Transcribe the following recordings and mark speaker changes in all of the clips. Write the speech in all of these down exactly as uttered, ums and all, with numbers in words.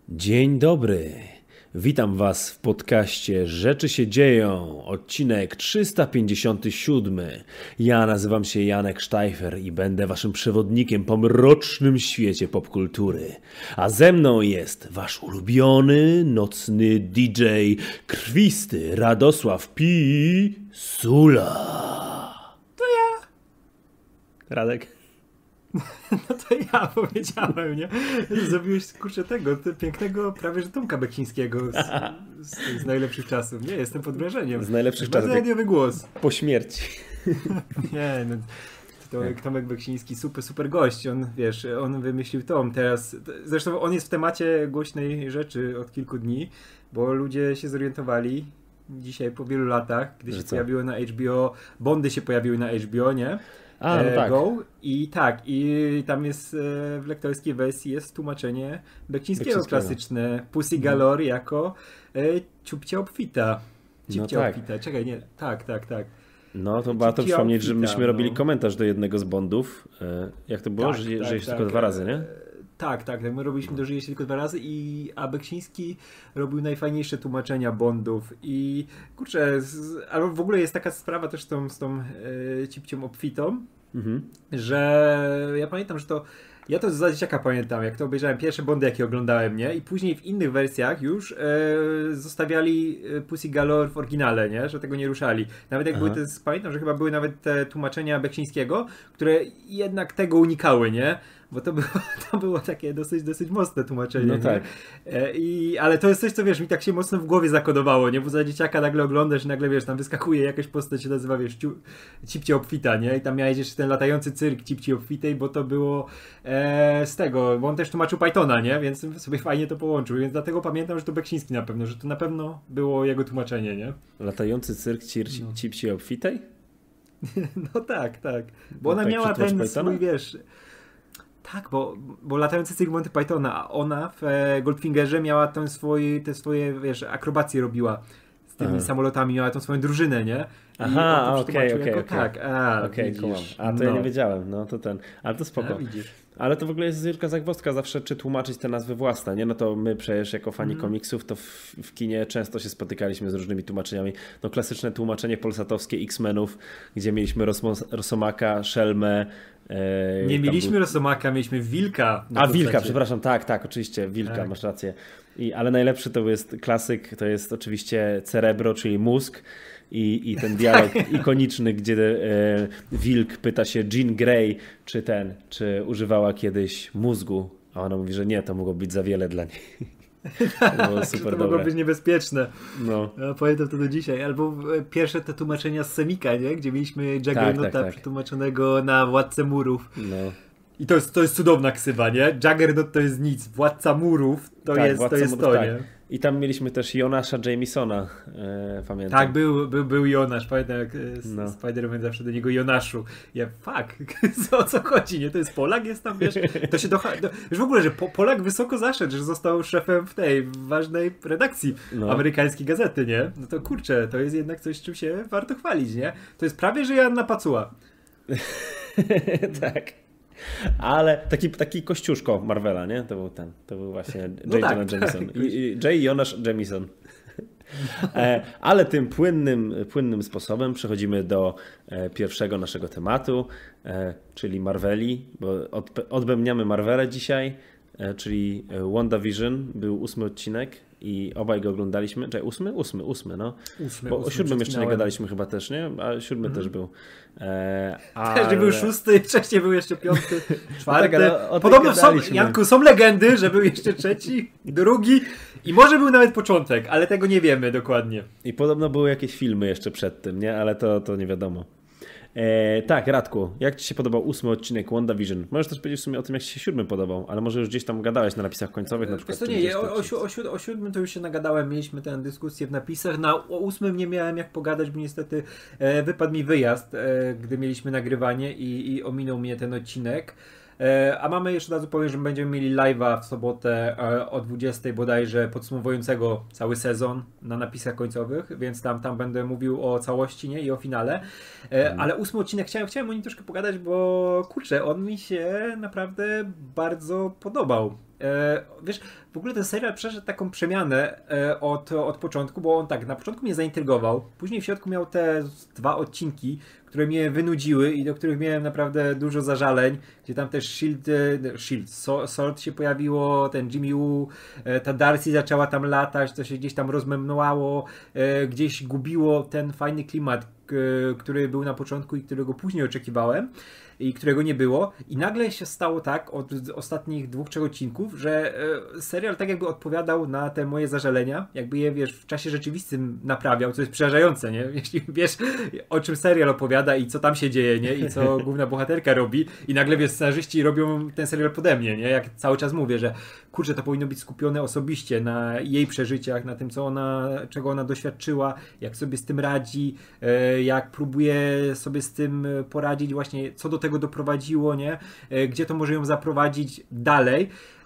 Speaker 1: Dzień dobry. Witam Was w podcaście Rzeczy się dzieją, odcinek trzysta pięćdziesiąty siódmy. Ja nazywam się Janek Sztajfer i będę Waszym przewodnikiem po mrocznym świecie popkultury. A ze mną jest Wasz ulubiony nocny D J krwisty Radosław Pisula.
Speaker 2: To ja.
Speaker 1: Radek?
Speaker 2: No to ja powiedziałem, nie? Zrobiłeś, kurczę, tego, tego pięknego prawie że Tomka Beksińskiego z, z, z najlepszych czasów. Nie, jestem pod wrażeniem.
Speaker 1: Z najlepszych
Speaker 2: to
Speaker 1: czasów.
Speaker 2: Bardzo radiowy głos.
Speaker 1: Po śmierci.
Speaker 2: Nie, no. Tomek, Tomek Beksiński, super, super gość. On, wiesz, on wymyślił Tom teraz. Zresztą on jest w temacie głośnej rzeczy od kilku dni, bo ludzie się zorientowali dzisiaj po wielu latach, gdy się pojawiło na H B O, Bondy się pojawiły na H B O, nie?
Speaker 1: A, no tak.
Speaker 2: Go. I tak, i tam jest w lektorskiej wersji jest tłumaczenie Beksińskiego klasyczne, Pussy Galore jako e, ciupcia obfita. Ciupcia
Speaker 1: no tak.
Speaker 2: obfita. Czekaj, nie, tak, tak, tak.
Speaker 1: No to warto przypomnieć, że myśmy
Speaker 2: no.
Speaker 1: robili komentarz do jednego z Bondów. Jak to było?
Speaker 2: Tak,
Speaker 1: że
Speaker 2: tak,
Speaker 1: że jest
Speaker 2: tak,
Speaker 1: tylko dwa razy, nie?
Speaker 2: Tak, tak, tak. My robiliśmy to, że jest tylko dwa razy i a Beksiński robił najfajniejsze tłumaczenia Bondów i kurczę, z, ale w ogóle jest taka sprawa też z tą, z tą e, cipcią obfitą, mhm. że ja pamiętam, że to ja to za dzieciaka pamiętam, jak to obejrzałem pierwsze Bondy, jakie oglądałem, nie? I później w innych wersjach już e, zostawiali Pussy Galore w oryginale, nie? Że tego nie ruszali. Nawet jak Aha. były te, pamiętam, że chyba były nawet te tłumaczenia Beksińskiego, które jednak tego unikały, nie? Bo to było, to było takie dosyć, dosyć mocne tłumaczenie.
Speaker 1: No tak.
Speaker 2: E, i, ale to jest coś, co wiesz, mi tak się mocno w głowie zakodowało, nie? Bo za dzieciaka nagle oglądasz i nagle, wiesz, tam wyskakuje jakaś postać, się nazywa, wiesz, Cipcie Obfita, nie? I tam miałeś jeszcze ten latający cyrk Cipci Obfitej, bo to było e, z tego, bo on też tłumaczył Pythona, nie? Więc sobie fajnie to połączył, więc dlatego pamiętam, że to Beksiński na pewno, że to na pewno było jego tłumaczenie, nie?
Speaker 1: Latający cyrk Cipci no. Cipci Obfitej?
Speaker 2: No tak, tak. Bo
Speaker 1: no
Speaker 2: ona
Speaker 1: tak,
Speaker 2: miała ten
Speaker 1: Pythona?
Speaker 2: swój, wiesz... Tak, bo, bo latający cyrk Monty Pythona, a ona w e, Goldfingerze miała ten swój, te swoje, wiesz, akrobacje robiła z tymi Aha. samolotami, miała tą swoją drużynę, nie? I
Speaker 1: Aha, okej, okej, okej.
Speaker 2: Tak, a,
Speaker 1: okay,
Speaker 2: widzisz,
Speaker 1: a to
Speaker 2: no.
Speaker 1: ja nie wiedziałem, no to ten, ale to spoko.
Speaker 2: A, widzisz.
Speaker 1: Ale to w ogóle jest wielka zagwozdka zawsze, czy tłumaczyć te nazwy własne, nie? No to my przecież jako fani mm. komiksów, to w, w kinie często się spotykaliśmy z różnymi tłumaczeniami. No klasyczne tłumaczenie polsatowskie X-Menów, gdzie mieliśmy Rosmo- Rosomaka, Szelmę.
Speaker 2: E, nie mieliśmy był... Rosomaka, mieliśmy Wilka.
Speaker 1: A, Wilka, przepraszam, tak, tak, oczywiście, Wilka, tak. Masz rację. I, ale najlepszy to jest klasyk, to jest oczywiście Cerebro, czyli mózg. I, i ten dialog ikoniczny, gdzie e, Wilk pyta się Jean Grey, czy ten, czy używała kiedyś mózgu, a ona mówi, że nie, to mogło być za wiele dla niej. To było super
Speaker 2: to
Speaker 1: dobre.
Speaker 2: mogło być niebezpieczne.
Speaker 1: No.
Speaker 2: Ja pamiętam to do dzisiaj. Albo pierwsze te tłumaczenia z Semika, nie? Gdzie mieliśmy Juggernauta tak, tak, tak. przetłumaczonego na Władcę Murów.
Speaker 1: No.
Speaker 2: I to jest, to jest cudowna ksywa, nie? Juggernaut to jest nic. Władca Murów to tak, jest to, jest
Speaker 1: murów,
Speaker 2: to
Speaker 1: tak.
Speaker 2: nie?
Speaker 1: I tam mieliśmy też Jonasza Jamesona, e, pamiętam.
Speaker 2: Tak, był, był, był Jonasz, pamiętam jak no. Spider-Man zawsze do niego Jonaszu. Ja, fuck, o co chodzi, nie? To jest Polak, jest tam, wiesz, to się docha... Do, wiesz w ogóle, że po, Polak wysoko zaszedł, że został szefem w tej ważnej redakcji no. amerykańskiej gazety, nie? No to kurczę, to jest jednak coś, czym się warto chwalić, nie? To jest prawie, że Joanna Pacuła.
Speaker 1: Tak. Ale taki, taki kościuszko Marvela, nie? To był ten, to był właśnie J.
Speaker 2: No
Speaker 1: Jonah
Speaker 2: tak,
Speaker 1: Jameson.
Speaker 2: Tak.
Speaker 1: J. Jonasz Jameson. E, ale tym płynnym, płynnym sposobem przechodzimy do e, pierwszego naszego tematu, e, czyli Marveli, bo od, odbębniamy Marvelę dzisiaj, e, czyli WandaVision, był ósmy odcinek i obaj go oglądaliśmy. Czekaj, ósmy? Ósmy, ósmy, no.
Speaker 2: Ósmy,
Speaker 1: bo
Speaker 2: ósmy
Speaker 1: o siódmym jeszcze nie gadaliśmy chyba też, nie? A siódmy mm. też był. E, ale...
Speaker 2: Też był szósty, wcześniej był jeszcze piąty, czwarty.
Speaker 1: No tak,
Speaker 2: Podobno są, Janku, są legendy, że był jeszcze trzeci, drugi i może był nawet początek, ale tego nie wiemy dokładnie.
Speaker 1: I podobno były jakieś filmy jeszcze przed tym, nie? Ale to, to nie wiadomo. E, tak, Radku, jak Ci się podobał ósmy odcinek WandaVision? Możesz też powiedzieć w sumie o tym, jak Ci się siódmy podobał, ale może już gdzieś tam gadałeś na napisach końcowych na przykład.
Speaker 2: To nie, o, o, o, o, o siódmym to już się nagadałem, mieliśmy tę dyskusję w napisach, na o ósmym nie miałem jak pogadać, bo niestety e, wypadł mi wyjazd, e, gdy mieliśmy nagrywanie i, i ominął mnie ten odcinek. A mamy, jeszcze od razu powiem, że będziemy mieli live'a w sobotę o dwudziestej bodajże podsumowującego cały sezon na napisach końcowych, więc tam, tam będę mówił o całości, nie? I o finale. Mm. Ale ósmy odcinek chciałem, chciałem o nim troszkę pogadać, bo kurczę, on mi się naprawdę bardzo podobał. Wiesz, w ogóle ten serial przeszedł taką przemianę e, od, od początku, bo on tak, na początku mnie zaintrygował, później w środku miał te dwa odcinki, które mnie wynudziły i do których miałem naprawdę dużo zażaleń, gdzie tam też Shield, e, Shield, so, Sword się pojawiło, ten Jimmy Woo, e, ta Darcy zaczęła tam latać, to się gdzieś tam rozmemlało, e, gdzieś gubiło ten fajny klimat, k, który był na początku i którego później oczekiwałem i którego nie było. I nagle się stało tak od ostatnich dwóch, trzech odcinków, że serial tak jakby odpowiadał na te moje zażalenia, jakby je, wiesz, w czasie rzeczywistym naprawiał, co jest przerażające, nie? Jeśli wiesz, o czym serial opowiada i co tam się dzieje, nie? I co główna bohaterka robi i nagle, wiesz, scenarzyści robią ten serial pode mnie, nie? Jak cały czas mówię, że kurczę, to powinno być skupione osobiście na jej przeżyciach, na tym, co ona, czego ona doświadczyła, jak sobie z tym radzi, jak próbuje sobie z tym poradzić, właśnie co do tego doprowadziło, nie? Gdzie to może ją zaprowadzić dalej.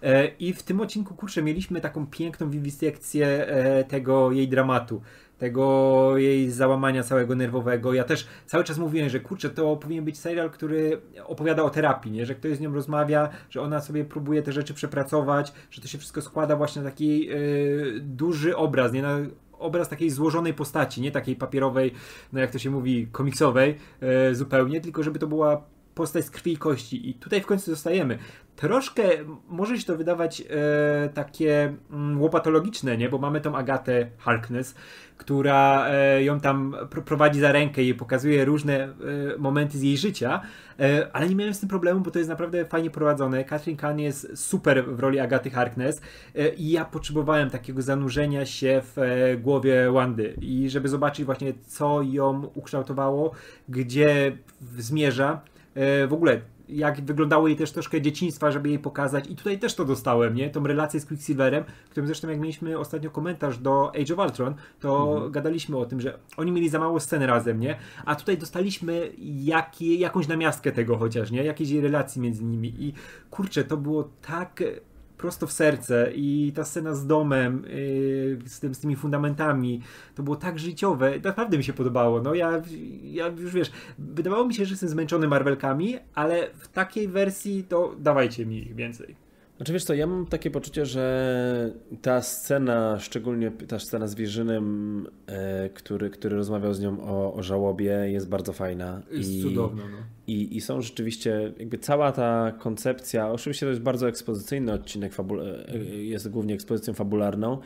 Speaker 2: I w tym odcinku, kurczę, mieliśmy taką piękną wiwisekcję tego jej dramatu, tego jej załamania całego nerwowego. Ja też cały czas mówiłem, że kurczę, to powinien być serial, który opowiada o terapii, nie? Że ktoś z nią rozmawia, że ona sobie próbuje te rzeczy przepracować, że to się wszystko składa właśnie na taki yy, duży obraz, nie? Na obraz takiej złożonej postaci, nie takiej papierowej, no jak to się mówi, komiksowej yy, zupełnie, tylko żeby to była postać z krwi i kości. I tutaj w końcu zostajemy. Troszkę może się to wydawać e, takie mm, łopatologiczne, nie? Bo mamy tą Agatę Harkness, która e, ją tam pr- prowadzi za rękę i pokazuje różne e, momenty z jej życia, e, ale nie miałem z tym problemu, bo to jest naprawdę fajnie prowadzone. Catherine Kahn jest super w roli Agaty Harkness e, i ja potrzebowałem takiego zanurzenia się w e, głowie Wandy i żeby zobaczyć właśnie, co ją ukształtowało, gdzie zmierza. W ogóle, jak wyglądało jej też troszkę dzieciństwa, żeby jej pokazać i tutaj też to dostałem, nie? Tą relację z Quicksilverem, którym zresztą jak mieliśmy ostatnio komentarz do Age of Ultron, to mhm. gadaliśmy o tym, że oni mieli za mało scen razem, nie? A tutaj dostaliśmy jaki, jakąś namiastkę tego chociaż, nie? Jakiejś jej relacji między nimi i kurczę, to było tak prosto w serce i ta scena z domem, yy, z, tym, z tymi fundamentami, to było tak życiowe, naprawdę mi się podobało. No ja, ja już wiesz, wydawało mi się, że jestem zmęczony Marvelkami, ale w takiej wersji to dawajcie mi ich więcej.
Speaker 1: Znaczy wiesz co, ja mam takie poczucie, że ta scena, szczególnie ta scena z Wierzynem, e, który, który rozmawiał z nią o, o żałobie, jest bardzo fajna.
Speaker 2: Jest
Speaker 1: I,
Speaker 2: cudowna. No.
Speaker 1: I, I są rzeczywiście, jakby cała ta koncepcja, oczywiście to jest bardzo ekspozycyjny odcinek, fabul- jest głównie ekspozycją fabularną,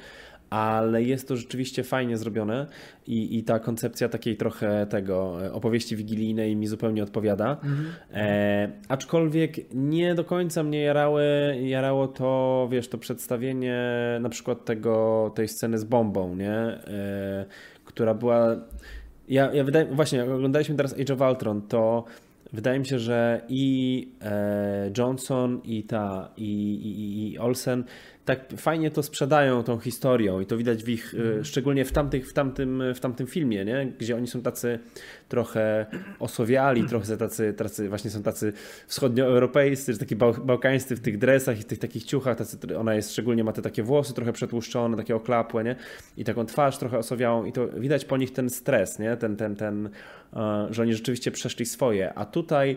Speaker 1: ale jest to rzeczywiście fajnie zrobione i, i ta koncepcja takiej trochę tego opowieści wigilijnej mi zupełnie odpowiada. Mhm. E, aczkolwiek nie do końca mnie jarały, jarało to, wiesz, to przedstawienie na przykład tego, tej sceny z bombą, nie? E, która była... Ja, ja wydaje, właśnie, jak oglądaliśmy teraz Age of Ultron, to wydaje mi się, że i e, Johnson, i ta, i, i, i Olsen tak fajnie to sprzedają tą historią i to widać w ich, mm. szczególnie w, tamtych, w, tamtym, w tamtym filmie, nie? Gdzie oni są tacy trochę osowiali, trochę tacy, tacy właśnie są tacy wschodnioeuropejscy, taki bał, bałkańscy w tych dresach i w tych takich ciuchach, tacy, ona jest szczególnie, ma te takie włosy trochę przetłuszczone, takie oklapłe, nie? I taką twarz trochę osowiałą i to widać po nich ten stres, nie? Ten, ten, ten, że oni rzeczywiście przeszli swoje, a tutaj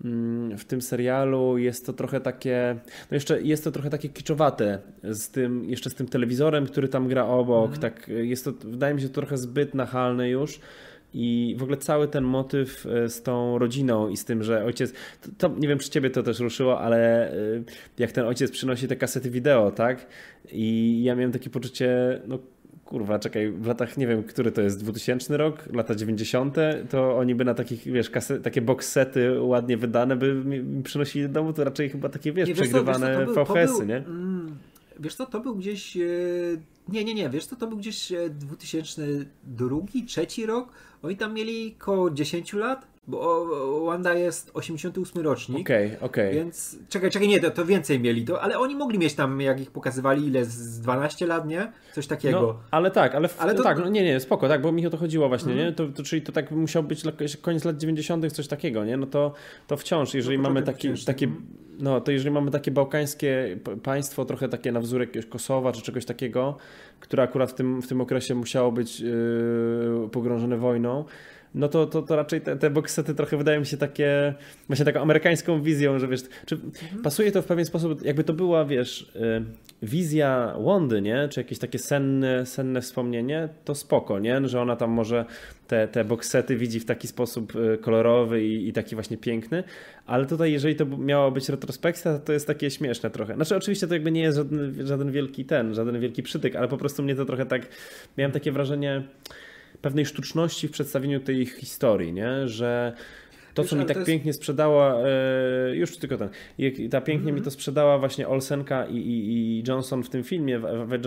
Speaker 1: w tym serialu jest to trochę takie, no jeszcze jest to trochę takie kiczowate z tym, jeszcze z tym telewizorem, który tam gra obok, mm. tak jest to, wydaje mi się, to trochę zbyt nachalne już i w ogóle cały ten motyw z tą rodziną i z tym, że ojciec, to, to nie wiem, czy ciebie to też ruszyło, ale jak ten ojciec przynosi te kasety wideo, tak, i ja miałem takie poczucie, no kurwa, czekaj, w latach, nie wiem, który to jest, dwutysięczny rok, lata dziewięćdziesiąte, to oni by na takich, wiesz, kasy, takie box sety ładnie wydane by mi przynosili do domu, to raczej chyba takie, wiesz, nie, przegrywane V H S-y, nie?
Speaker 2: Mm, wiesz co, to był gdzieś, e, nie, nie, nie, wiesz co, to był gdzieś dwa tysiące drugi, trzeci rok, oni tam mieli koło dziesięć lat, bo Wanda jest osiemdziesiąty ósmy rocznik.
Speaker 1: Okej, okay, okej. Okay.
Speaker 2: Więc czekaj, czekaj, nie, to, to więcej mieli, to, ale oni mogli mieć tam, jak ich pokazywali, ile z dwanaście lat, nie? Coś takiego.
Speaker 1: No, ale tak, ale, w,
Speaker 2: ale to...
Speaker 1: tak, no nie, nie, spoko, tak, bo mi o to chodziło właśnie, mm. nie? To, to, czyli to tak musiał być koniec lat dziewięćdziesiątych, coś takiego, nie? No to, to wciąż, jeżeli no, mamy taki, takie, no to jeżeli mamy takie bałkańskie państwo, trochę takie na wzór jakiegoś Kosowa, czy czegoś takiego, które akurat w tym, w tym okresie musiało być yy, pogrążone wojną, no to, to, to raczej te, te boxsety trochę wydają mi się takie, właśnie taką amerykańską wizją, że wiesz, czy mhm. pasuje to w pewien sposób, jakby to była, wiesz, wizja Wandy, nie? Czy jakieś takie senne, senne wspomnienie, to spoko, nie? Że ona tam może te, te boxsety widzi w taki sposób kolorowy i, i taki właśnie piękny, ale tutaj jeżeli to miała być retrospekcja, to jest takie śmieszne trochę. Znaczy oczywiście to jakby nie jest żaden, żaden wielki ten, żaden wielki przytyk, ale po prostu mnie to trochę tak, miałem takie wrażenie pewnej sztuczności w przedstawieniu tej historii, nie? Że to, co Wiesz, mi tak jest... pięknie sprzedała, e, już tylko ten, ta pięknie mm-hmm. mi to sprzedała właśnie Olsenka i, i, i Johnson w tym filmie, w,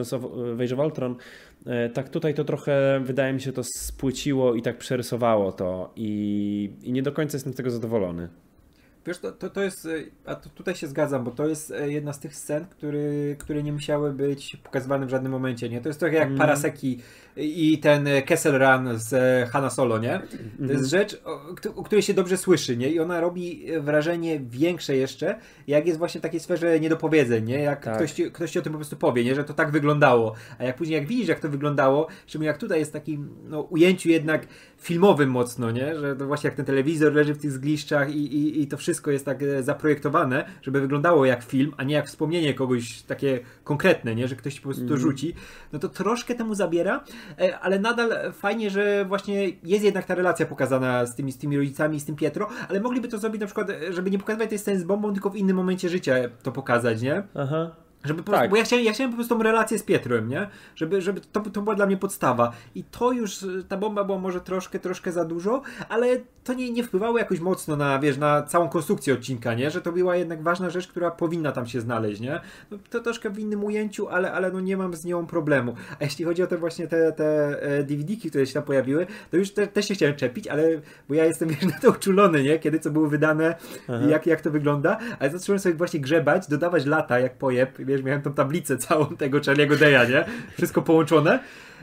Speaker 1: w Age of Ultron, e, tak tutaj to trochę, wydaje mi się, to spłyciło i tak przerysowało to i, i nie do końca jestem z tego zadowolony.
Speaker 2: Wiesz, to, to, to jest, a to tutaj się zgadzam, bo to jest jedna z tych scen, który, które nie musiały być pokazywane w żadnym momencie, nie? To jest trochę jak mm. Paraseki i ten Kessel Run z Hanna Solo, nie? To mm. jest rzecz, o, o której się dobrze słyszy, nie? I ona robi wrażenie większe jeszcze, jak jest właśnie w takiej sferze niedopowiedzeń, nie? Jak tak. ktoś, ci, ktoś ci o tym po prostu powie, nie? Że to tak wyglądało. A jak później, jak widzisz, jak to wyglądało, szczególnie jak tutaj jest taki, no, ujęciu jednak filmowym mocno, nie? Że to właśnie jak ten telewizor leży w tych zgliszczach i, i, i to wszystko jest tak zaprojektowane, żeby wyglądało jak film, a nie jak wspomnienie kogoś takie konkretne, nie? Że ktoś ci po prostu to rzuci. No to troszkę temu zabiera, ale nadal fajnie, że właśnie jest jednak ta relacja pokazana z tymi, z tymi rodzicami, z tym Pietro, ale mogliby to zrobić na przykład, żeby nie pokazywać tej sceny z bombą, tylko w innym momencie życia to pokazać, nie? Aha. Żeby po prostu, tak. Bo ja chciałem, ja chciałem po prostu tą relację z Pietrem, nie? Żeby, żeby to, to była dla mnie podstawa. I to już, ta bomba była może troszkę, troszkę za dużo, ale to nie, nie wpływało jakoś mocno na, wiesz, na całą konstrukcję odcinka, nie? Że to była jednak ważna rzecz, która powinna tam się znaleźć, nie? No, to troszkę w innym ujęciu, ale, ale no nie mam z nią problemu. A jeśli chodzi o te właśnie te, te D V D-ki, które się tam pojawiły, to już te, też się chciałem czepić, ale bo ja jestem, wiesz, na to uczulony, nie? Kiedy co było wydane, jak, jak to wygląda, ale zacząłem sobie właśnie grzebać, dodawać lata jak pojeb, wiesz, miałem tą tablicę całą tego Charlie'ego Day'a, nie? Wszystko połączone.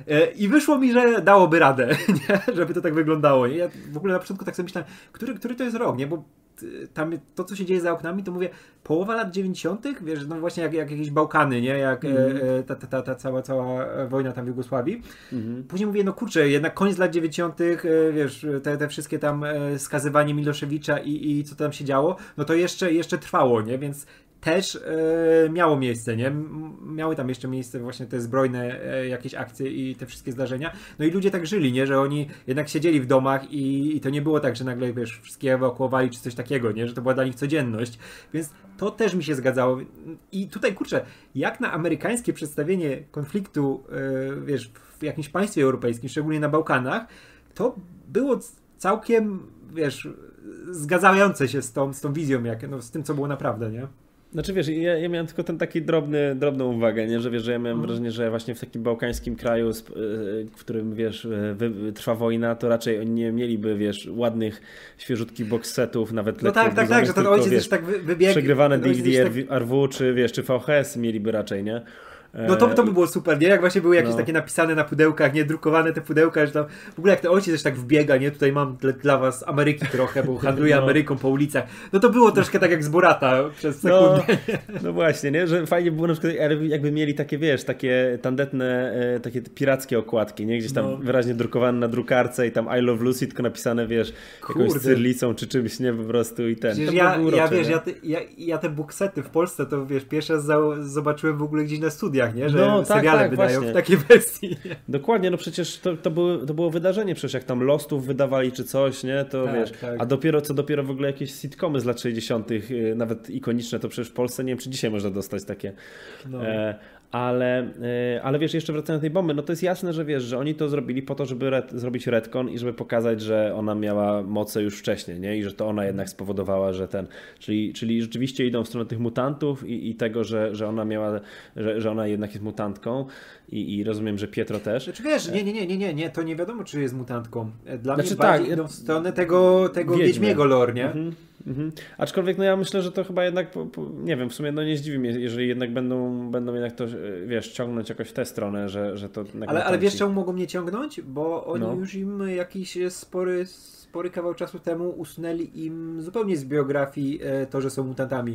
Speaker 2: I wyszło mi, że dałoby radę, nie? Żeby to tak wyglądało. Nie? Ja w ogóle na początku tak sobie myślałem, który, który to jest rok, nie? Bo tam to, co się dzieje za oknami, to mówię, połowa lat dziewięćdziesiątych, wiesz, no właśnie jak, jak jakieś Bałkany, nie? Jak mm. e, ta, ta, ta, ta cała, cała wojna tam w Jugosławii. Mm. Później mówię, no kurczę, jednak koniec lat dziewięćdziesiątych, e, wiesz, te, te wszystkie tam e, skazywanie Miloszewicza i, i co tam się działo, no to jeszcze, jeszcze trwało, nie? Więc też e, miało miejsce, nie? Miały tam jeszcze miejsce właśnie te zbrojne e, jakieś akcje i te wszystkie zdarzenia. No i ludzie tak żyli, nie? Że oni jednak siedzieli w domach i, i to nie było tak, że nagle, wiesz, wszystkie ewakuowali czy coś takiego, nie? Że to była dla nich codzienność. Więc to też mi się zgadzało. I tutaj, kurczę, jak na amerykańskie przedstawienie konfliktu, e, wiesz, w jakimś państwie europejskim, szczególnie na Bałkanach, to było całkiem, wiesz, zgadzające się z tą, z tą wizją, jak, no, z tym, co było naprawdę, nie?
Speaker 1: Znaczy wiesz, ja, ja miałem tylko ten taki drobny, drobną uwagę, nie? Że wiesz, że ja miałem mhm. wrażenie, że właśnie w takim bałkańskim kraju, w którym wiesz, wy, trwa wojna, to raczej oni nie mieliby, wiesz, ładnych, świeżutkich box setów, nawet
Speaker 2: no tak, tak, tak, że ten ojciec wiesz, też tak wybiegł.
Speaker 1: Przegrywane D V D R W, czy wiesz, czy V H S mieliby raczej, nie?
Speaker 2: No to, to by było super, nie? Jak właśnie były jakieś no. takie napisane na pudełkach, nie? Drukowane te pudełka, że tam w ogóle jak ten ojciec też tak wbiega, nie? Tutaj mam dla, dla was Ameryki trochę, bo handluję no. Ameryką po ulicach. No to było troszkę tak jak z Borata przez sekundę.
Speaker 1: No, no właśnie, nie? Że fajnie było na przykład jakby mieli takie, wiesz, takie tandetne, takie pirackie okładki, nie? Gdzieś tam no. wyraźnie drukowane na drukarce i tam I Love Lucy, tylko napisane, wiesz, Kurde. jakąś cyrlicą czy czymś, nie? Po prostu i ten. To
Speaker 2: ja, urocze, ja, wiesz, ja te, ja, ja te booksety w Polsce to, wiesz, pierwszy raz zobaczyłem w ogóle gdzieś na studiach, nie? Że no, seriale tak, tak, wydają właśnie. w takiej wersji.
Speaker 1: Dokładnie, no przecież to, to, było, to było wydarzenie, przecież jak tam Lostów wydawali czy coś, nie, to tak, wiesz, tak. a dopiero co dopiero w ogóle jakieś sitcomy z lat sześćdziesiątych, nawet ikoniczne, to przecież w Polsce, nie wiem czy dzisiaj można dostać takie. No. E, ale, ale wiesz, jeszcze wracając do tej bomby, no to jest jasne, że wiesz, że oni to zrobili po to, żeby red, zrobić retcon i żeby pokazać, że ona miała moce już wcześniej, nie? I że to ona jednak spowodowała, że ten, czyli, czyli rzeczywiście idą w stronę tych mutantów i, i tego, że, że ona miała, że, że ona jednak jest mutantką i, i rozumiem, że Pietro też.
Speaker 2: Znaczy wiesz, nie, nie, nie, nie, nie, nie, to nie wiadomo, czy jest mutantką. Dla znaczy, mnie bardziej tak, idą w stronę tego, tego wiedźmiego lore, nie? Mhm.
Speaker 1: Mhm. Aczkolwiek no ja myślę, że to chyba jednak, po, po, nie wiem, w sumie no nie zdziwi mnie, jeżeli jednak będą, będą jednak to, wiesz, ciągnąć jakoś w tę stronę, że, że to...
Speaker 2: Ale, ale wiesz czemu mogą mnie ciągnąć? Bo oni no. już im jakiś spory, spory kawał czasu temu usunęli im zupełnie z biografii to, że są mutantami.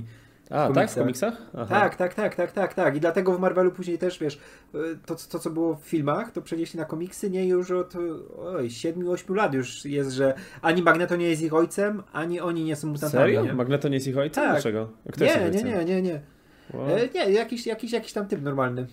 Speaker 1: A, tak? W komiksach? Aha.
Speaker 2: Tak, tak, tak, tak, tak, tak. I dlatego w Marvelu później też, wiesz, to, to co było w filmach, to przenieśli na komiksy, nie już od oj, siedmiu ośmiu lat już jest, że ani Magneto nie jest ich ojcem, ani oni nie są mutantami.
Speaker 1: Serio?
Speaker 2: Nie?
Speaker 1: Magneto nie jest ich ojcem?
Speaker 2: Tak.
Speaker 1: Dlaczego? Kto
Speaker 2: nie,
Speaker 1: jest ich
Speaker 2: nie,
Speaker 1: ojcem?
Speaker 2: nie, nie, nie.
Speaker 1: Wow.
Speaker 2: E, nie, jakiś, jakiś, jakiś tam typ normalny.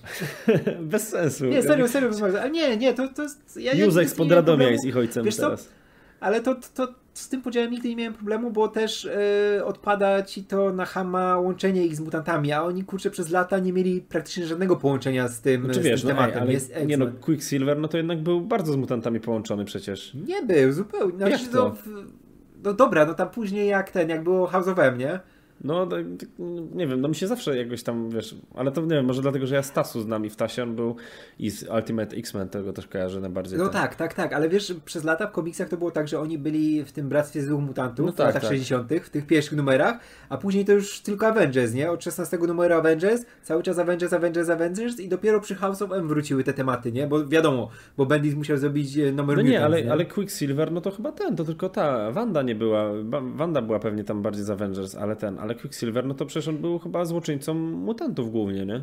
Speaker 1: Bez sensu.
Speaker 2: Nie, serio, serio, ale nie, nie, to, to jest... Ja, ja
Speaker 1: Józek spod Radomia jest ich ojcem
Speaker 2: wiesz
Speaker 1: teraz.
Speaker 2: Co? Ale to, to z tym podziałem nigdy nie miałem problemu, bo też yy, odpada ci to na chama łączenie ich z mutantami, a oni kurczę przez lata nie mieli praktycznie żadnego połączenia z tym,
Speaker 1: Znaczy,
Speaker 2: z
Speaker 1: wiesz,
Speaker 2: tym
Speaker 1: no,
Speaker 2: tematem.
Speaker 1: ej, ale
Speaker 2: jest
Speaker 1: nie no, Quicksilver no to jednak był bardzo z mutantami połączony przecież.
Speaker 2: Nie był, zupełnie. Znaczy,
Speaker 1: Jak to?
Speaker 2: No, no dobra, no tam później jak ten, jak było House of M, nie?
Speaker 1: No, nie wiem, no mi się zawsze jakoś tam, wiesz, ale to nie wiem, może dlatego, że ja z Tasu znam i w Tasie on był i z Ultimate X-Men, tego też kojarzę najbardziej.
Speaker 2: No
Speaker 1: ten.
Speaker 2: tak, tak, tak, ale wiesz, przez lata w komiksach to było tak, że oni byli w tym Bractwie Złych Mutantów
Speaker 1: No
Speaker 2: w
Speaker 1: tak,
Speaker 2: latach
Speaker 1: tak.
Speaker 2: sześćdziesiątych, w tych pierwszych numerach, a później to już tylko Avengers, nie? Od szesnastego numeru Avengers, cały czas Avengers, Avengers, Avengers i dopiero przy House of M wróciły te tematy, nie? Bo wiadomo, bo Bendis musiał zrobić numer
Speaker 1: No
Speaker 2: Mutants,
Speaker 1: nie, ale,
Speaker 2: nie?
Speaker 1: ale Quicksilver, no to chyba ten, to tylko ta, Wanda nie była, Wanda była pewnie tam bardziej z Avengers, ale ten, ale Quicksilver, no to przecież on był chyba złoczyńcą mutantów głównie, nie?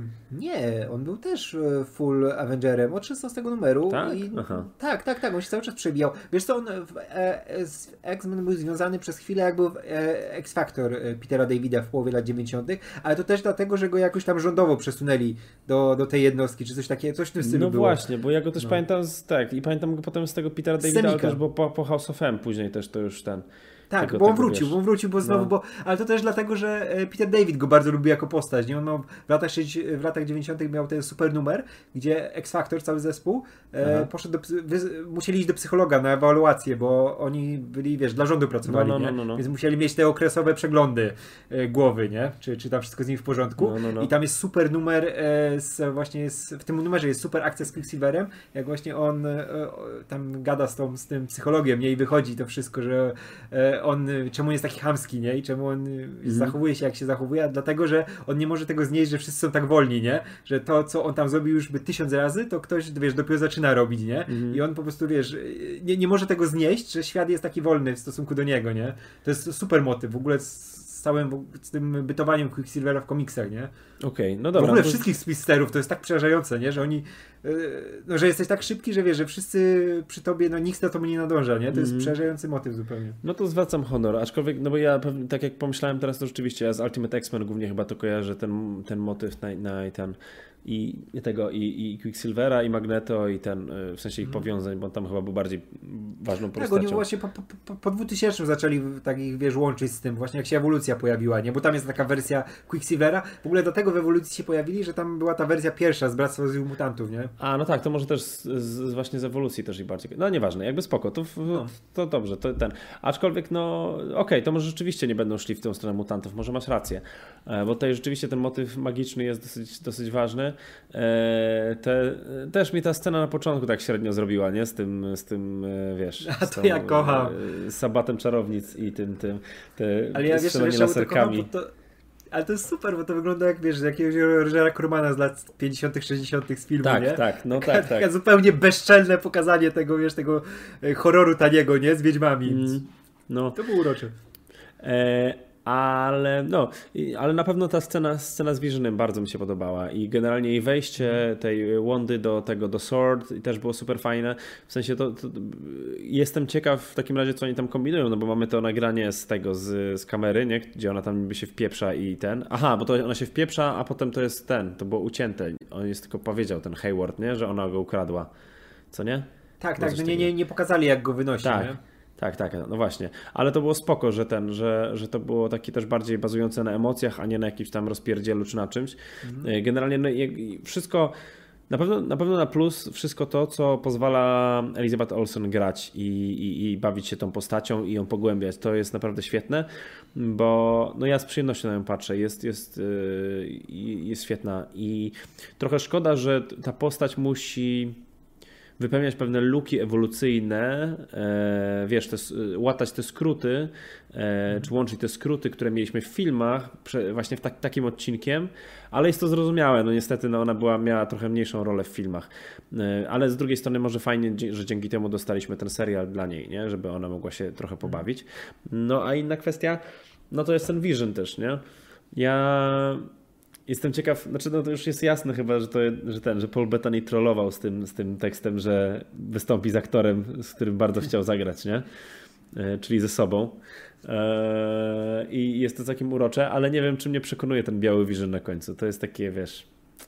Speaker 2: Nie, on był też e, full Avengerem od szesnastego numeru.
Speaker 1: Tak?
Speaker 2: I,
Speaker 1: Aha.
Speaker 2: tak, tak, tak, on się cały czas przebijał. Wiesz co, on w, e, z X-Men był związany przez chwilę jak był w, e, X-Factor e, Petera Davida w połowie lat dziewięćdziesiątych, ale to też dlatego, że go jakoś tam rządowo przesunęli do, do tej jednostki, czy coś takiego, coś w tym stylu
Speaker 1: No
Speaker 2: było.
Speaker 1: właśnie, bo ja go też
Speaker 2: No.
Speaker 1: pamiętam z, tak, i pamiętam go potem z tego Petera Davida, ale
Speaker 2: Semika.
Speaker 1: też bo po, po House of M później też to już ten.
Speaker 2: Tak,
Speaker 1: tego,
Speaker 2: bo on
Speaker 1: tego,
Speaker 2: wrócił,
Speaker 1: wiesz.
Speaker 2: bo on wrócił, bo znowu,
Speaker 1: No.
Speaker 2: bo, ale to też dlatego, że e, Peter David go bardzo lubi jako postać, nie? On miał w latach, sześćdziesiątych, w latach dziewięćdziesiątych miał ten super numer, gdzie X-Factor, cały zespół, e,
Speaker 1: Aha.
Speaker 2: poszedł do, psy- wy, musieli iść do psychologa na ewaluację, bo oni byli, wiesz, dla rządu pracowali,
Speaker 1: No, no, no,
Speaker 2: nie?
Speaker 1: no, no.
Speaker 2: Więc musieli mieć te okresowe przeglądy e, głowy, nie? Czy, czy tam wszystko z nimi w porządku.
Speaker 1: No, no, no.
Speaker 2: I tam jest super numer, e, z, właśnie z, w tym numerze jest super akcja z Quicksilverem, jak właśnie on e, o, tam gada z, tą, z tym psychologiem, nie? I wychodzi to wszystko, że e, on, czemu on jest taki chamski, nie? I czemu on mm. zachowuje się jak się zachowuje, a dlatego, że on nie może tego znieść, że wszyscy są tak wolni, nie? Że to, co on tam zrobił już by tysiąc razy, to ktoś, wiesz, dopiero zaczyna robić, nie?
Speaker 1: Mhm.
Speaker 2: I on po prostu, wiesz, nie, nie może tego znieść, że świat jest taki wolny w stosunku do niego, nie? To jest super motyw, w ogóle z, z całym, z tym bytowaniem Quicksilvera w komiksach, nie?
Speaker 1: Okej, no
Speaker 2: W
Speaker 1: dobra.
Speaker 2: ogóle
Speaker 1: to-
Speaker 2: wszystkich spisterów to jest tak przerażające, nie? Że oni, yy, no, że jesteś tak szybki, że wiesz, że wszyscy przy tobie, no nikt za tobą nie nadąża, nie? To jest
Speaker 1: Mhm.
Speaker 2: przerażający motyw zupełnie.
Speaker 1: No to zwracam honor, aczkolwiek, no bo ja pewnie, tak jak pomyślałem teraz, to rzeczywiście ja z Ultimate X-Men głównie chyba to kojarzę ten, ten motyw na, na ten i i tego i, i Quicksilvera i Magneto i ten, y, w sensie ich powiązań, bo on tam chyba był bardziej ważną
Speaker 2: Tak, oni
Speaker 1: postacią.
Speaker 2: właśnie po, po, po, po dwutysięcznym zaczęli tak ich, wiesz, łączyć z tym, właśnie jak się ewolucja pojawiła, nie? Bo tam jest taka wersja Quicksilvera, w ogóle do tego w ewolucji się pojawili, że tam była ta wersja pierwsza z Bractwa Złych Mutantów, nie?
Speaker 1: A, no tak, to może też z, z, właśnie z ewolucji też i bardziej. No nieważne, jakby spoko, to, w,
Speaker 2: No.
Speaker 1: to dobrze, to ten. Aczkolwiek, no okej, to może rzeczywiście nie będą szli w tę stronę mutantów, może masz rację, e, bo tutaj rzeczywiście ten motyw magiczny jest dosyć, dosyć ważny. E, te, też mi ta scena na początku tak średnio zrobiła, nie? Z tym, z tym e, wiesz,
Speaker 2: A
Speaker 1: z
Speaker 2: to
Speaker 1: tą,
Speaker 2: ja kocham.
Speaker 1: e, sabatem czarownic i tym, tym, te
Speaker 2: Ale ja wiesz,
Speaker 1: strzelanie
Speaker 2: wiesz, czemu to kocham,
Speaker 1: laserkami.
Speaker 2: bo to... Ale to jest super, bo to wygląda jak, wiesz, z jakiegoś Rogera Cormana z lat pięćdziesiątych, sześćdziesiątych z filmu,
Speaker 1: Tak,
Speaker 2: nie?
Speaker 1: tak, no
Speaker 2: Taka,
Speaker 1: tak, tak.
Speaker 2: taka zupełnie bezczelne pokazanie tego, wiesz, tego e, horroru taniego, nie? Z Wiedźmami.
Speaker 1: Mm, no.
Speaker 2: To było urocze.
Speaker 1: E, ale no, i- ale na pewno ta scena, scena z Visionem bardzo mi się podobała i generalnie jej wejście tej Wandy do tego, do Sword i też było super fajne. W sensie to, to jestem ciekaw w takim razie, co oni tam kombinują, no bo mamy to nagranie z tego, z, z kamery, nie? Gdzie ona tam niby się wpieprza i ten. Aha, bo to ona się wpieprza, a potem to jest ten, to było ucięte. On jest tylko powiedział, ten Hayward, nie? Że ona go ukradła. Co nie?
Speaker 2: Tak,
Speaker 1: Było
Speaker 2: tak,
Speaker 1: coś
Speaker 2: no nie,
Speaker 1: takiego.
Speaker 2: nie, nie pokazali jak go wynosi,
Speaker 1: Tak.
Speaker 2: nie?
Speaker 1: Tak, tak, no właśnie. Ale to było spoko, że ten, że, że to było takie też bardziej bazujące na emocjach, a nie na jakimś tam rozpierdzielu czy na czymś.
Speaker 2: Mhm.
Speaker 1: Generalnie no, jak- wszystko, na pewno, na pewno na plus wszystko to, co pozwala Elizabeth Olsen grać i, i, i bawić się tą postacią i ją pogłębiać. To jest naprawdę świetne, bo no ja z przyjemnością na nią patrzę. Jest, jest, yy, jest świetna i trochę szkoda, że ta postać musi wypełniać pewne luki ewolucyjne, e, wiesz, te, s- łatać te skróty, e, czy łączyć te skróty, które mieliśmy w filmach, prze, właśnie w tak, takim odcinkiem, ale jest to zrozumiałe, no niestety no ona była, miała trochę mniejszą rolę w filmach, e, ale z drugiej strony może fajnie, dzie- że dzięki temu dostaliśmy ten serial dla niej, nie? Żeby ona mogła się trochę pobawić. No a inna kwestia, no to jest ten Vision też, nie? Ja jestem ciekaw, znaczy no to już jest jasne chyba, że, to, że ten, że Paul Bettany trollował z tym, z tym tekstem, że wystąpi z aktorem, z którym bardzo chciał zagrać, nie? Czyli ze sobą. I jest to całkiem urocze, ale nie wiem, czy mnie przekonuje ten biały Vision na końcu. To jest takie, wiesz...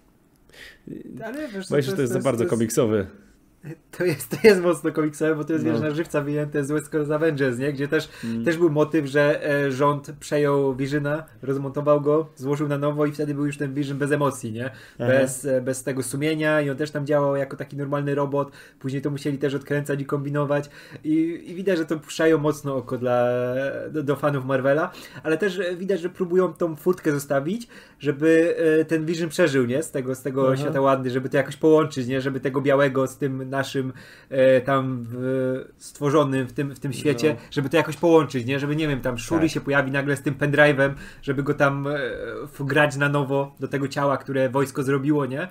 Speaker 2: Ale wiesz,
Speaker 1: boję się, że to jest za bardzo komiksowy.
Speaker 2: To jest, to jest mocno komiksowe, bo to jest,
Speaker 1: no.
Speaker 2: wiesz, na żywca wyjęte z West Coast Avengers, nie? Gdzie też,
Speaker 1: mm.
Speaker 2: też był motyw, że e, rząd przejął Visiona, rozmontował go, złożył na nowo i wtedy był już ten Vision bez emocji, nie? Bez, e, bez tego sumienia i on też tam działał jako taki normalny robot. Później to musieli też odkręcać i kombinować i, i widać, że to puszczają mocno oko dla, do, do fanów Marvela, ale też widać, że próbują tą furtkę zostawić, żeby e, ten Vision przeżył, nie? Z tego, z tego
Speaker 1: Aha.
Speaker 2: świata ładny, żeby to jakoś połączyć, nie? Żeby tego białego z tym naszym e, tam w, stworzonym w tym, w tym świecie, no. żeby to jakoś połączyć, nie? Żeby, nie wiem, tam Shuri tak. się pojawi nagle z tym pendrive'em, żeby go tam e, wgrać na nowo do tego ciała, które wojsko zrobiło, nie?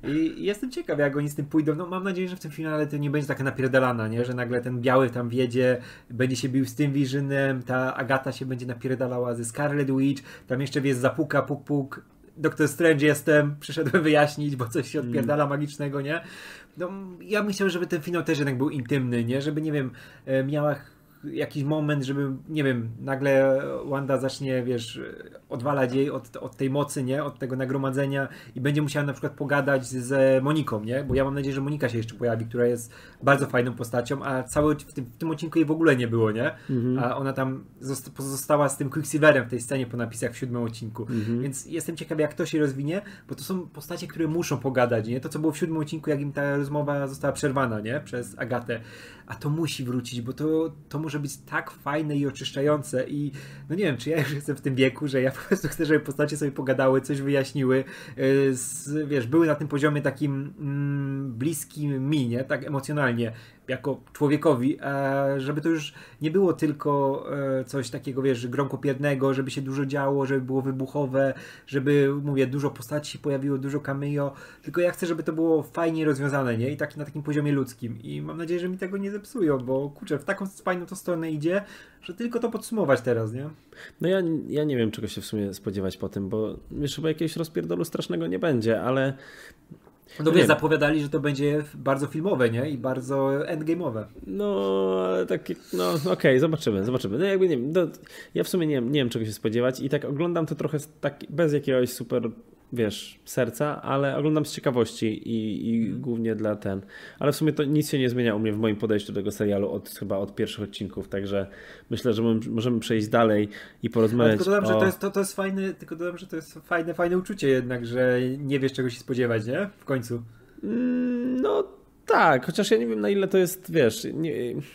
Speaker 2: I jestem ciekaw, jak oni z tym pójdą. No mam nadzieję, że w tym finale to nie będzie taka napierdalana, nie? Że nagle ten biały tam wiedzie, będzie się bił z tym Visionem, ta Agata się będzie napierdalała ze Scarlet Witch, tam jeszcze wiesz, zapuka, puk, puk, Doktor Strange jestem, przyszedłem wyjaśnić, bo coś się odpierdala magicznego, nie? No, ja myślałem, żeby ten finał też jednak był intymny, nie? Żeby, nie wiem, miała jakiś moment, żeby, nie wiem, nagle Wanda zacznie, wiesz, odwalać jej od, od tej mocy, nie? Od tego nagromadzenia i będzie musiała na przykład pogadać z Moniką, nie? Bo ja mam nadzieję, że Monika się jeszcze pojawi, która jest bardzo fajną postacią, a cały w tym, w tym odcinku jej w ogóle nie było, nie? Mhm. A ona tam pozostała z tym Quicksilverem w tej scenie po napisach w siódmym odcinku. Mhm. Więc jestem ciekaw, jak to się rozwinie, bo to są postacie, które muszą pogadać, nie? To, co było w siódmym odcinku, jak im ta rozmowa została przerwana, nie? Przez Agatę. A to musi wrócić, bo to, to może być tak fajne i oczyszczające i no nie wiem, czy ja już jestem w tym wieku, że ja po prostu chcę, żeby postacie sobie pogadały, coś wyjaśniły, yy, z, wiesz, były na tym poziomie takim mm, bliskim mi, nie? Tak emocjonalnie, jako człowiekowi, a żeby to już nie było tylko e, coś takiego, wiesz, gromkopiernego, żeby się dużo działo, żeby było wybuchowe, żeby, mówię, dużo postaci się pojawiło, dużo cameo, tylko ja chcę, żeby to było fajnie rozwiązane, nie? I tak na takim poziomie ludzkim. I mam nadzieję, że mi tego nie zepsują, bo kurczę, w taką fajną to stronę idzie, że tylko to podsumować teraz, nie?
Speaker 1: No ja, ja nie wiem, czego się w sumie spodziewać po tym, bo wiesz, chyba jakiegoś rozpierdolu strasznego nie będzie, ale
Speaker 2: no wiesz, zapowiadali, że to będzie bardzo filmowe, nie? I bardzo endgame'owe.
Speaker 1: No, ale takie, no okej, okay, zobaczymy, zobaczymy. No jakby nie wiem, no, ja w sumie nie, nie wiem, czego się spodziewać i tak oglądam to trochę tak, bez jakiegoś super, wiesz, serca, ale oglądam z ciekawości i, i hmm. głównie dla ten. Ale w sumie to nic się nie zmienia u mnie w moim podejściu do tego serialu od chyba od pierwszych odcinków, także myślę, że możemy przejść dalej i porozmawiać.
Speaker 2: Ale tylko dodam,
Speaker 1: o...
Speaker 2: że to jest, to, to jest fajne, tylko dodam, że to jest fajne, fajne uczucie jednak, że nie wiesz, czego się spodziewać, nie? W końcu.
Speaker 1: No tak, chociaż ja nie wiem, na ile to jest, wiesz, nie,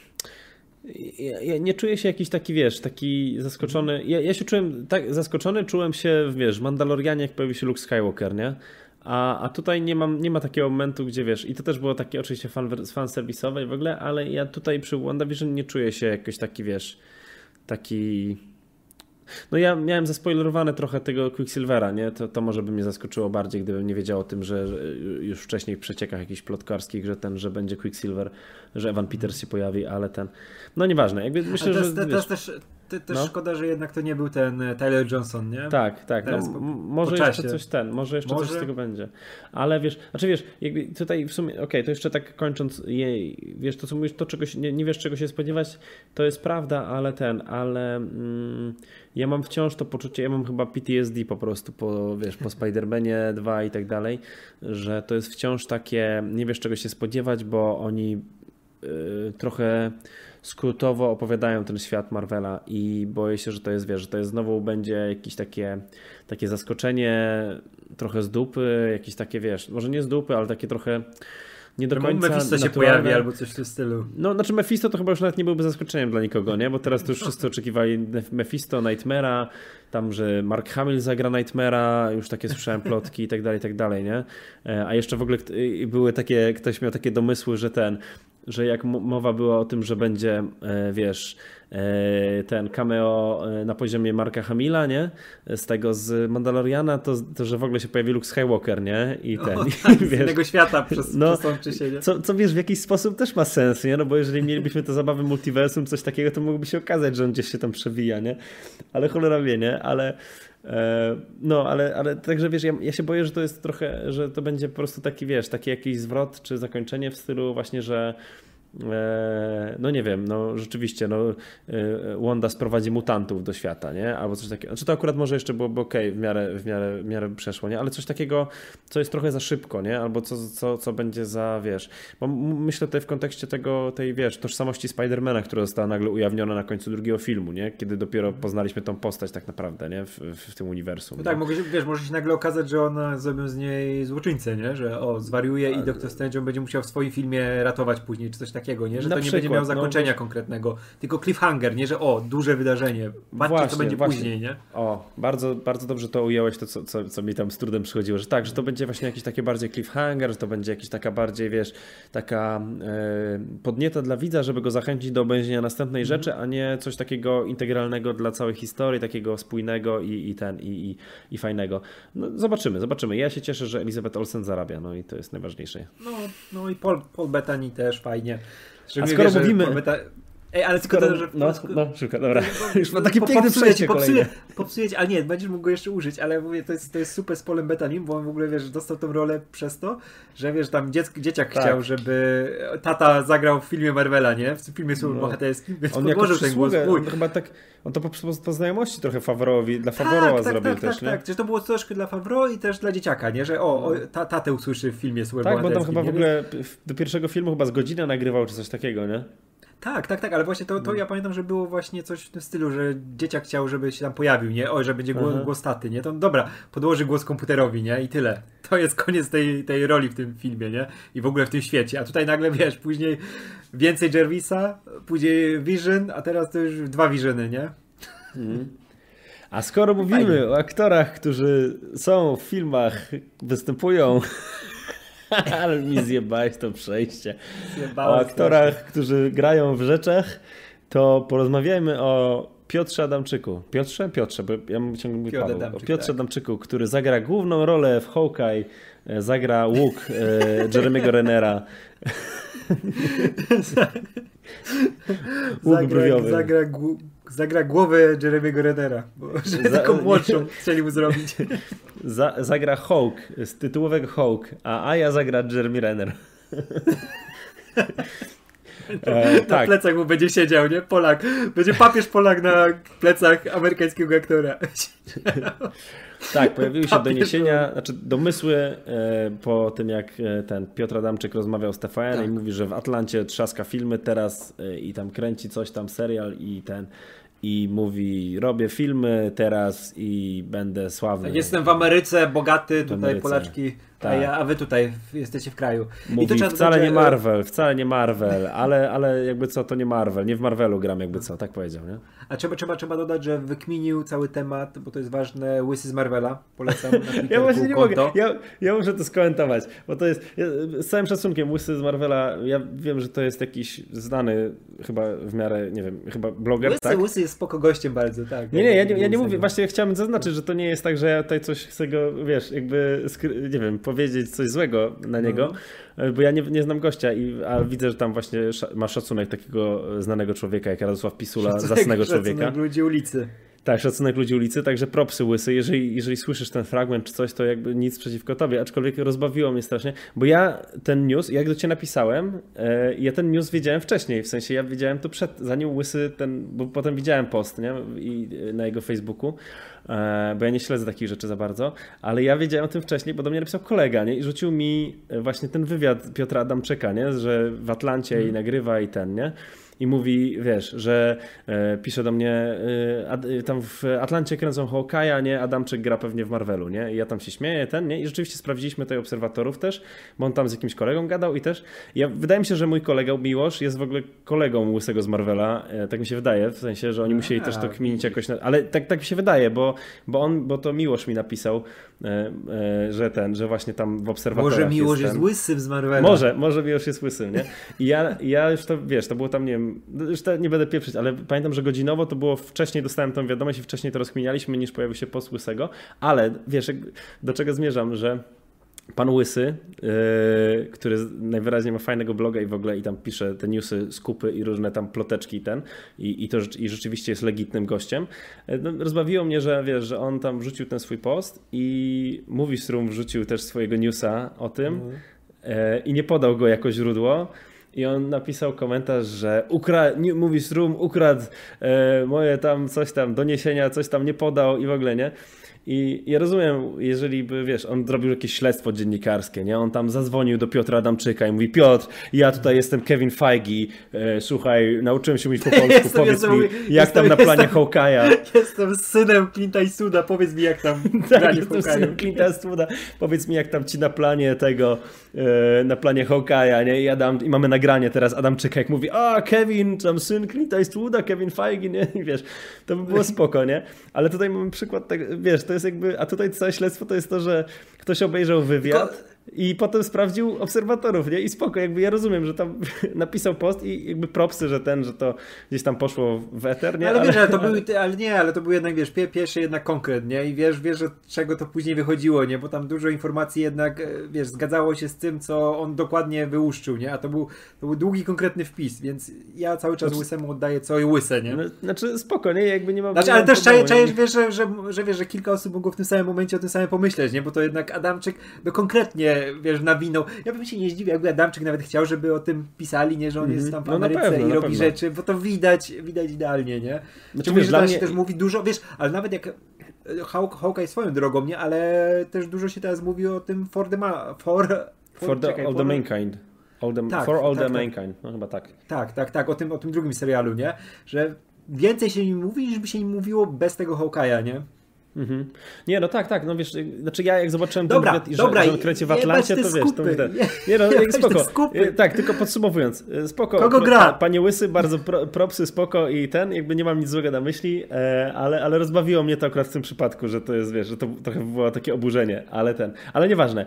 Speaker 1: ja, ja nie czuję się jakiś taki, wiesz, taki zaskoczony. Ja, ja się czułem tak zaskoczony, czułem się, wiesz, w Mandalorianie, jak pojawił się Luke Skywalker, nie? A, a tutaj nie, mam, nie ma takiego momentu, gdzie wiesz, i to też było takie oczywiście fan, fan serwisowe i w ogóle, ale ja tutaj przy WandaVision nie czuję się jakoś taki, wiesz, taki... No ja miałem zaspoilerowane trochę tego Quicksilvera, nie? To, to może by mnie zaskoczyło bardziej, gdybym nie wiedział o tym, że, że już wcześniej w przeciekach jakichś plotkarskich, że ten, że będzie Quicksilver, że Evan Peters się pojawi, ale ten... No nieważne, jakby myślę,
Speaker 2: to,
Speaker 1: że...
Speaker 2: To, to też, to, też no. szkoda, że jednak to nie był ten Tyler Johnson, nie?
Speaker 1: Tak, tak. No, po, może po jeszcze coś ten, może jeszcze może? coś z tego będzie. Ale wiesz, znaczy wiesz, jakby tutaj w sumie, okej, okay, to jeszcze tak kończąc, jej, wiesz, to co mówisz, to czegoś, nie, nie wiesz czego się spodziewać, to jest prawda, ale ten, ale mm, ja mam wciąż to poczucie, ja mam chyba P T S D po prostu po, wiesz, po Spider-Manie dwa i tak dalej, że to jest wciąż takie, nie wiesz czego się spodziewać, bo oni yy, trochę skrótowo opowiadają ten świat Marvela i boję się, że to jest, wiesz, że to jest znowu będzie jakieś takie, takie zaskoczenie trochę z dupy, jakieś takie, wiesz, może nie z dupy, ale takie trochę nie do końca
Speaker 2: Mephisto się
Speaker 1: naturalne.
Speaker 2: pojawi albo coś w tym stylu.
Speaker 1: No, znaczy Mephisto to chyba już nawet nie byłby zaskoczeniem dla nikogo, nie? Bo teraz to już wszyscy oczekiwali Mephisto, Nightmare'a, tam, że Mark Hamill zagra Nightmare'a, już takie słyszałem plotki i tak dalej, i tak dalej, nie? A jeszcze w ogóle były takie, ktoś miał takie domysły, że ten, że jak mowa była o tym, że będzie, wiesz, ten cameo na poziomie Marka Hamilla, nie? Z tego z Mandaloriana, to, to że w ogóle się pojawi Luke Skywalker, nie? I ten,
Speaker 2: o, tak, i, wiesz, z innego świata przez,
Speaker 1: no,
Speaker 2: przestąpczy się, nie?
Speaker 1: Co, co wiesz, w jakiś sposób też ma sens, nie? No bo jeżeli mielibyśmy te zabawy multiversum, coś takiego, to mogłoby się okazać, że on gdzieś się tam przewija, nie? Ale cholera wie, nie? Ale No, ale, ale także wiesz, ja, ja się boję, że to jest trochę, że to będzie po prostu taki, wiesz, taki jakiś zwrot czy zakończenie w stylu właśnie, że no nie wiem, no rzeczywiście, no Wanda sprowadzi mutantów do świata, nie? Albo coś takiego. Znaczy to akurat może jeszcze byłoby okej, okay, w miarę, w miarę, w miarę przeszło, nie? Ale coś takiego, co jest trochę za szybko, nie? Albo co, co, co będzie za, wiesz, bo myślę tutaj w kontekście tego, tej, wiesz, tożsamości Spidermana, która została nagle ujawniona na końcu drugiego filmu, nie? Kiedy dopiero poznaliśmy tą postać tak naprawdę, nie? W, w, w tym uniwersum.
Speaker 2: No tak, mogę się, wiesz, może się nagle okazać, że ona zrobią z niej złoczyńcę, nie? Że o, zwariuje i Doktor Strange będzie musiał w swoim filmie ratować później, czy coś takiego. Takiego, nie? Że na to nie przykład, będzie miał zakończenia no, konkretnego, tylko cliffhanger, nie? Że o, duże wydarzenie, patrzcie właśnie, co będzie właśnie. Później, nie?
Speaker 1: O, bardzo, bardzo dobrze to ująłeś, to co, co, co mi tam z trudem przychodziło, że tak, że to będzie właśnie jakiś taki bardziej cliffhanger, że to będzie jakiś taka bardziej, wiesz, taka e, podnieta dla widza, żeby go zachęcić do obejrzenia następnej mm-hmm. rzeczy, a nie coś takiego integralnego dla całej historii, takiego spójnego i, i ten, i, i, i fajnego. No, zobaczymy, zobaczymy. Ja się cieszę, że Elizabeth Olsen zarabia, no i to jest najważniejsze.
Speaker 2: No, no i Paul, Paul Bettany też fajnie.
Speaker 1: A skoro wiesz, mówimy...
Speaker 2: Beta... Ej, ale tylko
Speaker 1: skoro...
Speaker 2: to, że...
Speaker 1: No, no, szybko, dobra.
Speaker 2: Bo,
Speaker 1: już ma takie piękne przejście kolejne.
Speaker 2: Popsuje, ale nie, będziesz mógł go jeszcze użyć, ale mówię, to jest, to jest super z Paulem Bettanym, bo on w ogóle, wiesz, dostał tą rolę przez to, że wiesz, tam dziecko, dzieciak tak. chciał, żeby tata zagrał w filmie Marvela, nie? W filmie superbohaterskim, no. więc
Speaker 1: on podłożył ten głos. On chyba tak, on to po, po, po znajomości trochę Favreauowi, dla Favreau'a tak, zrobił
Speaker 2: tak,
Speaker 1: też,
Speaker 2: tak,
Speaker 1: nie?
Speaker 2: Tak, tak, to było troszkę dla Favreau i też dla dzieciaka, nie? Że o, o ta, tatę usłyszy w filmie superbohaterskim.
Speaker 1: Tak, bo tam chyba w ogóle do pierwszego filmu chyba z godzinę nagrywał, czy coś takiego, nie?
Speaker 2: Tak, tak, tak, ale właśnie to, to ja pamiętam, że było właśnie coś w tym stylu, że dzieciak chciał, żeby się tam pojawił, nie? Oj, że będzie głos, głos taty, nie? To dobra, podłoży głos komputerowi, nie? I tyle. To jest koniec tej, tej roli w tym filmie, nie? I w ogóle w tym świecie. A tutaj nagle, wiesz, później więcej Jervisa, później Vision, a teraz to już dwa Visiony, nie?
Speaker 1: Mhm. A skoro mówimy Fajnie. o aktorach, którzy są w filmach, występują... Ale mi zjebałeś to przejście. Zjebałem o aktorach, strasznie. którzy grają w rzeczach, to porozmawiajmy o Piotrze Adamczyku. Piotrze? Piotrze, bo ja mam ciągle mówię Paweł. Adamczyk, o Piotrze tak. Adamczyku, który zagra główną rolę w Hawkeye, zagra łuk e, Jeremy'ego Rennera.
Speaker 2: łuk zagra, brwiowy. Zagra, zagra głowę Jeremy'ego Rennera, bo że Za, tylko młodszą chcieli mu zrobić.
Speaker 1: Za, zagra Hawk, z tytułowego Hawk, a Aja zagra Jeremy Renner.
Speaker 2: E, na tak. plecach mu będzie siedział, nie? Polak. Będzie papież Polak na plecach amerykańskiego aktora.
Speaker 1: Tak, pojawiły się doniesienia, znaczy domysły e, po tym, jak e, ten Piotr Adamczyk rozmawiał z T V N tak. i mówi, że w Atlancie trzaska filmy teraz e, i tam kręci coś tam, serial i ten i mówi, robię filmy teraz i będę sławny.
Speaker 2: Jestem w Ameryce, bogaty, tutaj Ameryce. Polaczki, tak. a, ja, a wy tutaj jesteście w kraju.
Speaker 1: Mówi,
Speaker 2: I to
Speaker 1: wcale nie Marvel, wcale nie Marvel, ale, ale jakby co, to nie Marvel, nie w Marvelu gram jakby co, tak powiedział, nie?
Speaker 2: A trzeba, trzeba, trzeba dodać, że wykminił cały temat, bo to jest ważne, Łysy z Marvela, polecam na
Speaker 1: Ja właśnie nie konto. mogę, ja, ja muszę to skomentować, bo to jest, ja, z całym szacunkiem, Łysy z Marvela, ja wiem, że to jest jakiś znany chyba w miarę, nie wiem, chyba bloger,
Speaker 2: Łysy,
Speaker 1: tak?
Speaker 2: Łysy jest spoko gościem bardzo, tak.
Speaker 1: Nie, nie, ja nie, ja nie mówię, właśnie chciałem zaznaczyć, że to nie jest tak, że ja tutaj coś chcę go, wiesz, jakby, nie wiem, powiedzieć coś złego na niego, no. bo ja nie, nie znam gościa, i, a widzę, że tam właśnie ma szacunek takiego znanego człowieka, jak Radosław Pisula, szacunek, zacnego człowieka.
Speaker 2: Szacunek ludzi ulicy.
Speaker 1: Tak, szacunek ludzi ulicy, także propsy Łysy. Jeżeli, jeżeli słyszysz ten fragment czy coś, to jakby nic przeciwko tobie, aczkolwiek rozbawiło mnie strasznie, bo ja ten news, jak do ciebie napisałem, e, ja ten news wiedziałem wcześniej, w sensie ja wiedziałem to przed, zanim Łysy ten, bo potem widziałem post, nie, i na jego Facebooku, e, bo ja nie śledzę takich rzeczy za bardzo, ale ja wiedziałem o tym wcześniej, bo do mnie napisał kolega, nie, i rzucił mi właśnie ten wywiad Piotra Adamczyka, nie, że w Atlancie hmm. i nagrywa i ten, nie. I mówi, wiesz, że e, pisze do mnie, e, ad, tam w Atlancie kręcą Hawkeye'a, nie? Adamczyk gra pewnie w Marvelu, nie? I ja tam się śmieję, ten, nie? I rzeczywiście sprawdziliśmy tutaj obserwatorów też, bo on tam z jakimś kolegą gadał i też, ja, wydaje mi się, że mój kolega Miłosz jest w ogóle kolegą Łysego z Marvela, e, tak mi się wydaje, w sensie, że oni musieli A, też to kminić jakoś, na, ale tak, tak mi się wydaje, bo, bo on, bo to Miłosz mi napisał, e, e, że ten, że właśnie tam w obserwatorach
Speaker 2: Może Miłosz jest,
Speaker 1: jest,
Speaker 2: jest Łysym z Marvela.
Speaker 1: Może, może Miłosz jest Łysym, nie? I ja, ja już to, wiesz, to było tam, nie wiem, już te, nie będę pieprzyć, ale pamiętam, że godzinowo to było wcześniej, dostałem tą wiadomość i wcześniej to rozkminialiśmy, niż pojawił się post Łysego, ale wiesz, do czego zmierzam, że pan Łysy, yy, który najwyraźniej ma fajnego bloga i w ogóle i tam pisze te newsy, skupy i różne tam ploteczki i ten i, i to i rzeczywiście jest legitnym gościem. No, rozbawiło mnie, że wiesz, że on tam wrzucił ten swój post i Movies Room wrzucił też swojego newsa o tym mm. yy, i nie podał go jako źródło. I on napisał komentarz, że ukradł, Movies Room ukradł e, moje tam coś tam doniesienia, coś tam nie podał i w ogóle nie. I ja rozumiem, jeżeli by, wiesz, on zrobił jakieś śledztwo dziennikarskie, nie? On tam zadzwonił do Piotra Adamczyka i mówi: Piotr, ja tutaj jestem Kevin Feige, e, słuchaj, nauczyłem się mówić po polsku, jestem, powiedz jestem, mi, jak jestem, tam na planie Hawkeye'a.
Speaker 2: Jestem synem Clint'a Eastwooda, powiedz mi, jak tam
Speaker 1: tak, jestem synem Clint'a Eastwooda, powiedz mi, jak tam ci na planie tego, e, na planie Hawkeye'a, nie? I, Adam, i mamy nagranie teraz Adamczyka, jak mówi: a Kevin, tam syn Clint'a Eastwooda, Kevin Feige, nie? I wiesz, to by było spoko, nie? Ale tutaj mamy przykład tego, wiesz, to jest jakby, a tutaj całe śledztwo to jest to, że ktoś obejrzał wywiad Tylko... i potem sprawdził obserwatorów, nie? I spoko, jakby ja rozumiem, że tam napisał post i jakby propsy, że ten, że to gdzieś tam poszło w eter, nie?
Speaker 2: Ale, ale wiesz, ale to ale... były, ale nie, ale to był jednak, wiesz, pierwszy jednak konkret, nie? I wiesz, wiesz, od czego to później wychodziło, nie? Bo tam dużo informacji jednak, wiesz, zgadzało się z tym, co on dokładnie wyłuszczył, nie? A to był, to był długi, konkretny wpis, więc ja cały czas znaczy... Łysemu oddaję co i Łyse, nie?
Speaker 1: No, znaczy spoko, nie? Jakby nie ma...
Speaker 2: Znaczy, ale też czajesz, czaj, wiesz, że, że, że, wiesz, że kilka osób mogło w tym samym momencie o tym samym pomyśleć, nie? Bo to jednak Adamczyk, no konkretnie, wiesz, nawinął. Ja bym się nie zdziwił, jakby Adamczyk nawet chciał, żeby o tym pisali, nie? Że on mm-hmm. jest tam w Ameryce no pewno, i robi rzeczy, bo to widać, widać idealnie, nie? Znaczy, wiesz, że teraz mnie... się też mówi dużo, wiesz, ale nawet jak Hawkeye swoją drogą, nie? Ale też dużo się teraz mówi o tym for the, ma... for...
Speaker 1: For, for the, czekaj, all for... the mankind. All the, tak, for all tak, the tak. mankind. No chyba tak.
Speaker 2: Tak, tak, tak. O tym, o tym drugim serialu, nie? Że więcej się nim mówi, niż by się nim mówiło bez tego Hawkeye'a, nie?
Speaker 1: Mhm. Nie, no tak, tak, no wiesz, znaczy ja jak zobaczyłem
Speaker 2: dobra,
Speaker 1: ten wywiad,
Speaker 2: dobra,
Speaker 1: że, że on kręci w Atlancie, to wiesz, to mówię, nie no, jak spoko, tak, tylko podsumowując, spoko,
Speaker 2: kogo gra?
Speaker 1: Panie Łysy, bardzo pro, propsy, spoko i ten, jakby nie mam nic złego na myśli, ale, ale rozbawiło mnie to akurat w tym przypadku, że to jest, wiesz, że to trochę było takie oburzenie, ale ten, ale nieważne.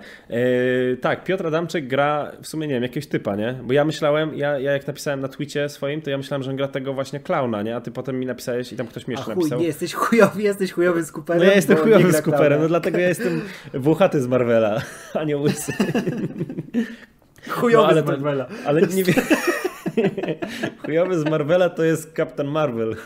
Speaker 1: Tak, Piotr Adamczyk gra, w sumie nie wiem, jakiegoś typa, nie, bo ja myślałem, ja, ja jak napisałem na Twitcie swoim, to ja myślałem, że on gra tego właśnie klauna, nie, a ty potem mi napisałeś i tam ktoś mi jeszcze
Speaker 2: a chuj,
Speaker 1: napisał.
Speaker 2: Nie, jesteś chujowy, jesteś chujowy z Cooperem.
Speaker 1: No ja jestem chujowy z Cooperem, no dlatego ja jestem włochaty z Marvela, a nie Łysy.
Speaker 2: Chujowy no, ale z Marvela.
Speaker 1: To, ale nie wiem. Chujowy z Marvela to jest Captain Marvel.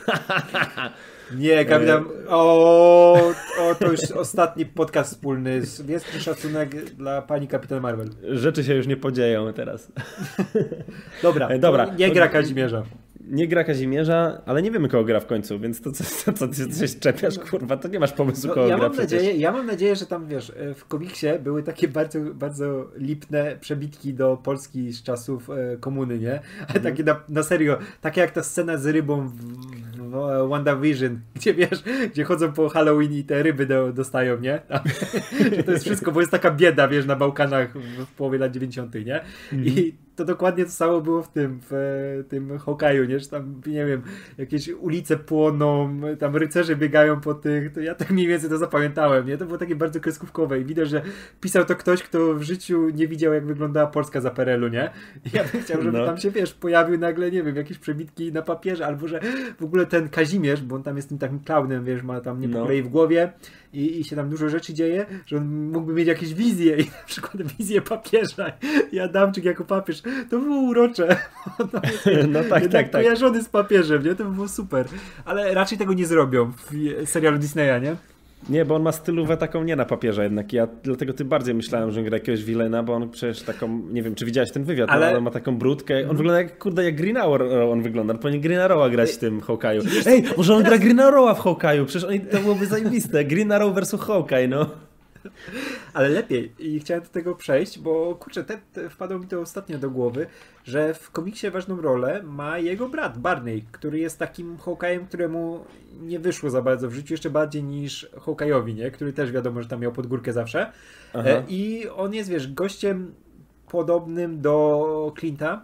Speaker 2: Nie, kapitan. O, o, to już ostatni podcast wspólny. Wielki szacunek dla pani Kapitan Marvel.
Speaker 1: Rzeczy się już nie podzieją teraz.
Speaker 2: Dobra, Dobra. nie gra Kazimierza.
Speaker 1: Nie gra Kazimierza, ale nie wiemy, kogo gra w końcu, więc to co, co, co ty coś czepiasz, kurwa, to nie masz pomysłu, kogo
Speaker 2: no, ja
Speaker 1: gra
Speaker 2: mam
Speaker 1: przecież.
Speaker 2: Nadzieję, ja mam nadzieję, że tam, wiesz, w komiksie były takie bardzo, bardzo lipne przebitki do Polski z czasów e, komuny, nie? Ale mm. takie na, na serio, takie jak ta scena z rybą w, w, w WandaVision, gdzie, wiesz, gdzie chodzą po Halloween i te ryby do, dostają, nie? Tam, że to jest wszystko, bo jest taka bieda, wiesz, na Bałkanach w, w połowie lat dziewięćdziesiątych, nie? Mm. I to dokładnie to samo było w tym, w tym Hawkeye'u, nie? Że tam, nie wiem, jakieś ulice płoną, tam rycerze biegają po tych, to ja tak mniej więcej to zapamiętałem, nie? To było takie bardzo kreskówkowe i widać, że pisał to ktoś, kto w życiu nie widział, jak wyglądała Polska za P R L u, nie? I ja bym chciał, żeby no. tam się, wiesz, pojawił nagle, nie wiem, jakieś przebitki na papierze, albo że w ogóle ten Kazimierz, bo on tam jest tym takim klaunem, wiesz, ma tam nie po kolei w głowie i, i się tam dużo rzeczy dzieje, że on mógłby mieć jakieś wizje i na przykład wizję papieża i Adamczyk jako papież. To było urocze. No,
Speaker 1: no tak, tak, tak.
Speaker 2: Kojarzony z papieżem, nie? To by było super. Ale raczej tego nie zrobią w serialu Disneya, nie?
Speaker 1: Nie, bo on ma stylówę taką nie na papieża jednak. Ja dlatego ty bardziej myślałem, że on gra jakiegoś wilena, bo on przecież taką, nie wiem, czy widziałeś ten wywiad, ale, ale on ma taką brudkę. On wygląda jak, kurde, jak Green Arrow on wygląda. On powinien Green Arrowa grać w tym Hawkeye'u. Ej, może on gra Green Arrowa w Hawkeye'u, przecież on, to byłoby zajebiste. Green Arrow versus Hawkeye, no.
Speaker 2: Ale lepiej. I chciałem do tego przejść, bo kurczę, te, te wpadło mi to ostatnio do głowy, że w komiksie ważną rolę ma jego brat Barney, który jest takim Hawkeye'em, któremu nie wyszło za bardzo w życiu, jeszcze bardziej niż Hawkeye'owi, nie? Który też wiadomo, że tam miał podgórkę zawsze. Aha. I on jest, wiesz, gościem podobnym do Clint'a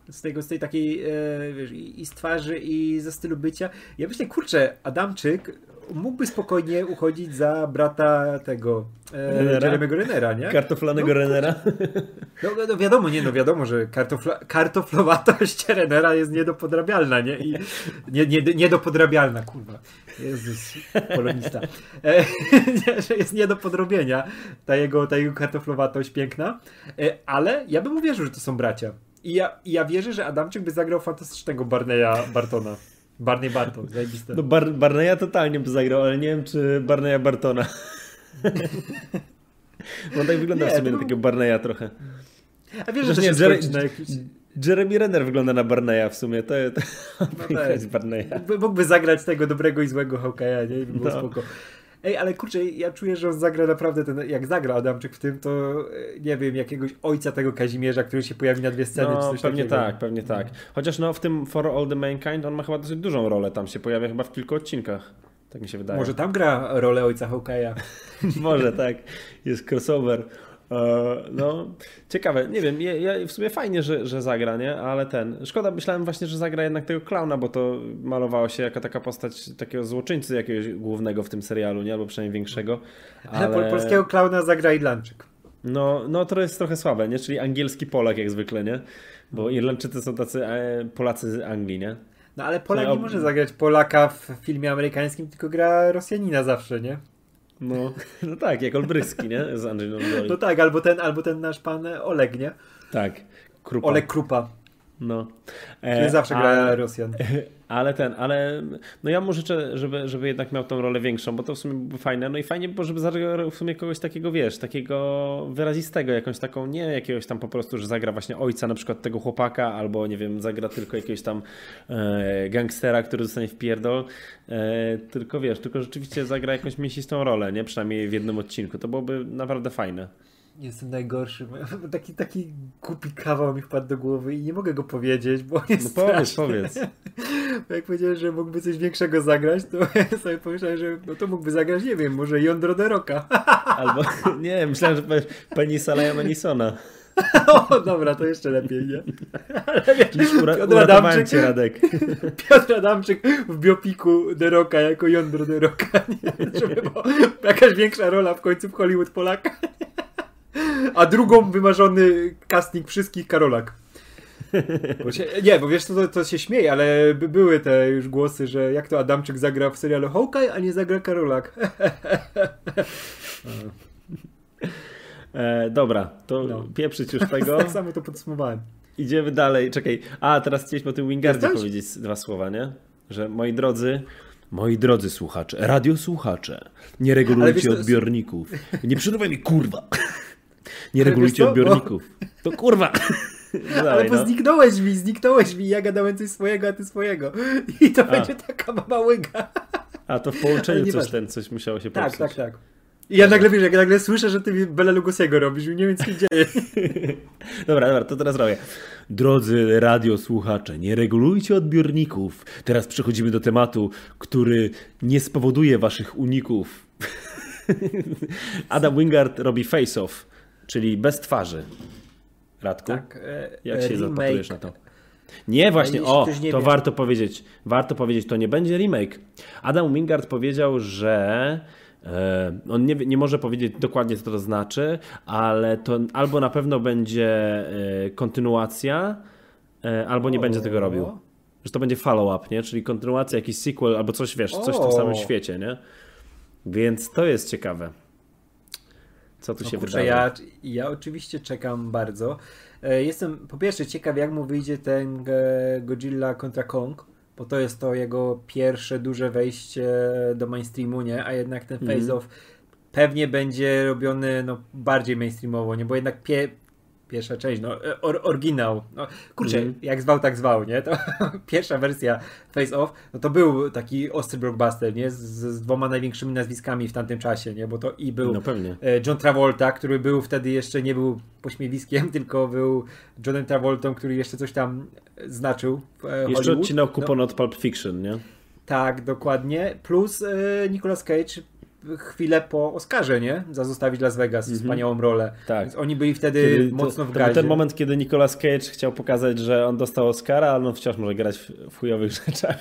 Speaker 2: z tego, z tej takiej, e, wiesz, i, i z twarzy, i ze stylu bycia. Ja myślę, kurczę, Adamczyk mógłby spokojnie uchodzić za brata tego e, Jeremy'ego Rennera, nie?
Speaker 1: Kartoflanego
Speaker 2: no,
Speaker 1: Rennera?
Speaker 2: No, no wiadomo, nie, no wiadomo, że kartofla, kartoflowatość Rennera jest niedopodrabialna, nie? I nie, nie, niedopodrabialna, kurwa. Jezus, polonista. E, nie, że jest nie do podrobienia ta jego, ta jego kartoflowatość piękna, e, ale ja bym uwierzył, że to są bracia. I ja, i ja wierzę, że Adamczyk by zagrał fantastycznego Barneya Bartona. Barney Barton, zajebiste.
Speaker 1: No Bar Barneya totalnie by zagrał, ale nie wiem, czy Barneya Bartona. Bo on tak wygląda nie, w sumie no... na takiego Barneya trochę.
Speaker 2: A wiesz, że to
Speaker 1: nie,
Speaker 2: się
Speaker 1: Jerry,
Speaker 2: na jakiś...
Speaker 1: Jeremy Renner wygląda na Barneya w sumie. To, to,
Speaker 2: no tak. Barneya. Mógłby zagrać tego dobrego i złego Hawkeye'a, nie? I by było no. spoko. Ej, ale kurczę, ja czuję, że on zagra naprawdę ten, jak zagra Adamczyk w tym, to nie wiem, jakiegoś ojca tego Kazimierza, który się pojawi na dwie sceny,
Speaker 1: no,
Speaker 2: czy coś
Speaker 1: pewnie
Speaker 2: takiego.
Speaker 1: tak, pewnie tak. Chociaż no w tym For All the Mankind on ma chyba dosyć dużą rolę, tam się pojawia chyba w kilku odcinkach. Tak mi się wydaje.
Speaker 2: Może tam gra rolę ojca Hawkeye'a.
Speaker 1: Może tak, jest crossover. No, ciekawe, nie wiem, ja, ja w sumie fajnie, że, że zagra, nie? Ale ten, szkoda, myślałem właśnie, że zagra jednak tego klauna, bo to malowało się jako taka postać takiego złoczyńcy jakiegoś głównego w tym serialu, nie? Albo przynajmniej większego.
Speaker 2: Ale, ale polskiego klauna zagra Irlandczyk.
Speaker 1: No, no to jest trochę słabe, nie? Czyli angielski Polak jak zwykle, nie? Bo Irlandczycy są tacy e, Polacy z Anglii, nie?
Speaker 2: No ale Polak nie może zagrać Polaka w filmie amerykańskim, tylko gra Rosjanina zawsze, nie?
Speaker 1: No, no tak, jak Olbryski, nie? Z Andrzejem Jolie.
Speaker 2: No tak, albo ten, albo ten nasz pan Oleg, nie?
Speaker 1: Tak, Krupa.
Speaker 2: Oleg Krupa.
Speaker 1: No.
Speaker 2: Który zawsze gra ale, Rosjan.
Speaker 1: Ale ten, ale no ja mu życzę, żeby, żeby jednak miał tą rolę większą, bo to w sumie byłoby fajne. No i fajnie było, żeby zagrał w sumie kogoś takiego, wiesz, takiego wyrazistego, jakąś taką, nie jakiegoś tam po prostu, że zagra właśnie ojca na przykład tego chłopaka, albo nie wiem, zagra tylko jakiegoś tam e, gangstera, który zostanie w pierdol, e, tylko wiesz, tylko rzeczywiście zagra jakąś mięsistą rolę, nie? Przynajmniej w jednym odcinku. To byłoby naprawdę fajne.
Speaker 2: Jestem najgorszy. Taki, taki głupi kawał mi wpadł do głowy i nie mogę go powiedzieć, bo jest
Speaker 1: No powiedz, powiedz.
Speaker 2: Bo jak powiedziałem, że mógłby coś większego zagrać, to ja sobie pomyślałem, że no to mógłby zagrać, nie wiem, może Jądro de Rocka.
Speaker 1: Albo, nie, myślałem, że powiesz Penisa Leia Manisona.
Speaker 2: O, dobra, to jeszcze lepiej, nie? Ale
Speaker 1: wiesz, ura Piotr Adamczyk, cię, Radek.
Speaker 2: Piotr Adamczyk w biopiku de Rocka jako Jądro de Rocka, nie? Żeby była jakaś większa rola w końcu w Hollywood Polaka. Nie? A drugą wymarzony casting wszystkich Karolak. Bo się, nie, bo wiesz, to, to się śmieje, ale by były te już głosy, że jak to Adamczyk zagra w serialu Hawkeye, a nie zagra Karolak.
Speaker 1: e, dobra, to no. Pieprzyć już tego.
Speaker 2: Tak samo to podsumowałem.
Speaker 1: Idziemy dalej, czekaj. A, teraz chcieliśmy o tym Wingardzie powiedzieć dwa słowa, nie? Że moi drodzy, moi drodzy słuchacze, radiosłuchacze, nie regulujcie wiesz, odbiorników. Nie przerywaj mi, kurwa. Nie regulujcie odbiorników. To kurwa.
Speaker 2: Dalej, ale bo no. zniknąłeś mi, zniknąłeś mi, ja gadałem coś swojego, a ty swojego. I to a. będzie taka mama łyga.
Speaker 1: A to w połączeniu coś ten, coś musiało się popsuć.
Speaker 2: Tak, tak, tak. I ja nagle wiesz, jak nagle słyszę, że ty Bela Lugosiego robisz i nie wiem, co się dzieje.
Speaker 1: Dobra, dobra, to teraz robię. Drodzy radiosłuchacze, nie regulujcie odbiorników. Teraz przechodzimy do tematu, który nie spowoduje waszych uników. Adam Wingard robi face-off, czyli bez twarzy. Radku? Tak, e, jak się remake. Zapatrujesz na to? Nie, właśnie, o, nie to wie. warto powiedzieć. Warto powiedzieć, to nie będzie remake. Adam Wingard powiedział, że e, on nie, nie może powiedzieć dokładnie, co to znaczy, ale to albo na pewno będzie e, kontynuacja, e, albo nie o. będzie tego robił. Że to będzie follow-up, nie? Czyli kontynuacja, jakiś sequel, albo coś, wiesz, coś o. w tym samym świecie, nie? Więc to jest ciekawe. Co tu no się wydarzy?
Speaker 2: Ja, ja oczywiście czekam bardzo. Jestem po pierwsze ciekaw, jak mu wyjdzie ten Godzilla kontra Kong, bo to jest to jego pierwsze duże wejście do mainstreamu, nie? A jednak ten mm. face-off pewnie będzie robiony no, bardziej mainstreamowo, nie? Bo jednak pie... pierwsza część, no, or, oryginał, no, kurczę, mm. jak zwał, tak zwał, nie? To pierwsza wersja Face Off, no to był taki ostry blockbuster, nie? Z, z dwoma największymi nazwiskami w tamtym czasie, nie? Bo to i był
Speaker 1: no pewnie.
Speaker 2: John Travolta, który był wtedy jeszcze nie był pośmiewiskiem, tylko był Johnem Travoltą, który jeszcze coś tam znaczył w Hollywood.
Speaker 1: Jeszcze odcinał kupon no. od Pulp Fiction, nie?
Speaker 2: Tak, dokładnie. Plus e, Nicolas Cage chwilę po Oscarze, nie? Za Zostawić Las Vegas, mm-hmm. wspaniałą rolę. Tak. Więc oni byli wtedy kiedy, mocno
Speaker 1: to,
Speaker 2: w gazie.
Speaker 1: To był ten moment, kiedy Nicolas Cage chciał pokazać, że on dostał Oscara, ale on wciąż może grać w, w chujowych rzeczach.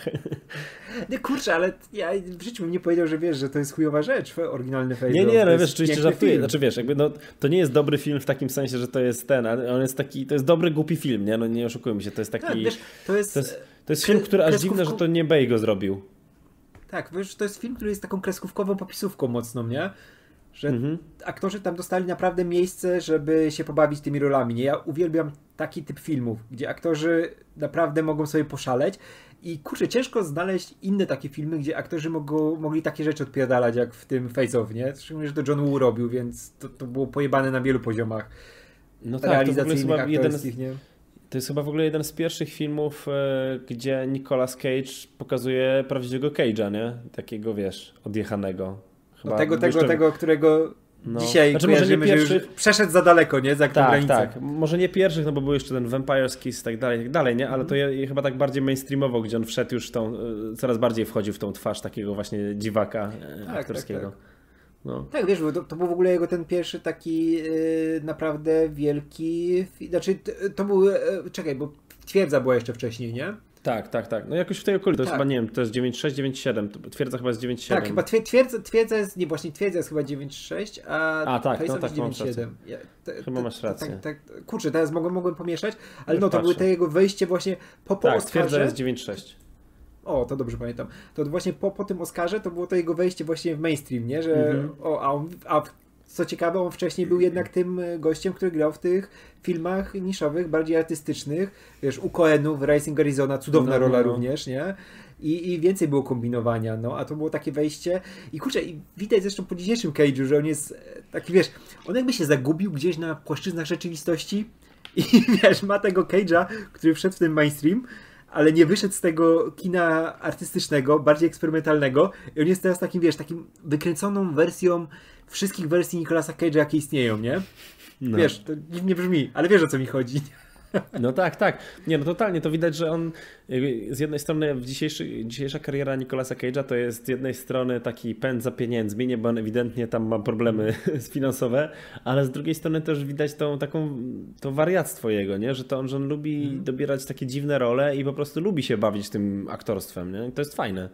Speaker 2: Nie, kurczę, ale ja w życiu bym nie powiedział, że wiesz, że to jest chujowa rzecz, oryginalny Face
Speaker 1: Nie, nie, no wiesz, oczywiście żartuję. Znaczy wiesz, jakby no, to nie jest dobry film w takim sensie, że to jest ten, ale on jest taki, to jest dobry, głupi film, nie? No nie oszukujmy się, to jest taki...
Speaker 2: Tak, wiesz, to jest...
Speaker 1: To jest, to jest film, który aż dziwne, że to nie Bay go zrobił.
Speaker 2: Tak, wiesz, to jest film, który jest taką kreskówkową popisówką mocną, nie? Że mhm. aktorzy tam dostali naprawdę miejsce, żeby się pobawić tymi rolami, nie? Ja uwielbiam taki typ filmów, gdzie aktorzy naprawdę mogą sobie poszaleć i kurczę, ciężko znaleźć inne takie filmy, gdzie aktorzy mogą, mogli takie rzeczy odpierdalać, jak w tym Face Off, nie? Szczególnie, że to John Woo robił, więc to, to było pojebane na wielu poziomach.
Speaker 1: No tak, realizacyjnych, aktorskich, nie? To jest chyba w ogóle jeden z pierwszych filmów, e, gdzie Nicolas Cage pokazuje prawdziwego Cage'a, nie? Takiego, wiesz, odjechanego. Chyba
Speaker 2: no tego, tego, tego, którego no. dzisiaj znaczy, może nie pierwszych... że już przeszedł za daleko, nie? Za
Speaker 1: tak,
Speaker 2: granicę.
Speaker 1: Tak, może nie pierwszych, no bo był jeszcze ten Vampire's Kiss i tak dalej, tak dalej, nie? Ale to je, je chyba tak bardziej mainstreamowo, gdzie on wszedł już w tą, coraz bardziej wchodził w tą twarz takiego właśnie dziwaka tak, aktorskiego. Tak, tak.
Speaker 2: No. Tak, wiesz, to, to był w ogóle jego ten pierwszy taki yy, naprawdę wielki... Znaczy, to, to był... Yy, czekaj, bo Twierdza była jeszcze wcześniej, nie?
Speaker 1: Tak, tak, tak. No jakoś w tej okolicy. To tak. jest chyba, nie wiem, to jest dziewięćdziesiąt sześć, dziewięćdziesiąt siedem. Twierdza chyba jest dziewięćdziesiąt siedem.
Speaker 2: Tak, chyba twierdza, twierdza jest... Nie, właśnie Twierdza jest chyba dziewięćdziesiąt sześć, a...
Speaker 1: A tak, no tak,
Speaker 2: dziewięćdziesiąt siedem.
Speaker 1: Ja, to, chyba masz rację.
Speaker 2: Tak, tak, kurczę, teraz mogłem, mogłem pomieszać, ale Już no to patrzę. były te jego wejście właśnie po, po
Speaker 1: tak,
Speaker 2: Oscarze.
Speaker 1: Twierdza jest dziewięćdziesiąt sześć.
Speaker 2: O, to dobrze pamiętam. To właśnie po, po tym Oscarze to było to jego wejście właśnie w mainstream, nie? Że, mm-hmm. o, a, on, a co ciekawe, on wcześniej był jednak tym gościem, który grał w tych filmach niszowych, bardziej artystycznych. Wiesz, u Coenów, Racing Arizona, cudowna no, rola no. również, nie? I, I więcej było kombinowania, no, a to było takie wejście. I kurczę, i widać zresztą po dzisiejszym Cage'u, że on jest taki, wiesz, on jakby się zagubił gdzieś na płaszczyznach rzeczywistości i wiesz, ma tego Cage'a, który wszedł w ten mainstream, ale nie wyszedł z tego kina artystycznego, bardziej eksperymentalnego i on jest teraz takim, wiesz, takim wykręconą wersją wszystkich wersji Nicolasa Cage'a, jakie istnieją, nie? No. Wiesz, to dziwnie brzmi, ale wiesz, o co mi chodzi.
Speaker 1: No tak, tak. Nie, no totalnie, to widać, że on z jednej strony w dzisiejszy, dzisiejsza kariera Nicolasa Cage'a to jest z jednej strony taki pęd za pieniędzmi, nie, bo on ewidentnie tam ma problemy finansowe, ale z drugiej strony też widać tą taką, to wariactwo jego, nie? Że to on, że on lubi hmm. dobierać takie dziwne role i po prostu lubi się bawić tym aktorstwem, nie? I to jest fajne.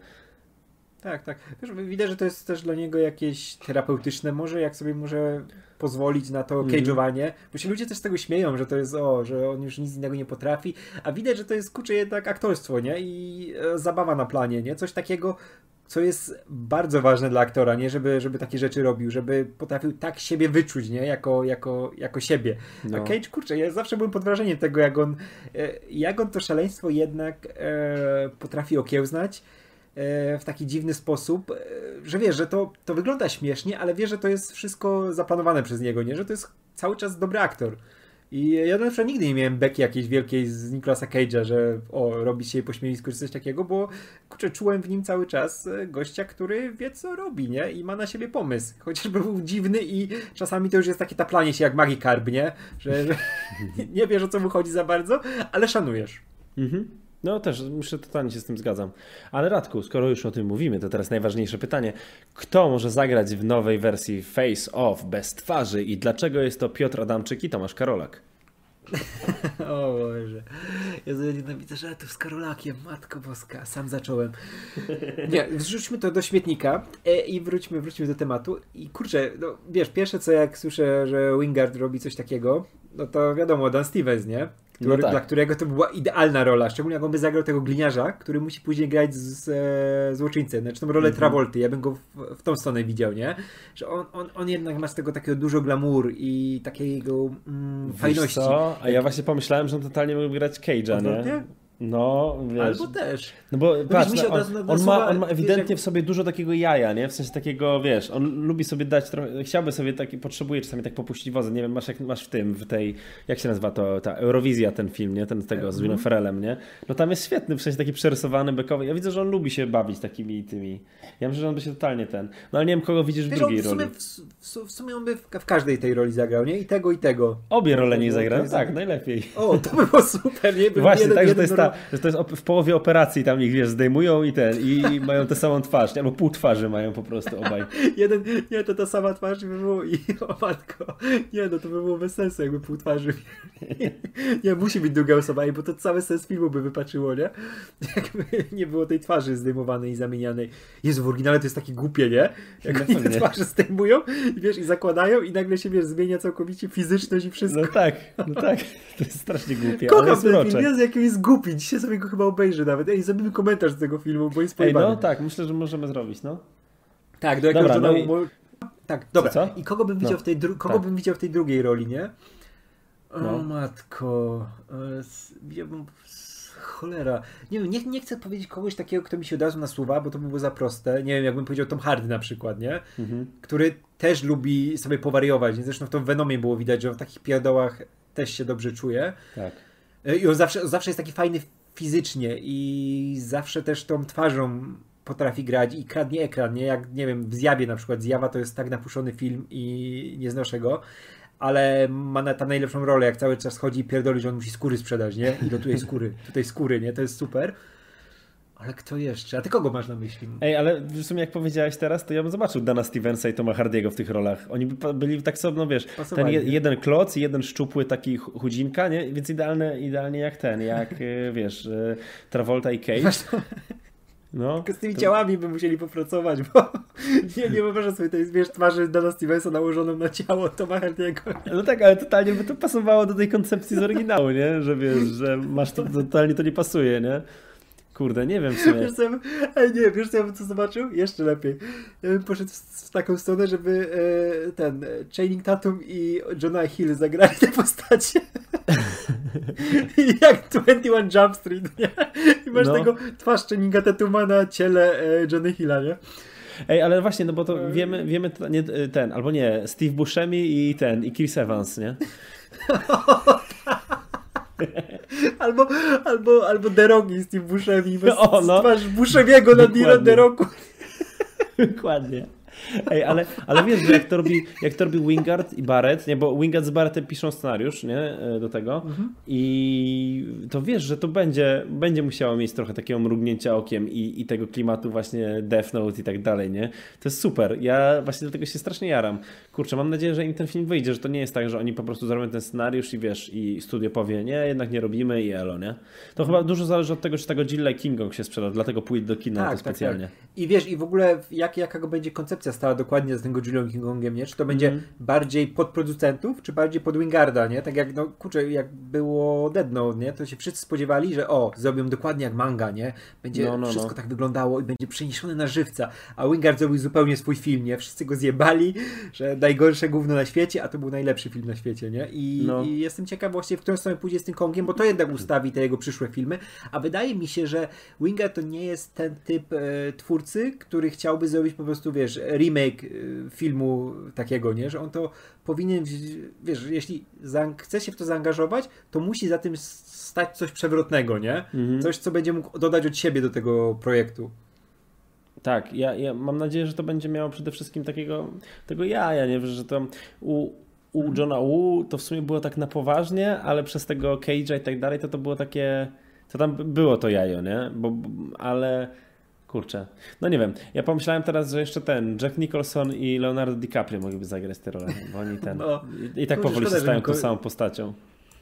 Speaker 2: Tak, tak. Wiesz, widać, że to jest też dla niego jakieś terapeutyczne może, jak sobie może pozwolić na to cage'owanie, mm. bo się ludzie też z tego śmieją, że to jest o, że on już nic innego nie potrafi, a widać, że to jest kurczę jednak aktorstwo, nie? I e, zabawa na planie, nie? Coś takiego, co jest bardzo ważne dla aktora, nie? Żeby, żeby takie rzeczy robił, żeby potrafił tak siebie wyczuć, nie? Jako, jako, jako siebie. No. A Cage, kurczę, ja zawsze byłem pod wrażeniem tego, jak on, e, jak on to szaleństwo jednak e, potrafi okiełznać, w taki dziwny sposób, że wiesz, że to, to wygląda śmiesznie, ale wiesz, że to jest wszystko zaplanowane przez niego, nie? Że to jest cały czas dobry aktor. I ja na przykład nigdy nie miałem beki jakiejś wielkiej z Nicolasa Cage'a, że o, robi się pośmiewisku czy coś takiego, bo kurczę, czułem w nim cały czas gościa, który wie co robi, nie? I ma na siebie pomysł. Chociażby był dziwny i czasami to już jest takie taplanie się jak Magikarp, nie? Że, że nie wiesz o co mu chodzi za bardzo, ale szanujesz. Mhm.
Speaker 1: No też, myślę, totalnie się z tym zgadzam. Ale Radku, skoro już o tym mówimy, to teraz najważniejsze pytanie. Kto może zagrać w nowej wersji Face Off bez twarzy i dlaczego jest to Piotr Adamczyk i Tomasz Karolak?
Speaker 2: O Boże. Ja sobie nienawidzę żartów z Karolakiem. Matko Boska, sam zacząłem. Nie, wrzućmy to do śmietnika i wróćmy, wróćmy do tematu. I kurczę, no wiesz, pierwsze co jak słyszę, że Wingard robi coś takiego, no to wiadomo, Dan Stevens, nie? Który, no tak. Dla którego to była idealna rola, szczególnie jak on by zagrał tego gliniarza, który musi później grać z e, złoczyńcę, znaczy tą rolę mm-hmm. Travolty, ja bym go w, w tą stronę widział, nie? Że on, on, on jednak ma z tego takiego dużo glamour i takiego mm, fajności.
Speaker 1: Co? A ja właśnie pomyślałem, że on totalnie mógł grać Cage'a, nie? nie? No, wiesz.
Speaker 2: Albo też.
Speaker 1: No bo no patrz, no, on, on, ma, on ma ewidentnie w sobie dużo takiego jaja, nie? W sensie takiego, wiesz, on lubi sobie dać trochę, chciałby sobie taki, potrzebuje czasami tak popuścić wozę, nie wiem, masz jak masz w tym, w tej, jak się nazywa to, ta Eurowizja, ten film, nie? Ten z tego, z Willem Ferrellem, nie? No tam jest świetny, w sensie taki przerysowany, bekowy. Ja widzę, że on lubi się bawić takimi tymi. Ja myślę, że on by się totalnie ten, no ale nie wiem, kogo widzisz wiesz, w drugiej
Speaker 2: w sumie,
Speaker 1: roli.
Speaker 2: W, w, w sumie on by w, w każdej tej roli zagrał, nie? I tego, i tego.
Speaker 1: Obie role nie zagrał, tak, najlepiej.
Speaker 2: O, to by było super, nie? By
Speaker 1: Właśnie,
Speaker 2: jeden,
Speaker 1: tak, że to jest ta, że to jest w połowie operacji, tam ich wiesz, zdejmują i ten, i mają tę samą twarz, albo pół twarzy mają po prostu obaj.
Speaker 2: Jeden, nie, to ta sama twarz by było i o matko, nie no, to by było bez sensu, jakby pół twarzy. Nie, nie musi być druga osoba, bo to cały sens filmu by wypaczyło, nie? Jakby nie było tej twarzy zdejmowanej i zamienianej. Jezu, w oryginale to jest takie głupie, nie? Jak
Speaker 1: no
Speaker 2: oni te twarze zdejmują i wiesz, i zakładają i nagle się, wiesz, zmienia całkowicie fizyczność i wszystko.
Speaker 1: No tak, no tak, to jest strasznie głupie,
Speaker 2: Kocham
Speaker 1: ale
Speaker 2: ten film, Jezu, jaki jest głupi, dzisiaj sobie go chyba obejrzę nawet. Ej, zrobimy komentarz do tego filmu, bo jest
Speaker 1: Ej,
Speaker 2: pojebany.
Speaker 1: no tak, myślę, że możemy zrobić, no.
Speaker 2: Tak, do jakiegoś
Speaker 1: Dobra, no
Speaker 2: i... Tak, dobra.
Speaker 1: Co?
Speaker 2: I kogo bym widział,
Speaker 1: No.
Speaker 2: w tej dru... kogo
Speaker 1: Tak.
Speaker 2: bym widział w tej drugiej roli, nie? O
Speaker 1: No.
Speaker 2: matko. E, s- Widziałbym... s- Cholera. Nie wiem, nie, nie chcę powiedzieć kogoś takiego, kto mi się od razu nasuwa, bo to by było za proste. Nie wiem, jakbym powiedział Tom Hardy na przykład, nie?
Speaker 1: Mhm.
Speaker 2: Który też lubi sobie powariować. Zresztą w tym Venomie było widać, że w takich pierdołach też się dobrze czuje.
Speaker 1: Tak.
Speaker 2: E, I on zawsze, zawsze jest taki fajny fizycznie i zawsze też tą twarzą potrafi grać i kradnie ekran, nie? Jak, nie wiem, w Zjabie na przykład. Zjawa to jest tak napuszczony film i nie znoszę go, ale ma na, tam najlepszą rolę, jak cały czas chodzi i pierdoli, że on musi skóry sprzedać, nie? I do tutaj skóry, tutaj skóry, nie? To jest super. Ale kto jeszcze? A ty kogo masz na myśli?
Speaker 1: Ej, ale w sumie jak powiedziałeś teraz, to ja bym zobaczył Dana Stevensa i Toma Hardiego w tych rolach. Oni by pa- byli tak sobie, no wiesz,
Speaker 2: Pasowali,
Speaker 1: ten je,
Speaker 2: nie?
Speaker 1: jeden kloc i jeden szczupły taki ch- chudzinka, nie? Więc idealne, idealnie jak ten, jak e, wiesz, e, Travolta i Cage.
Speaker 2: Masz to-
Speaker 1: No,
Speaker 2: Tylko z tymi
Speaker 1: to-
Speaker 2: ciałami by musieli popracować, bo nie, nie wyobrażam sobie tej, wiesz, twarzy Dana Stevensa nałożoną na ciało Toma Hardiego.
Speaker 1: No tak, ale totalnie by to pasowało do tej koncepcji z oryginału, nie? Że wiesz, że masz to, totalnie to nie pasuje, nie? Kurde, nie wiem w sumie.
Speaker 2: Wiesz co ja bym, ej nie, wiesz co ja bym co zobaczył? Jeszcze lepiej. Ja bym poszedł w, w taką stronę, żeby e, ten e, Channing Tatum i Jonah Hill zagrali te postacie. I jak dwadzieścia jeden Jump Street, nie? I masz
Speaker 1: No.
Speaker 2: tego twarz Channinga Tatuma na ciele e, Johnny Hilla, nie?
Speaker 1: Ej, ale właśnie, no bo to wiemy, wiemy to- nie, ten, albo nie, Steve Buscemi i ten, i Chris Evans, nie?
Speaker 2: Albo, albo, albo The Rock i Steve Buscemi. Bo
Speaker 1: O, no.
Speaker 2: Twarz Buscemiego na
Speaker 1: Dokładnie.
Speaker 2: The Rocku.
Speaker 1: Dokładnie. Ej, ale, ale wiesz, że jak to, robi, jak to robi Wingard i Barrett, nie, bo Wingard z Barrettem piszą scenariusz, nie, e, do tego
Speaker 2: Mhm.
Speaker 1: i to wiesz, że to będzie, będzie musiało mieć trochę takiego mrugnięcia okiem i, i tego klimatu właśnie Death Note i tak dalej, nie? To jest super. Ja właśnie dlatego się strasznie jaram. Kurczę, mam nadzieję, że im ten film wyjdzie, że to nie jest tak, że oni po prostu zrobią ten scenariusz i wiesz, i studio powie, nie, jednak nie robimy i elo, nie? To chyba dużo zależy od tego, czy tego Jill King Kong się sprzeda, dlatego pójdę do kina to specjalnie.
Speaker 2: Tak. I wiesz, i w ogóle jak, jaka go będzie koncepcja stała dokładnie z tym Godzillą King Kongiem, nie? Czy to będzie
Speaker 1: Mhm.
Speaker 2: bardziej pod producentów, czy bardziej pod Wingarda, nie? Tak jak, no kurczę, jak było Dead Note, nie? To się wszyscy spodziewali, że o, zrobią dokładnie jak manga, nie? Będzie
Speaker 1: No, no,
Speaker 2: wszystko
Speaker 1: no.
Speaker 2: tak wyglądało i będzie przeniesione na żywca. A Wingard zrobił zupełnie swój film, nie? Wszyscy go zjebali, że najgorsze gówno na świecie, a to był najlepszy film na świecie, nie? I,
Speaker 1: No.
Speaker 2: i jestem ciekaw właśnie, w którą stronę pójdzie z tym Kongiem, bo to jednak ustawi te jego przyszłe filmy, a wydaje mi się, że Wingard to nie jest ten typ e, twórcy, który chciałby zrobić po prostu, wiesz, remake e, filmu takiego, nie? Że on to powinien, wzi- wiesz, jeśli zaang- chce się w to zaangażować, to musi za tym s- stać coś przewrotnego, nie?
Speaker 1: Mhm.
Speaker 2: Coś, co będzie mógł dodać od siebie do tego projektu.
Speaker 1: Tak, ja, ja mam nadzieję, że to będzie miało przede wszystkim takiego tego jaja, nie? Że to u, u Johna Woo to w sumie było tak na poważnie, ale przez tego Cage'a i tak dalej, to to było takie, to tam było to jajo, nie? Bo, bo- ale kurczę, no nie wiem, ja pomyślałem teraz, że jeszcze ten Jack Nicholson i Leonardo DiCaprio mogliby zagrać tę rolę, bo oni ten,
Speaker 2: No.
Speaker 1: i, i tak
Speaker 2: Kurczę,
Speaker 1: powoli się
Speaker 2: szkoda, że
Speaker 1: stają
Speaker 2: Nicol-
Speaker 1: tą samą postacią.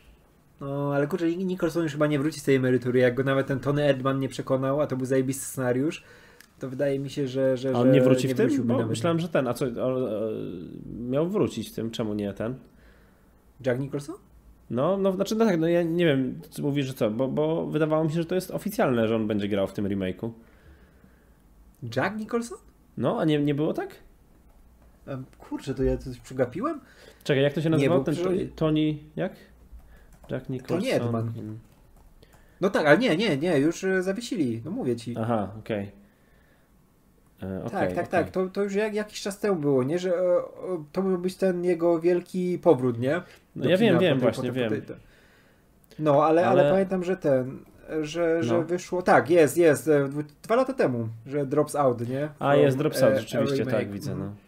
Speaker 2: No, ale kurczę, Nicholson już chyba nie wróci z tej emerytury, jak go nawet ten Tony Erdman nie przekonał, a to był zajebisty scenariusz, to wydaje mi się, że, że
Speaker 1: A on nie
Speaker 2: że
Speaker 1: wróci w tym?
Speaker 2: wróciłby
Speaker 1: Bo
Speaker 2: nawet.
Speaker 1: myślałem, że ten, a co, o, o, miał wrócić w tym, czemu nie ten?
Speaker 2: Jack Nicholson?
Speaker 1: No, no, znaczy no tak, no ja nie wiem, co mówisz, że co, bo, bo wydawało mi się, że to jest oficjalne, że on będzie grał w tym remake'u.
Speaker 2: Jack Nicholson?
Speaker 1: No, a nie, nie było tak?
Speaker 2: Em, Kurczę, to ja coś przegapiłem?
Speaker 1: Czekaj, jak to się
Speaker 2: Nie,
Speaker 1: nazywał?
Speaker 2: bo
Speaker 1: Ten
Speaker 2: przy-
Speaker 1: to, Tony, jak? Jack Nicholson.
Speaker 2: Tony Erdman. No tak, ale nie, nie, nie, już e, zawiesili, no mówię ci.
Speaker 1: Aha, okej. E, okej,
Speaker 2: tak, tak,
Speaker 1: okej.
Speaker 2: tak, to, to już jak, jakiś czas temu było, nie, że e, o, to miał być ten jego wielki powrót, nie?
Speaker 1: No
Speaker 2: Do
Speaker 1: ja wiem,
Speaker 2: kina
Speaker 1: wiem,
Speaker 2: po tej-
Speaker 1: właśnie
Speaker 2: po tej- po
Speaker 1: wiem.
Speaker 2: tej- No, ale, ale...
Speaker 1: Ale-
Speaker 2: pamiętam, że ten, że, że
Speaker 1: No.
Speaker 2: wyszło, tak, jest, jest, e, dwu- dwa lata temu, że Drops Out, nie?
Speaker 1: A,
Speaker 2: From,
Speaker 1: jest Drops Out,
Speaker 2: e,
Speaker 1: rzeczywiście,
Speaker 2: a remake.
Speaker 1: tak, widzę, no.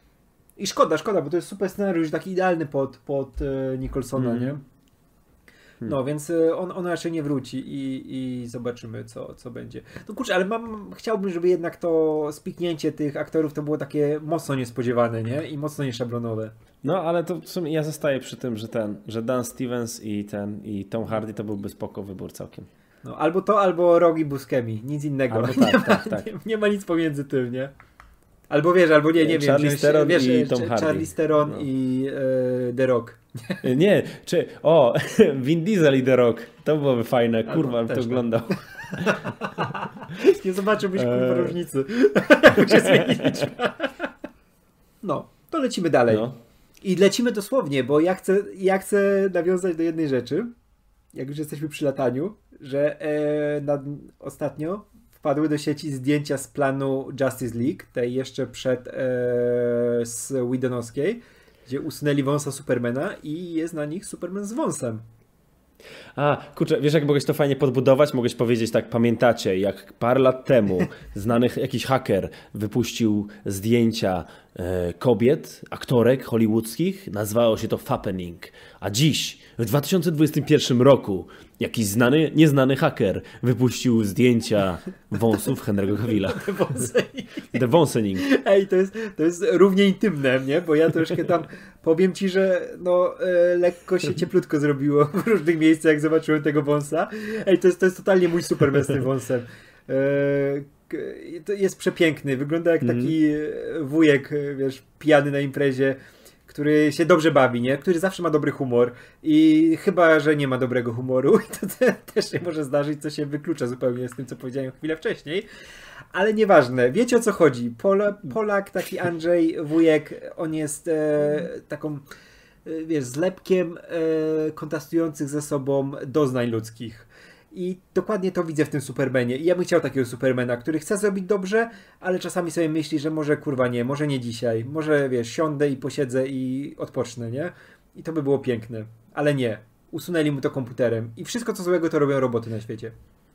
Speaker 2: I szkoda, szkoda, bo to jest super scenariusz, taki idealny pod, pod e, Nicholsona,
Speaker 1: Mhm.
Speaker 2: nie? No, więc y, on, on raczej nie wróci i, i zobaczymy, co, co będzie. No kurczę, ale mam, chciałbym, żeby jednak to spiknięcie tych aktorów to było takie mocno niespodziewane, nie? I mocno nieszablonowe.
Speaker 1: No, ale to w sumie ja zostaję przy tym, że ten, że Dan Stevens i ten, i Tom Hardy to byłby spoko wybór całkiem.
Speaker 2: No, albo to, albo Rogi Buscemi, nic innego.
Speaker 1: Albo tak,
Speaker 2: nie, ma,
Speaker 1: tak, tak.
Speaker 2: Nie, nie ma nic pomiędzy tym, nie? Albo wiesz, albo nie, nie wiem.
Speaker 1: Charlize Theron
Speaker 2: wiesz,
Speaker 1: i Tom Hardy.
Speaker 2: Charlize Theron
Speaker 1: no.
Speaker 2: i e, The Rock.
Speaker 1: Nie, czy, o, Vin Diesel i The Rock, to byłoby fajne, kurwa, bym to
Speaker 2: tak.
Speaker 1: oglądał.
Speaker 2: Nie zobaczyłbyś kurwa
Speaker 1: Eee.
Speaker 2: różnicy. Jak się zmienić. No, to lecimy dalej.
Speaker 1: No.
Speaker 2: I lecimy dosłownie, bo ja chcę, ja chcę nawiązać do jednej rzeczy, jak już jesteśmy przy lataniu, że e, nad, ostatnio wpadły do sieci zdjęcia z planu Justice League, tej jeszcze przed e, z Whedonowskiej, gdzie usunęli wąsa Supermana i jest na nich Superman z wąsem.
Speaker 1: A, kurczę, wiesz jak mogłeś to fajnie podbudować? Mogłeś powiedzieć tak, pamiętacie, jak parę lat temu znany jakiś haker wypuścił zdjęcia e, kobiet, aktorek hollywoodzkich, nazywało się to Fappening, a dziś, w dwa tysiące dwudziestym pierwszym roku, jakiś znany, nieznany haker wypuścił zdjęcia wąsów Henry'ego Cavilla. The Wąsening.
Speaker 2: Ej, to jest, to jest równie intymne, nie? Bo ja troszkę tam powiem ci, że no e, lekko się cieplutko zrobiło w różnych miejscach, jak zobaczyłem tego wąsa. Ej, to jest, to jest totalnie mój Superman z tym wąsem. E, to jest przepiękny. Wygląda jak taki mm. wujek, wiesz, pijany na imprezie, który się dobrze bawi, nie? Który zawsze ma dobry humor i chyba, że nie ma dobrego humoru, to te, też się może zdarzyć, co się wyklucza zupełnie z tym, co powiedziałem chwilę wcześniej. Ale nieważne, wiecie o co chodzi. Pola, Polak, taki Andrzej, wujek, on jest e, taką, e, wiesz, zlepkiem e, kontrastujących ze sobą doznań ludzkich. I dokładnie to widzę w tym Supermanie. I ja bym chciał takiego Supermana, który chce zrobić dobrze, ale czasami sobie myśli, że może kurwa nie, może nie dzisiaj. Może wiesz, siądę i posiedzę i odpocznę, nie? I to by było piękne. Ale nie. Usunęli mu to komputerem. I wszystko co złego to robią roboty na świecie.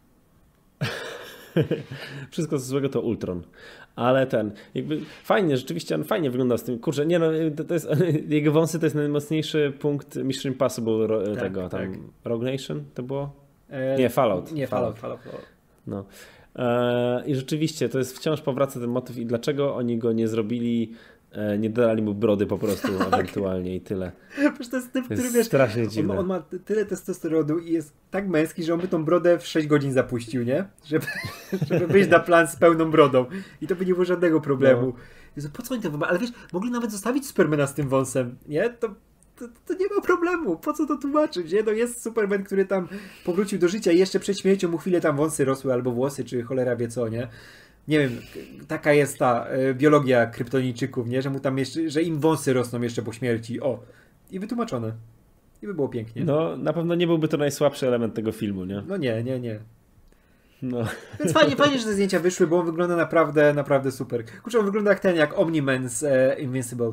Speaker 1: Wszystko co złego to Ultron. Ale ten, jakby fajnie, rzeczywiście on fajnie wyglądał z tym. Kurczę, nie no, to, to jest, jego wąsy to jest najmocniejszy punkt Mission Impossible ro, tak, tego, tam
Speaker 2: tak.
Speaker 1: Rogue Nation to było?
Speaker 2: E,
Speaker 1: nie, Fallout.
Speaker 2: Nie, Fallout, Fallout. Fallout.
Speaker 1: No. E, I rzeczywiście, to jest wciąż powraca ten motyw i dlaczego oni go nie zrobili, e, nie dodali mu brody po prostu ewentualnie i tyle.
Speaker 2: Przecież to jest typ, który wiesz,
Speaker 1: strasznie dziwne.
Speaker 2: On, on ma tyle testosteronu i jest tak męski, że on by tą brodę w sześć godzin zapuścił, nie? Żeby, żeby wyjść na plan z pełną brodą. I to by nie było żadnego problemu. No. Jezu, po co oni to wybrali? Ale wiesz, mogli nawet zostawić Supermana z tym wąsem, nie? To To, to nie ma problemu. Po co to tłumaczyć? Nie? No jest Superman, który tam powrócił do życia i jeszcze przed śmiercią mu chwilę tam wąsy rosły albo włosy, czy cholera wie co, nie? Nie wiem, taka jest ta e, biologia kryptonijczyków, nie? Że mu tam jeszcze, że im wąsy rosną jeszcze po śmierci. O! I wytłumaczone. I by było pięknie.
Speaker 1: No, na pewno nie byłby to najsłabszy element tego filmu, nie?
Speaker 2: No nie, nie, nie.
Speaker 1: No.
Speaker 2: Więc fajnie, fajnie, że te zdjęcia wyszły, bo on wygląda naprawdę, naprawdę super. Kurczę, on wygląda jak ten, jak Omni-Man z e, Invincible.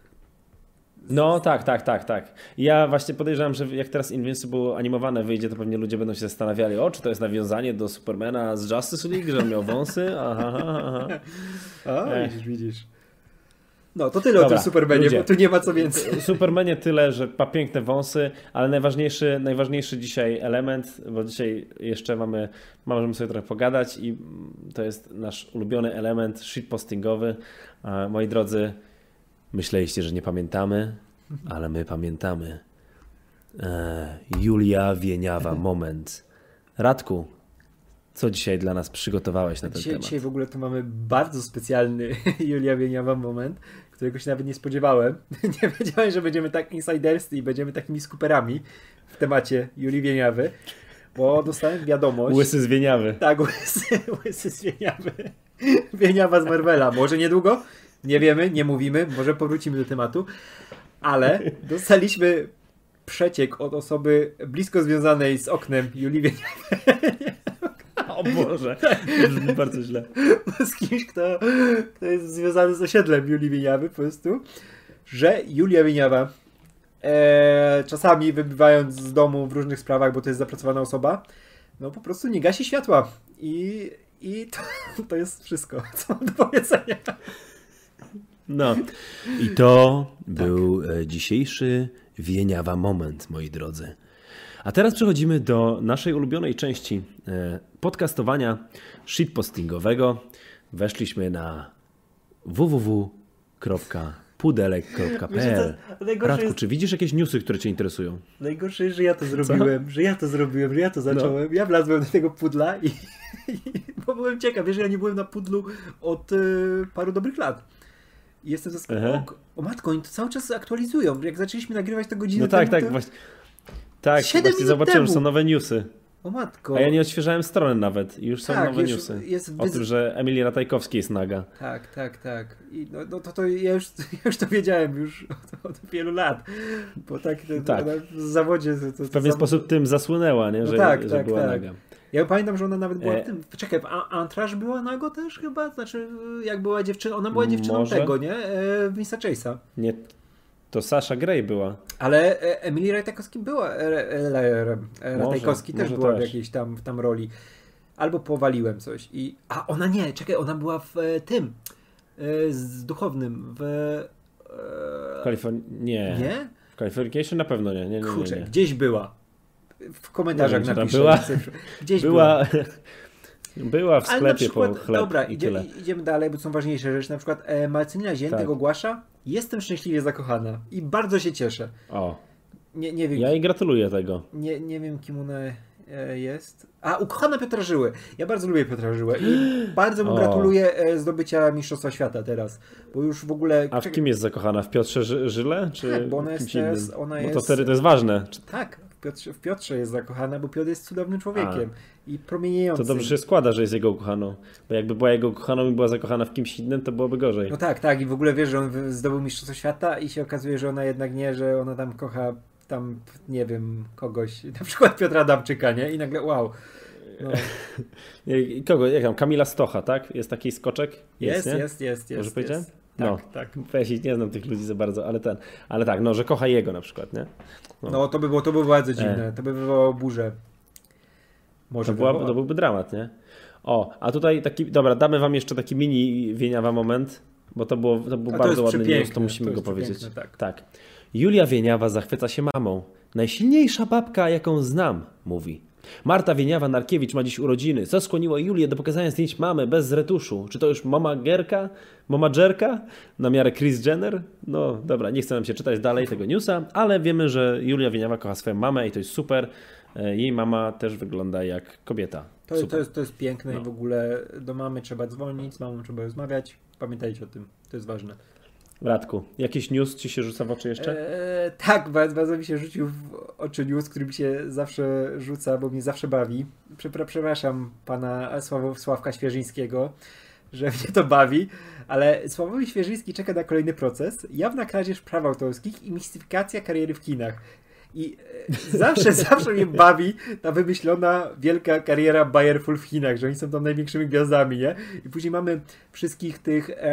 Speaker 1: No tak, tak, tak, tak. Ja właśnie podejrzewam, że jak teraz Invincible animowane wyjdzie, to pewnie ludzie będą się zastanawiali, o, czy to jest nawiązanie do Supermana z Justice League, że on miał wąsy? Aha, aha.
Speaker 2: A, Ech. widzisz, widzisz. No, to tyle
Speaker 1: Dobra,
Speaker 2: o tym Supermanie, ludzie. Bo tu nie ma co więcej.
Speaker 1: Supermanie tyle, że ma piękne wąsy, ale najważniejszy, najważniejszy dzisiaj element, bo dzisiaj jeszcze mamy, możemy sobie trochę pogadać i to jest nasz ulubiony element shitpostingowy. Moi drodzy, myśleliście, że nie pamiętamy, ale my pamiętamy. Eee, Julia Wieniawa, moment. Radku, co dzisiaj dla nas przygotowałeś na ten
Speaker 2: dzisiaj,
Speaker 1: temat?
Speaker 2: Dzisiaj w ogóle tu mamy bardzo specjalny Julia Wieniawa moment, którego się nawet nie spodziewałem. Nie wiedziałem, że będziemy tak insiderscy i będziemy takimi skuperami w temacie Julii Wieniawy, bo dostałem wiadomość...
Speaker 1: Łysy z Wieniawy.
Speaker 2: Tak, łysy, łysy z Wieniawy. Wieniawa z Marvela. Może niedługo? Nie wiemy, nie mówimy, może powrócimy do tematu, ale dostaliśmy przeciek od osoby blisko związanej z oknem Julii Wieniawy.
Speaker 1: O Boże, to brzmi bardzo źle.
Speaker 2: Z kimś, kto, kto jest związany z osiedlem Julii Wieniawy po prostu, że Julia Wieniawa e, czasami wybywając z domu w różnych sprawach, bo to jest zapracowana osoba, no po prostu nie gasi światła i, i to, to jest wszystko, co mam do powiedzenia.
Speaker 1: No i to tak. był dzisiejszy Wieniawa moment, moi drodzy. A teraz przechodzimy do naszej ulubionej części podcastowania shitpostingowego. Weszliśmy na w w w kropka pudelek kropka p l. Radku, jest... czy widzisz jakieś newsy, które cię interesują?
Speaker 2: Najgorsze jest, że ja to zrobiłem, Co? że ja to zrobiłem, że ja to zacząłem. No. Ja wlazłem do tego pudla i, i bo byłem ciekaw, wiesz, że ja nie byłem na pudlu od y, paru dobrych lat. I jestem zaskoczony. O, o matko, oni to cały czas aktualizują. Jak zaczęliśmy nagrywać to godzinę
Speaker 1: No tak,
Speaker 2: temu,
Speaker 1: tak,
Speaker 2: to...
Speaker 1: właśnie. Tak, właśnie zobaczyłem, że są nowe newsy.
Speaker 2: O matko.
Speaker 1: A ja nie odświeżałem strony nawet i już są
Speaker 2: tak,
Speaker 1: nowe
Speaker 2: już
Speaker 1: newsy.
Speaker 2: Jest
Speaker 1: o tym, że Emilia Ratajkowski jest naga.
Speaker 2: Tak, tak, tak. I no, no to, to ja już, ja już to wiedziałem już od, od wielu lat. Bo tak, to,
Speaker 1: tak.
Speaker 2: w zawodzie... To, to,
Speaker 1: w pewien
Speaker 2: to
Speaker 1: sposób tym zasłynęła, nie?
Speaker 2: No
Speaker 1: że,
Speaker 2: tak,
Speaker 1: że
Speaker 2: tak,
Speaker 1: była
Speaker 2: tak.
Speaker 1: naga.
Speaker 2: Ja pamiętam, że ona nawet była
Speaker 1: e...
Speaker 2: w tym... Czekaj, w Antraż była nago też chyba? Znaczy, jak była dziewczyną... Ona była dziewczyną
Speaker 1: Może?
Speaker 2: tego, nie? E, Vince'a Chase'a.
Speaker 1: Nie... To Sasha Grey była.
Speaker 2: Ale Emily Ratajkowski była. Ratajkowski też
Speaker 1: może
Speaker 2: była
Speaker 1: też.
Speaker 2: w jakiejś tam, tam roli. Albo powaliłem coś. I... A ona nie, czekaj, ona była w tym. Z duchownym. W.
Speaker 1: Kaliforn... Nie.
Speaker 2: Nie?
Speaker 1: W Californication na pewno nie. nie, nie, nie, nie.
Speaker 2: Kurczę, gdzieś była. W komentarzach
Speaker 1: wiem,
Speaker 2: napiszę.
Speaker 1: Była.
Speaker 2: Gdzieś
Speaker 1: była. Była w sklepie
Speaker 2: przykład,
Speaker 1: po chleb
Speaker 2: dobra,
Speaker 1: i
Speaker 2: idzie,
Speaker 1: tyle.
Speaker 2: idziemy dalej, bo są ważniejsze rzeczy. Na przykład e, Marcelina Ziętek tak. ogłasza: jestem szczęśliwie zakochana i bardzo się cieszę.
Speaker 1: O.
Speaker 2: Nie, nie wiem.
Speaker 1: Ja jej gratuluję tego.
Speaker 2: Nie, nie wiem, kim ona e, jest. A, ukochana Piotra Żyły. Ja bardzo lubię Piotra Żyłę i bardzo mu
Speaker 1: o.
Speaker 2: gratuluję e, zdobycia Mistrzostwa Świata teraz, bo już w ogóle...
Speaker 1: A w kim jest zakochana? W Piotrze Ży Żyle? Czy
Speaker 2: tak, bo ona jest teraz, ona
Speaker 1: bo
Speaker 2: jest...
Speaker 1: to wtedy to jest ważne.
Speaker 2: Tak, w Piotrze, w Piotrze jest zakochana, bo Piotr jest cudownym człowiekiem a. i promieniejącym.
Speaker 1: To dobrze się składa, że jest jego ukochaną, bo jakby była jego ukochaną i była zakochana w kimś innym, to byłoby gorzej.
Speaker 2: No tak, tak i w ogóle wiesz, że on zdobył Mistrzostwo Świata i się okazuje, że ona jednak nie, że ona tam kocha tam, nie wiem, kogoś, na przykład Piotra Adamczyka, nie? I nagle wow. No.
Speaker 1: Kogo? Jak tam? Kamila Stocha, tak? Jest taki skoczek?
Speaker 2: Jest, jest, jest, jest.
Speaker 1: Może
Speaker 2: jest,
Speaker 1: powiedziałem?
Speaker 2: jest.
Speaker 1: No,
Speaker 2: tak, tak.
Speaker 1: Ja się nie znam tych ludzi za bardzo, ale ten, ale tak, no, że kocha jego na przykład, nie?
Speaker 2: No, no to by było, to by było bardzo dziwne, e. to by wywołało burzę. Może
Speaker 1: to, była, to byłby dramat, nie? O, a tutaj taki, dobra, damy wam jeszcze taki mini wieniawa moment, bo to, było, to był a bardzo to ładny news, to musimy to go powiedzieć.
Speaker 2: Tak.
Speaker 1: tak. Julia Wieniawa zachwyca się mamą. Najsilniejsza babka, jaką znam, mówi. Marta Wieniawa-Narkiewicz ma dziś urodziny. Co skłoniło Julię do pokazania zdjęć mamy bez retuszu? Czy to już mama Gerka? Mama Jerka? Na miarę Kris Jenner? No dobra, nie chcę nam się czytać dalej tego newsa, ale wiemy, że Julia Wieniawa kocha swoją mamę i to jest super. Jej mama też wygląda jak kobieta.
Speaker 2: To, to, jest, to jest piękne no. i w ogóle do mamy trzeba dzwonić, z mamą trzeba rozmawiać. Pamiętajcie o tym, to jest ważne.
Speaker 1: Radku, jakiś news ci się rzuca w oczy jeszcze?
Speaker 2: Eee, tak, bardzo, bardzo mi się rzucił w oczy news, który mi się zawsze rzuca, bo mnie zawsze bawi. Przepraszam pana Sław Sławka Świeżyńskiego, że mnie to bawi, ale Sławomir Świeżyński czeka na kolejny proces. Jawna kradzież praw autorskich i mistyfikacja kariery w kinach. I zawsze, zawsze mnie bawi ta wymyślona wielka kariera Bayerful w Chinach, że oni są tam największymi gwiazdami, nie? I później mamy wszystkich tych e,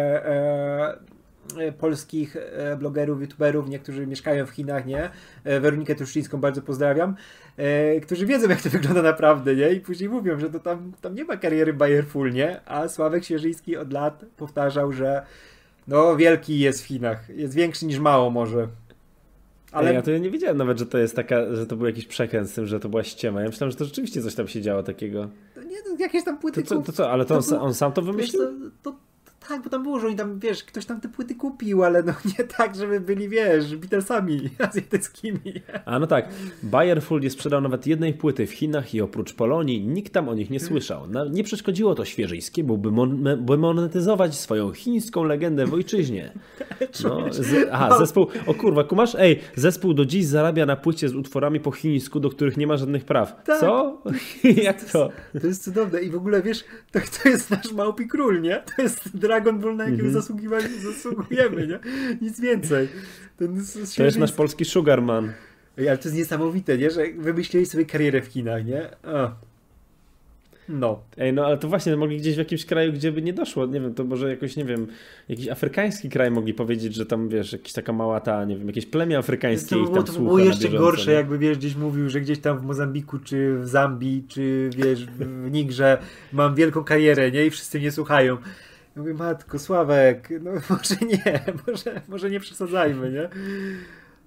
Speaker 2: e, polskich blogerów, youtuberów, niektórzy mieszkają w Chinach, nie? Weronikę Truszczyńską bardzo pozdrawiam, e, którzy wiedzą, jak to wygląda naprawdę, nie? I później mówią, że to tam, tam nie ma kariery Bayerful, nie? A Sławek Świeżyński od lat powtarzał, że no wielki jest w Chinach, jest większy niż mało może.
Speaker 1: Ale Ej, ja to ja nie wiedziałem nawet, że to jest taka, że to był jakiś przekręt z tym, że to była ściema. Ja myślałem, że to rzeczywiście coś tam się działo takiego.
Speaker 2: To nie, to jakieś tam płyty...
Speaker 1: To co, to co ale to, to on, on sam to wymyślił?
Speaker 2: To, to, to, tak, bo tam było, że oni tam, wiesz, ktoś tam te płyty kupił, ale no nie tak, żeby byli, wiesz, Beatlesami azjatyckimi.
Speaker 1: A no tak, Bayerful nie sprzedał nawet jednej płyty w Chinach i oprócz Polonii nikt tam o nich nie słyszał. Na, nie przeszkodziło to Świeżyńskiemu, by, mon, by monetyzować swoją chińską legendę w ojczyźnie. No, z, aha, zespół, o kurwa, kumasz? Ej, zespół do dziś zarabia na płycie z utworami po chińsku, do których nie ma żadnych praw.
Speaker 2: Tak.
Speaker 1: Co? Jak to?
Speaker 2: To jest cudowne i w ogóle, wiesz, to, to jest nasz małpi król, nie? To jest Dragon Ball, na jakiego mm-hmm. zasługujemy, nie? Nic więcej. Ten
Speaker 1: to jest nasz polski Sugarman.
Speaker 2: Ej, ale to jest niesamowite, nie? Że wymyślili sobie karierę w Chinach, nie? A. No.
Speaker 1: Ej, no ale to właśnie mogli gdzieś w jakimś kraju, gdzie by nie doszło, nie wiem, to może jakoś, nie wiem, jakiś afrykański kraj mogli powiedzieć, że tam, wiesz, jakaś taka mała ta, nie wiem, jakieś plemię afrykańskie ich tam
Speaker 2: to
Speaker 1: słucha.
Speaker 2: To było jeszcze
Speaker 1: bieżąco,
Speaker 2: gorsze,
Speaker 1: nie?
Speaker 2: jakby, wiesz, gdzieś mówił, że gdzieś tam w Mozambiku, czy w Zambii, czy, wiesz, w Nigrze mam wielką karierę, nie? I wszyscy mnie słuchają. Ja mówię, matko, Sławek, no może nie, może, może nie przesadzajmy, nie?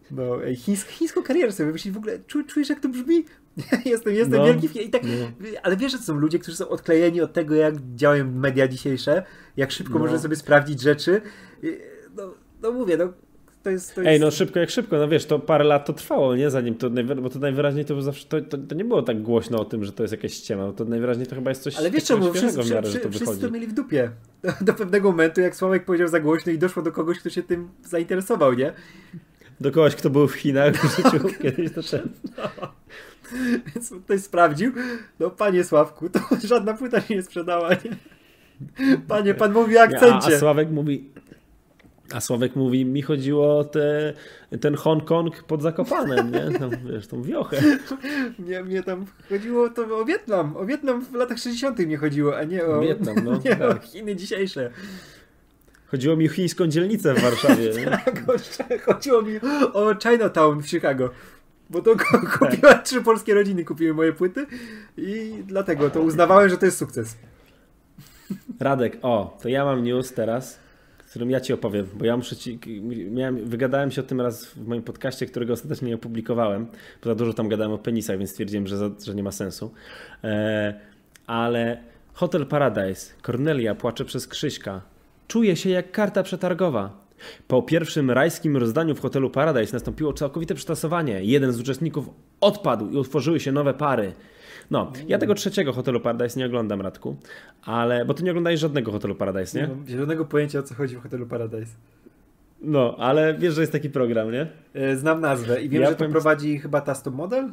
Speaker 2: No, ej, chińsk, chińską karierę sobie wymyślić, w ogóle czu, czujesz jak to brzmi? jestem jestem
Speaker 1: No.
Speaker 2: wielki i tak,
Speaker 1: No.
Speaker 2: ale wiesz, że to są ludzie, którzy są odklejeni od tego, jak działają media dzisiejsze, jak szybko
Speaker 1: No.
Speaker 2: można sobie sprawdzić rzeczy. I, No, no mówię, no to jest, to jest...
Speaker 1: Ej, no szybko jak szybko, no wiesz, to parę lat to trwało, nie? Zanim to, najwy... bo to najwyraźniej to zawsze, to, to, to nie było tak głośno o tym, że to jest jakaś ściema, to najwyraźniej to chyba jest coś
Speaker 2: Ale wiesz
Speaker 1: takiego
Speaker 2: czemu, wszyscy,
Speaker 1: świeżego w miarę,
Speaker 2: wszyscy,
Speaker 1: że to
Speaker 2: wszyscy
Speaker 1: wychodzi.
Speaker 2: to mieli w dupie. Do, do pewnego momentu, jak Sławek powiedział za głośno i doszło do kogoś, kto się tym zainteresował, nie?
Speaker 1: Do kogoś, kto był w Chinach w życiu kiedyś to ten.
Speaker 2: No. Więc ktoś sprawdził, no panie Sławku, to żadna płyta się nie sprzedała, nie? Panie, pan mówi o akcencie.
Speaker 1: A, a Sławek mówi, a Sławek mówi, mi chodziło o te, ten Hongkong pod Zakopanem, nie? Tam, wiesz, tą wiochę.
Speaker 2: Mnie, mnie tam chodziło to o Wietnam. O Wietnam w latach sześćdziesiątych mnie chodziło, a nie o,
Speaker 1: Wietnam, no,
Speaker 2: nie
Speaker 1: tak.
Speaker 2: o Chiny dzisiejsze.
Speaker 1: Chodziło mi o chińską dzielnicę w Warszawie. Nie?
Speaker 2: Tak, o- chodziło mi o Chinatown w Chicago. Bo to kupiła, trzy polskie rodziny kupiły moje płyty i dlatego to uznawałem, że to jest sukces.
Speaker 1: Radek, o, to ja mam news teraz, którym ja ci opowiem, bo ja muszę ci, miałem, wygadałem się o tym raz w moim podcaście, którego ostatecznie nie opublikowałem, bo za dużo tam gadałem o penisach, więc stwierdziłem, że, za, że nie ma sensu. E, ale Hotel Paradise, Kornelia płacze przez Krzyśka. Czuje się jak karta przetargowa. Po pierwszym rajskim rozdaniu w hotelu Paradise nastąpiło całkowite przetasowanie. Jeden z uczestników odpadł i utworzyły się nowe pary. No, ja tego trzeciego hotelu Paradise nie oglądam, Radku, ale, bo ty nie oglądałeś żadnego hotelu Paradise, nie?
Speaker 2: Nie mam zielonego pojęcia, o co chodzi w hotelu Paradise.
Speaker 1: No, ale wiesz, że jest taki program, nie?
Speaker 2: E, Znam nazwę i wiem,
Speaker 1: Ja
Speaker 2: że to
Speaker 1: powiem-
Speaker 2: prowadzi chyba ta Stop Model?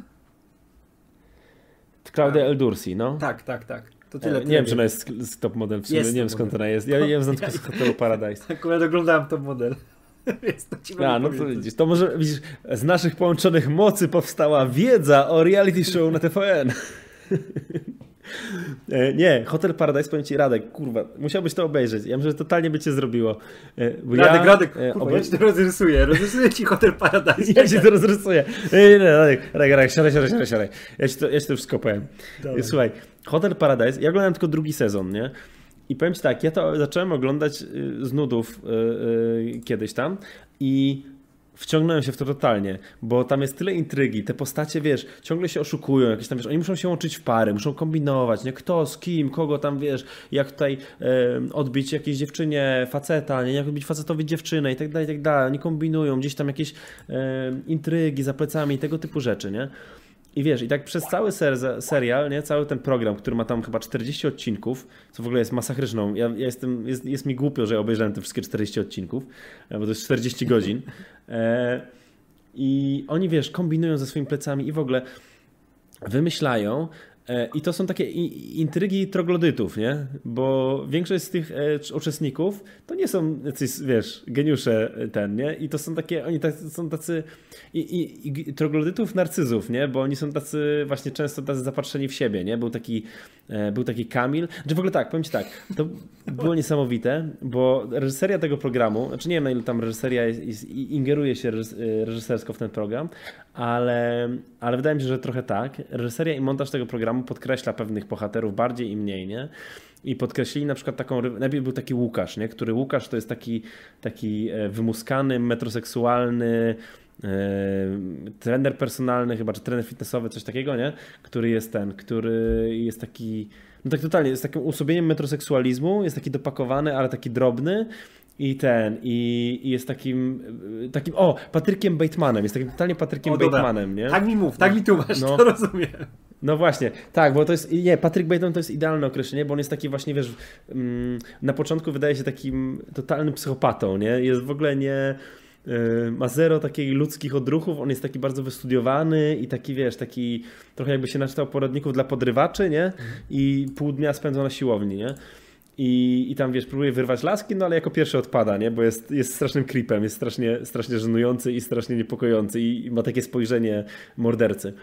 Speaker 1: Claudia El Dursi, no.
Speaker 2: Tak, tak, tak. To
Speaker 1: E,
Speaker 2: tyle.
Speaker 1: nie wiem, czy ona jest sk- top model w sumie,
Speaker 2: Jest
Speaker 1: nie wiem
Speaker 2: top
Speaker 1: skąd
Speaker 2: model.
Speaker 1: ona jest. Ja nie wiem tylko z hotelu Paradise.
Speaker 2: Akurat oglądałem Top Model. Więc to ci mogę
Speaker 1: A, no to
Speaker 2: powiedzieć.
Speaker 1: widzisz, to może, widzisz, z naszych połączonych mocy powstała wiedza o reality show na T V N. E, Nie, Hotel Paradise, powiem ci, Radek, kurwa, musiałbyś to obejrzeć. Ja myślę, że totalnie by cię zrobiło. E, bo
Speaker 2: Radek,
Speaker 1: ja,
Speaker 2: Radek,
Speaker 1: e,
Speaker 2: kurwa,
Speaker 1: obej-
Speaker 2: ja ci to rozrysuję. Rozrysuję ci Hotel Paradise.
Speaker 1: Ja ci to rozrysuję. Nie, nie, nie, Radek, Radek, Radek, siadaj, siadaj, siadaj, siadaj. Ja ci to, ja ci to wszystko powiem.
Speaker 2: Dobra.
Speaker 1: Słuchaj, Hotel Paradise, ja oglądałem tylko drugi sezon, nie? I powiem ci tak, ja to zacząłem oglądać y, z nudów y, y, kiedyś tam i wciągnąłem się w to totalnie, bo tam jest tyle intrygi, te postacie, wiesz, ciągle się oszukują, jakieś tam, wiesz, oni muszą się łączyć w pary, muszą kombinować, nie? Kto z kim, kogo tam, wiesz, jak tutaj y, odbić jakiejś dziewczynie faceta, nie? Jak odbić facetowi dziewczynę i tak dalej, i tak dalej. Oni kombinują, gdzieś tam jakieś y, intrygi za plecami i tego typu rzeczy, nie? I wiesz, i tak przez cały ser, serial, nie, cały ten program, który ma tam chyba czterdzieści odcinków, co w ogóle jest masakryczną. Ja, ja jestem, jest, jest mi głupio, że ja obejrzałem te wszystkie czterdzieści odcinków, bo to jest czterdzieści godzin. E, I oni, wiesz, kombinują ze swoimi plecami i w ogóle wymyślają. E, I to są takie i- intrygi troglodytów, nie? Bo większość z tych e, uczestników to nie są jacyś, wiesz, geniusze ten, nie? I to są takie, oni tak, są tacy i, i, i troglodytów narcyzów, nie? Bo oni są tacy właśnie często tacy zapatrzeni w siebie, nie? Był taki, e, był taki Kamil. Znaczy w ogóle tak, powiem ci tak, to było niesamowite, bo reżyseria tego programu, znaczy nie wiem na ile tam reżyseria jest, jest, ingeruje się reżys- reżysersko w ten program, ale, ale wydaje mi się, że trochę tak. Reżyseria i montaż tego programu podkreśla pewnych bohaterów bardziej i mniej, nie? I podkreślili na przykład taką, najpierw był taki Łukasz, nie? Który Łukasz to jest taki, taki e, wymuskany, metroseksualny e, trener personalny chyba, czy trener fitnessowy, coś takiego, nie? Który jest ten, który jest taki, no tak totalnie, jest takim uosobieniem metroseksualizmu, jest taki dopakowany, ale taki drobny. I ten, i, i jest takim, takim, o, Patrykiem Batemanem, jest takim totalnie Patrykiem
Speaker 2: O, dobra.
Speaker 1: Batemanem, nie?
Speaker 2: Tak mi mów, tak mi tłumacz,
Speaker 1: No.
Speaker 2: to rozumiem.
Speaker 1: No właśnie, tak, bo to jest, nie, Patryk Bateman to jest idealne określenie, bo on jest taki właśnie, wiesz, mm, na początku wydaje się takim totalnym psychopatą, nie? Jest w ogóle nie, y, ma zero takich ludzkich odruchów, on jest taki bardzo wystudiowany i taki, wiesz, taki trochę jakby się naczytał poradników dla podrywaczy, nie? I pół dnia spędza na siłowni, nie? I, I tam, wiesz, próbuje wyrwać laski, no ale jako pierwszy odpada, nie? Bo jest, jest strasznym creepem, jest strasznie, strasznie żenujący i strasznie niepokojący i, i ma takie spojrzenie mordercy.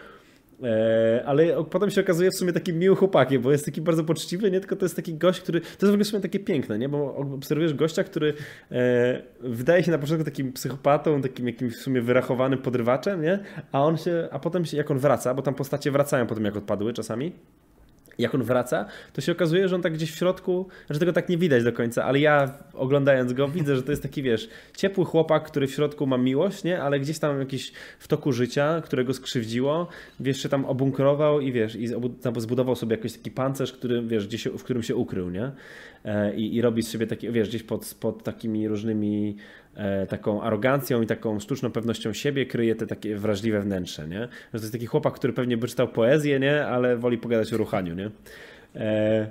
Speaker 1: E, ale potem się okazuje w sumie takim miłym chłopakiem, bo jest taki bardzo poczciwy, nie? Tylko to jest taki gość, który, to jest w ogóle w sumie takie piękne, nie? Bo obserwujesz gościa, który e, wydaje się na początku takim psychopatą, takim jakimś w sumie wyrachowanym podrywaczem, nie? A on się, a potem się, jak on wraca, bo tam postacie wracają po tym, jak odpadły czasami, jak on wraca, to się okazuje, że on tak gdzieś w środku, że tego tak nie widać do końca, ale ja oglądając go widzę, że to jest taki, wiesz, ciepły chłopak, który w środku ma miłość, nie? Ale gdzieś tam jakiś w toku życia, którego skrzywdziło, wiesz, się tam obunkrował i wiesz, i zbudował sobie jakiś taki pancerz, który, wiesz, gdzieś, w którym się ukrył, nie? I, i robi z siebie taki, wiesz, gdzieś pod, pod takimi różnymi e, taką arogancją i taką sztuczną pewnością siebie kryje te takie wrażliwe wnętrze, nie? Że to jest taki chłopak, który pewnie by czytał poezję, nie? Ale woli pogadać o ruchaniu, nie? E...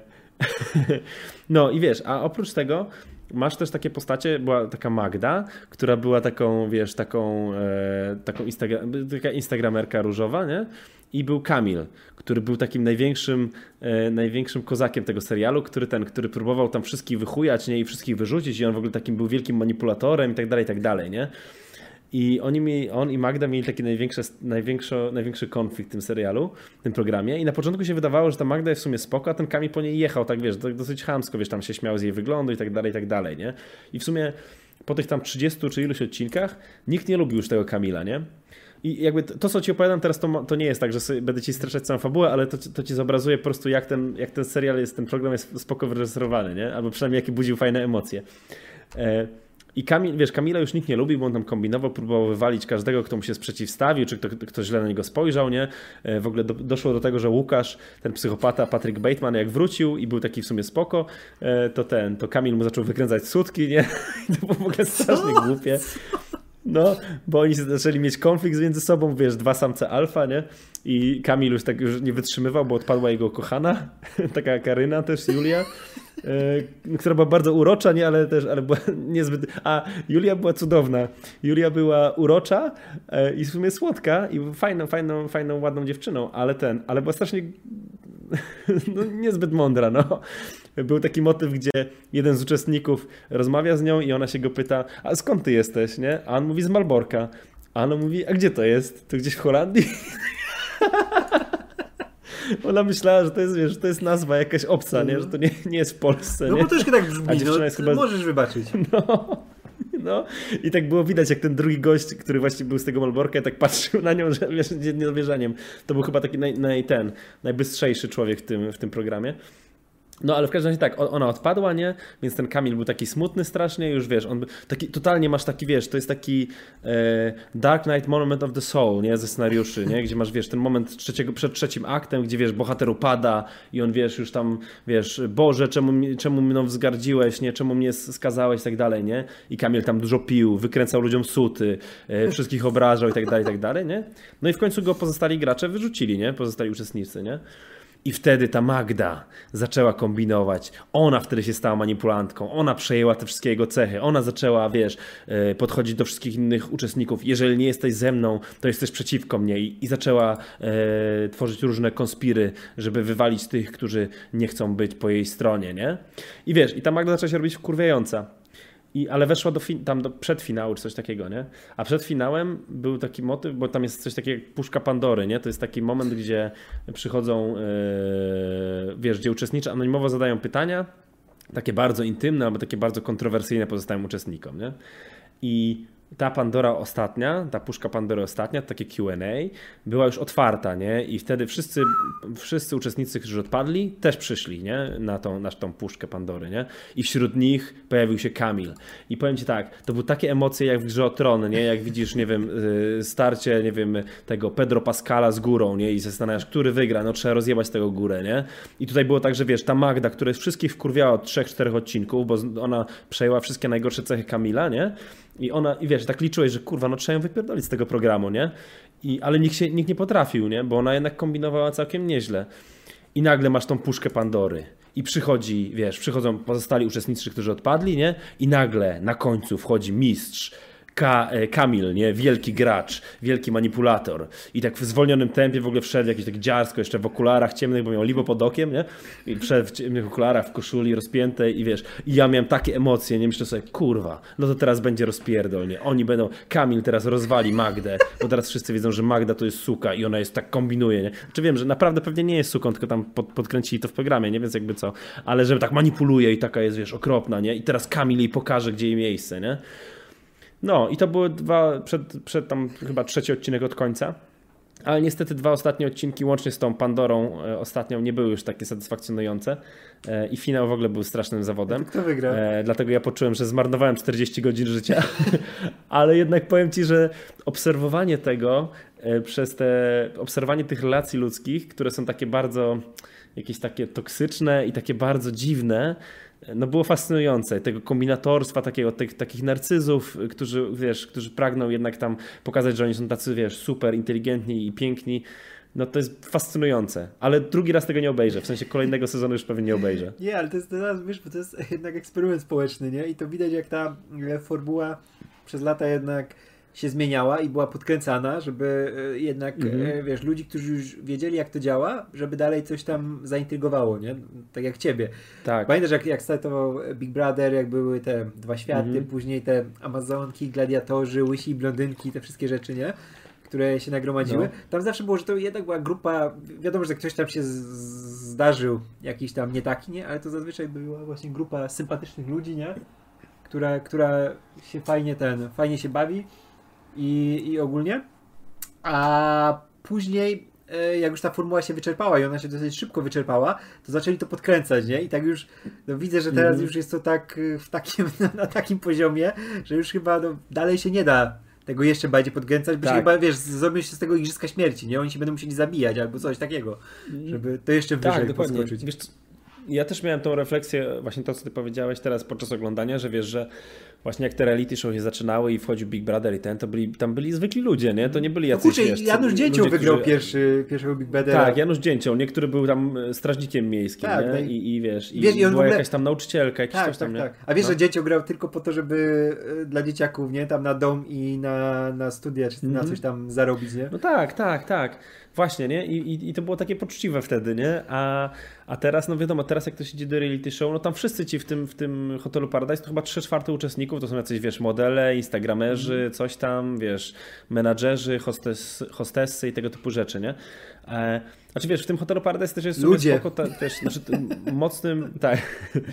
Speaker 1: No i wiesz, a oprócz tego masz też takie postacie, była taka Magda, która była taką, wiesz, taką, e, taką Instagram, taka instagramerka różowa, nie? I był Kamil, który był takim największym, e, największym kozakiem tego serialu, który ten, który próbował tam wszystkich wychujać, nie? I wszystkich wyrzucić i on w ogóle takim był wielkim manipulatorem i tak dalej, i tak dalej, nie? I oni mieli, on i Magda mieli taki największy, największy, największy konflikt w tym serialu, w tym programie i na początku się wydawało, że ta Magda jest w sumie spoko, a ten Kamil po niej jechał, tak wiesz, dosyć chamsko, wiesz, tam się śmiał z jej wyglądu i tak dalej, i tak dalej, nie? I w sumie po tych tam trzydziestu czy iluś odcinkach nikt nie lubił już tego Kamila, nie? I jakby to, co ci opowiadam teraz, to, to nie jest tak, że sobie, będę ci streszczać całą fabułę, ale to, to ci zobrazuje po prostu, jak ten, jak ten serial jest, ten program jest spoko wyreżyserowany, nie? Albo przynajmniej jakie budził fajne emocje. E I Kamil, wiesz, Kamila już nikt nie lubi, bo on tam kombinował, próbował wywalić każdego, kto mu się sprzeciwstawił, czy kto, kto źle na niego spojrzał, nie? W ogóle do, doszło do tego, że Łukasz, ten psychopata Patrick Bateman, jak wrócił i był taki w sumie spoko, to ten, to Kamil mu zaczął wykręcać sutki, nie? I to było w ogóle strasznie Co? głupie. No, bo oni zaczęli mieć konflikt między sobą, wiesz, dwa samce alfa, nie? I Kamil już tak już nie wytrzymywał, bo odpadła jego kochana, taka Karyna też, Julia, yy, która była bardzo urocza, nie? Ale też, ale była niezbyt... A Julia była cudowna. Julia była urocza yy, i w sumie słodka i fajną, fajną, fajną, ładną dziewczyną, ale ten, ale była strasznie no, niezbyt mądra, no. Był taki motyw, gdzie jeden z uczestników rozmawia z nią i ona się go pyta, a skąd ty jesteś, nie? A on mówi z Malborka. A ona mówi, a gdzie to jest? To gdzieś w Holandii? Ona myślała, że to jest, wiesz, że to jest nazwa jakaś obca, nie? Że to nie, nie jest w Polsce.
Speaker 2: No
Speaker 1: nie?
Speaker 2: bo troszkę tak brzmi, no, jest chyba... możesz wybaczyć.
Speaker 1: No, no. I tak było widać, jak ten drugi gość, który właśnie był z tego Malborka, tak patrzył na nią, że wiesz, z niedowierzaniem. To był chyba taki naj, naj, ten, najbystrzejszy człowiek w tym, w tym programie. No ale w każdym razie tak, ona odpadła, nie? Więc ten Kamil był taki smutny strasznie, już wiesz, on taki, totalnie masz taki, wiesz, to jest taki e, Dark Knight Monument of the Soul, nie? Ze scenariuszy, nie? Gdzie masz, wiesz, ten moment trzeciego, przed trzecim aktem, gdzie, wiesz, bohater upada i on, wiesz, już tam, wiesz, Boże, czemu, czemu mną wzgardziłeś, nie? Czemu mnie skazałeś i tak dalej, nie? I Kamil tam dużo pił, wykręcał ludziom suty, e, wszystkich obrażał i tak dalej, i tak dalej, nie? No i w końcu go pozostali gracze wyrzucili, nie? Pozostali uczestnicy, nie? I wtedy ta Magda zaczęła kombinować. Ona wtedy się stała manipulantką. Ona przejęła te wszystkie jego cechy. Ona zaczęła, wiesz, podchodzić do wszystkich innych uczestników. Jeżeli nie jesteś ze mną, to jesteś przeciwko mnie. I, i zaczęła e, tworzyć różne konspiry, żeby wywalić tych, którzy nie chcą być po jej stronie, nie? I wiesz, i ta Magda zaczęła się robić wkurwiająca. I, ale weszła do fin- tam do przedfinału czy coś takiego, nie? A przed finałem był taki motyw, bo tam jest coś takiego jak puszka Pandory, nie? To jest taki moment, gdzie przychodzą, yy, wiesz, gdzie uczestnicy anonimowo zadają pytania, takie bardzo intymne albo takie bardzo kontrowersyjne pozostałym uczestnikom, nie? I ta Pandora ostatnia, ta puszka Pandory ostatnia, takie Q and A, była już otwarta, nie? I wtedy wszyscy, wszyscy uczestnicy, którzy odpadli, też przyszli, nie? Na tą, na tą puszkę Pandory, nie? I wśród nich pojawił się Kamil. I powiem ci tak, to były takie emocje jak w Grze o Tron, nie? Jak widzisz, nie wiem, starcie, nie wiem, tego Pedro Pascala z górą, nie? I zastanawiasz, który wygra, no trzeba rozjebać tego górę, nie? I tutaj było tak, że wiesz, ta Magda, która wszystkich wkurwiała od trzech, czterech odcinków, bo ona przejęła wszystkie najgorsze cechy Kamila, nie? I ona, i wiesz, tak liczyłeś, że kurwa, no trzeba ją wypierdolić z tego programu, nie? I, ale nikt, się, nikt nie potrafił, nie? Bo ona jednak kombinowała całkiem nieźle. I nagle masz tą puszkę Pandory. I przychodzi, wiesz, przychodzą pozostali uczestnicy, którzy odpadli, nie? I nagle na końcu wchodzi mistrz, Ka, Kamil, nie? Wielki gracz, wielki manipulator. I tak w zwolnionym tempie w ogóle wszedł jakiś taki dziarsko, jeszcze w okularach ciemnych, bo miał libo pod okiem, nie? I wszedł w ciemnych okularach, w koszuli rozpiętej i wiesz, i ja miałem takie emocje, nie? Myślę sobie, kurwa, no to teraz będzie rozpierdol, nie? Oni będą, Kamil teraz rozwali Magdę, bo teraz wszyscy wiedzą, że Magda to jest suka i ona jest tak kombinuje, nie? Czy wiem, że naprawdę pewnie nie jest suką, tylko tam pod, podkręcili to w programie, nie? Więc jakby co, ale żeby tak manipuluje i taka jest, wiesz, okropna, nie? I teraz Kamil jej pokaże, gdzie jej miejsce, nie? No i to były dwa, przed, przed tam chyba trzeci odcinek od końca. Ale niestety dwa ostatnie odcinki, łącznie z tą Pandorą e, ostatnią, nie były już takie satysfakcjonujące e, i finał w ogóle był strasznym zawodem.
Speaker 2: Kto wygrał?
Speaker 1: E, dlatego ja poczułem, że zmarnowałem czterdzieści godzin życia, ale jednak powiem Ci, że obserwowanie tego e, przez te, obserwowanie tych relacji ludzkich, które są takie bardzo jakieś takie toksyczne i takie bardzo dziwne, no było fascynujące. Tego kombinatorstwa, takiego, tych, takich narcyzów, którzy, wiesz, którzy pragną jednak tam pokazać, że oni są tacy, wiesz, super inteligentni i piękni. No to jest fascynujące. Ale drugi raz tego nie obejrzę. W sensie kolejnego sezonu już pewnie nie obejrzę.
Speaker 2: Nie, ale to jest teraz, wiesz, bo to jest jednak eksperyment społeczny, nie? I to widać, jak ta formuła przez lata jednak się zmieniała i była podkręcana, żeby jednak, mhm. wiesz, ludzi, którzy już wiedzieli, jak to działa, żeby dalej coś tam zaintrygowało, nie? Tak jak ciebie.
Speaker 1: Tak.
Speaker 2: Pamiętasz, jak, jak startował Big Brother, jak były te dwa światy, mhm. później te Amazonki, gladiatorzy, łysi, blondynki, te wszystkie rzeczy, nie? Które się nagromadziły. No. Tam zawsze było, że to jednak była grupa, wiadomo, że ktoś tam się z, zdarzył, jakiś tam nie taki, nie? Ale to zazwyczaj była właśnie grupa sympatycznych ludzi, nie? Która, która się fajnie ten, fajnie się bawi. I, i ogólnie, a później jak już ta formuła się wyczerpała i ona się dosyć szybko wyczerpała, to zaczęli to podkręcać, nie? I tak już no, widzę, że teraz mm. już jest to tak w takim, na takim poziomie, że już chyba no, dalej się nie da tego jeszcze bardziej podkręcać, bo tak. się chyba, wiesz, zrobią się z tego igrzyska śmierci, nie? Oni się będą musieli zabijać albo coś takiego, żeby to jeszcze wyżej
Speaker 1: tak,
Speaker 2: podskoczyć.
Speaker 1: Wiesz, ja też miałem tą refleksję, właśnie to, co ty powiedziałeś teraz podczas oglądania, że wiesz, że właśnie jak te reality show się zaczynały i wchodził Big Brother i ten, to byli, tam byli zwykli ludzie, nie? To nie byli jacyś,
Speaker 2: no kurczę,
Speaker 1: wiesz,
Speaker 2: Janusz Dzięcioł
Speaker 1: ludzie,
Speaker 2: wygrał
Speaker 1: którzy...
Speaker 2: pierwszy, pierwszego Big Brothera.
Speaker 1: Tak, Janusz Dzięcioł, niektóry był tam strażnikiem miejskim,
Speaker 2: tak,
Speaker 1: nie?
Speaker 2: Tak.
Speaker 1: I, I wiesz, i,
Speaker 2: wiesz, i
Speaker 1: była
Speaker 2: ogóle...
Speaker 1: jakaś tam nauczycielka, jakiś
Speaker 2: tak,
Speaker 1: coś tam,
Speaker 2: tak,
Speaker 1: nie?
Speaker 2: tak. A wiesz,
Speaker 1: no.
Speaker 2: że Dzięcioł grał tylko po to, żeby dla dzieciaków, nie? Tam na dom i na, na studia, czy mm-hmm. na coś tam zarobić, nie?
Speaker 1: No tak, tak, tak. Właśnie, nie? I, i, i to było takie poczciwe wtedy, nie? A, a teraz, no wiadomo, teraz jak ktoś idzie do reality show, no tam wszyscy ci w tym, w tym Hotelu Paradise to chyba trzy czwarte uczestników to są jacyś, wiesz, modele, instagramerzy, mm. coś tam, wiesz, menadżerzy, hostes, hostessy i tego typu rzeczy, nie? E, znaczy wiesz, w tym Hotelu Paradise też jest
Speaker 2: Ludzie.
Speaker 1: spoko, ta, też, znaczy, mocnym, tak,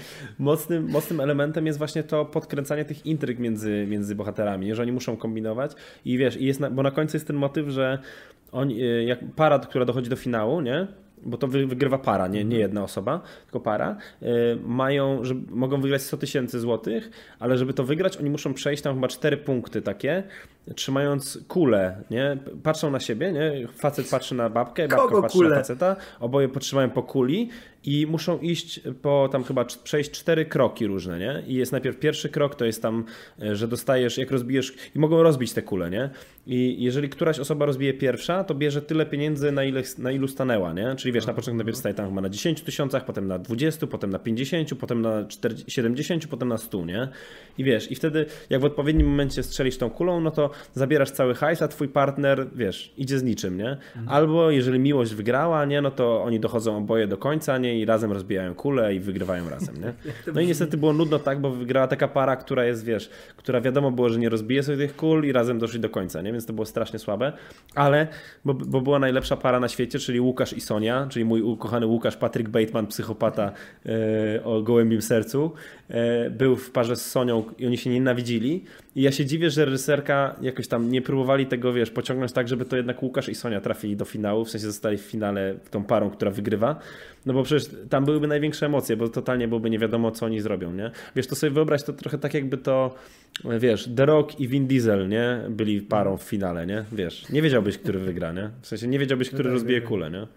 Speaker 1: mocnym, mocnym elementem jest właśnie to podkręcanie tych intryg między, między bohaterami, że oni muszą kombinować i wiesz, i jest na, bo na końcu jest ten motyw, że oni, jak para, która dochodzi do finału, nie? Bo to wygrywa para, nie, nie jedna osoba, tylko para, yy, mają, że mogą wygrać sto tysięcy złotych, ale żeby to wygrać, oni muszą przejść tam chyba cztery punkty takie, trzymając kulę, nie? Patrzą na siebie, nie? Facet patrzy na babkę, babka
Speaker 2: Kogo
Speaker 1: patrzy
Speaker 2: kulę?
Speaker 1: na faceta, oboje potrzymają po kuli i muszą iść po tam chyba przejść cztery kroki różne, nie? I jest najpierw pierwszy krok, to jest tam, że dostajesz, jak rozbijesz, i mogą rozbić te kule, nie? I jeżeli któraś osoba rozbije pierwsza, to bierze tyle pieniędzy, na, ile, na ilu stanęła, nie? Czyli wiesz, na początku najpierw staje tam chyba na dziesięciu tysiącach, potem na dwudziestu, potem na pięćdziesięciu, potem na siedemdziesięciu, potem na stu, nie? I wiesz, i wtedy jak w odpowiednim momencie strzelisz tą kulą, no to zabierasz cały hajs, a twój partner, wiesz, idzie z niczym, nie? Albo jeżeli miłość wygrała, nie? No to oni dochodzą oboje do końca, nie? I razem rozbijają kulę i wygrywają razem, nie? No i niestety było nudno tak, bo wygrała taka para, która jest, wiesz, która wiadomo było, że nie rozbije sobie tych kul i razem doszli do końca, nie? Więc to było strasznie słabe, ale, bo, bo była najlepsza para na świecie, czyli Łukasz i Sonia, czyli mój ukochany Łukasz, Patrick Bateman, psychopata e, o gołębim sercu, e, był w parze z Sonią i oni się nienawidzili i ja się dziwię, że reżyserka jakoś tam nie próbowali tego, wiesz, pociągnąć tak, żeby to jednak Łukasz i Sonia trafili do finału, w sensie zostali w finale tą parą, która wygrywa, no bo przecież tam byłyby największe emocje, bo totalnie byłoby nie wiadomo, co oni zrobią, nie? Wiesz, to sobie wyobraź to trochę tak, jakby to, wiesz, The Rock i Vin Diesel, nie? Byli parą w finale, nie? Wiesz, nie wiedziałbyś, który wygra, nie? W sensie nie wiedziałbyś, który rozbije kulę, nie?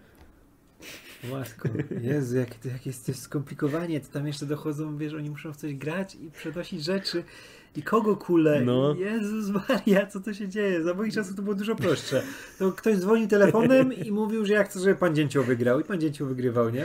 Speaker 2: Matko, Jezu, jak, jak jest to skomplikowanie, to tam jeszcze dochodzą, wiesz, oni muszą w coś grać i przenosić rzeczy. I kogo kule?
Speaker 1: No.
Speaker 2: Jezus Maria, co to się dzieje? Za moich czasów to było dużo prostsze. To ktoś dzwonił telefonem i mówił, że ja chcę, żeby pan Dzięcioł wygrał. I pan Dzięcioł wygrywał, nie?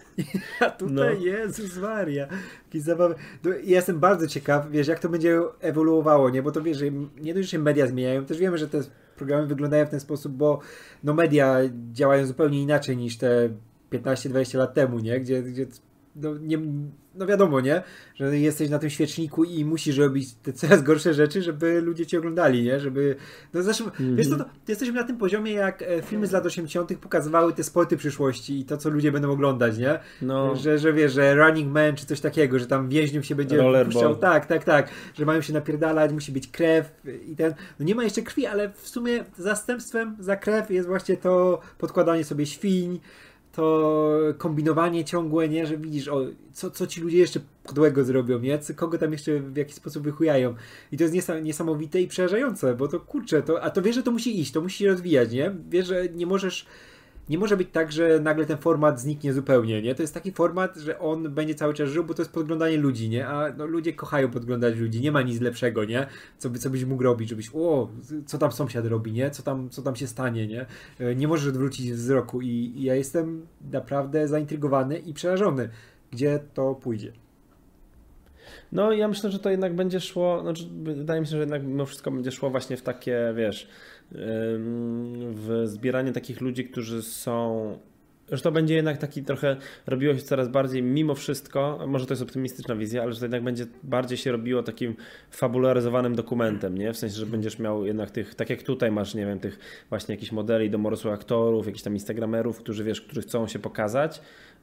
Speaker 2: A tutaj, no. Jezus Maria, jakieś zabawy. No, ja jestem bardzo ciekaw, wiesz, jak to będzie ewoluowało, nie? Bo to wiesz, że nie dość, że się media zmieniają, też wiemy, że te programy wyglądają w ten sposób, bo no media działają zupełnie inaczej niż te piętnaście dwadzieścia lat temu, nie? Gdzie, gdzie no, nie, no wiadomo, nie? Że jesteś na tym świeczniku i musisz robić te coraz gorsze rzeczy, żeby ludzie cię oglądali, nie? Żeby... No zresztą, mm-hmm. wiesz co, to, to jesteśmy na tym poziomie, jak filmy z lat osiemdziesiątych pokazywały te sporty przyszłości i to, co ludzie będą oglądać, nie? No. Że, że wiesz, że Running Man czy coś takiego, że tam więźniów się będzie puszczał. Tak, tak, tak. Że mają się napierdalać, musi być krew i ten... No nie ma jeszcze krwi, ale w sumie zastępstwem za krew jest właśnie to podkładanie sobie świń, to kombinowanie ciągłe, nie, że widzisz, o, co, co ci ludzie jeszcze podłego zrobią, nie, kogo tam jeszcze w jakiś sposób wychujają. I to jest niesamowite i przerażające, bo to kurczę, to, a to wiesz, że to musi iść, to musi się rozwijać, nie? Wiesz, że nie możesz, nie może być tak, że nagle ten format zniknie zupełnie, nie? To jest taki format, że on będzie cały czas żył, bo to jest podglądanie ludzi, nie? A no, ludzie kochają podglądać ludzi, nie ma nic lepszego, nie? Co, by, co byś mógł robić, żebyś, o, co tam sąsiad robi, nie? Co tam, co tam się stanie, nie? Nie możesz odwrócić wzroku i, i ja jestem naprawdę zaintrygowany i przerażony, gdzie to pójdzie.
Speaker 1: No ja myślę, że to jednak będzie szło, znaczy wydaje mi się, że jednak mimo wszystko będzie szło właśnie w takie, wiesz, w zbieranie takich ludzi, którzy są, że to będzie jednak taki trochę, robiło się coraz bardziej mimo wszystko, może to jest optymistyczna wizja, ale że to jednak będzie bardziej się robiło takim fabularyzowanym dokumentem, nie? W sensie, że będziesz miał jednak tych, tak jak tutaj masz, nie wiem, tych właśnie jakichś modeli do dorosłych aktorów, jakichś tam instagramerów, którzy wiesz, którzy chcą się pokazać.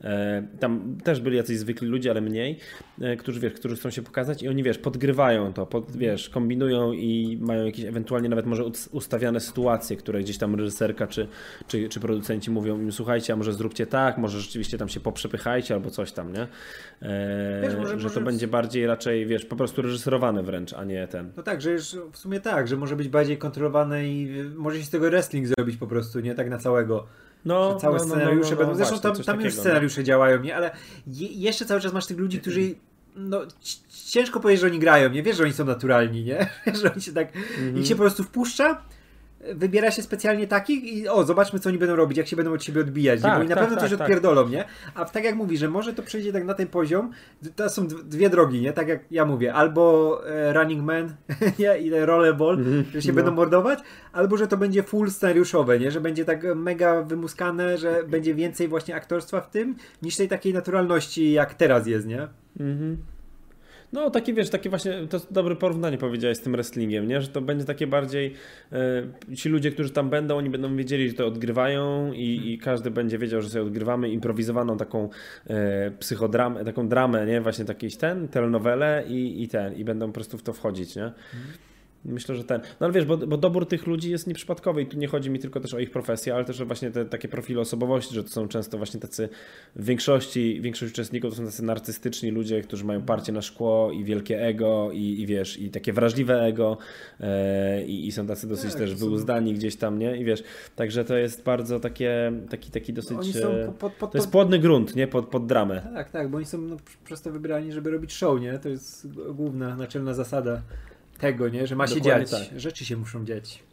Speaker 1: Tam też byli jacyś zwykli ludzie, ale mniej, którzy wiesz, którzy chcą się pokazać i oni wiesz, podgrywają to, pod, wiesz, kombinują i mają jakieś ewentualnie nawet może ustawiane sytuacje, które gdzieś tam reżyserka czy, czy, czy producenci mówią im, słuchajcie, a może zróbcie tak, może rzeczywiście tam się poprzepychajcie albo coś tam, nie? E, wiesz, może, że to może... będzie bardziej raczej, wiesz, po prostu reżyserowane wręcz, a nie ten.
Speaker 2: No tak, że już w sumie tak, że może być bardziej kontrolowane i może się z tego wrestling zrobić po prostu, nie? Tak na całego. No, całe no, scenariusze no, no, no, będą. Zresztą właśnie, tam, tam już scenariusze no. działają, nie? Ale je, jeszcze cały czas masz tych ludzi, którzy no ciężko powiedzieć, że oni grają, nie? Wiesz, że oni są naturalni, nie? Że oni się tak mm-hmm. ich się po prostu wpuszcza, wybiera się specjalnie takich i o, zobaczmy, co oni będą robić, jak się będą od siebie odbijać, tak, bo oni tak, na pewno tak, coś tak. odpierdolą, nie? A tak jak mówi, że może to przejdzie tak na ten poziom, to są dwie drogi, nie? Tak jak ja mówię, albo e, Running Man nie? I Rollerball, mm-hmm. że się no. będą mordować, albo że to będzie full scenariuszowe, nie? Że będzie tak mega wymuskane, że będzie więcej właśnie aktorstwa w tym, niż tej takiej naturalności, jak teraz jest, nie? Mhm.
Speaker 1: No takie wiesz, takie właśnie, to jest dobre porównanie powiedziałeś z tym wrestlingiem, nie? Że to będzie takie bardziej, e, ci ludzie, którzy tam będą, oni będą wiedzieli, że to odgrywają i, hmm. i każdy będzie wiedział, że sobie odgrywamy improwizowaną taką e, psychodramę, taką dramę, nie? Właśnie takiś ten, telenowelę i, i ten, i będą po prostu w to wchodzić, nie? Hmm. Myślę, że ten. No ale wiesz, bo, bo dobór tych ludzi jest nieprzypadkowy i tu nie chodzi mi tylko też o ich profesję, ale też o właśnie te takie profile osobowości, że to są często właśnie tacy, w większości, większość uczestników to są tacy narcystyczni ludzie, którzy mają parcie na szkło i wielkie ego i, i wiesz, i takie wrażliwe ego e, i, i są tacy dosyć tak, też wyuzdani gdzieś tam, nie? I wiesz, także to jest bardzo takie, taki, taki dosyć, oni są pod, pod, pod, to jest płodny grunt, nie? Pod, pod dramę.
Speaker 2: Tak, tak, bo oni są no, przez to wybrani, żeby robić show, nie? To jest główna, naczelna zasada tego, nie? Że ma się Dokładnie dziać. Tak. Rzeczy się muszą dziać.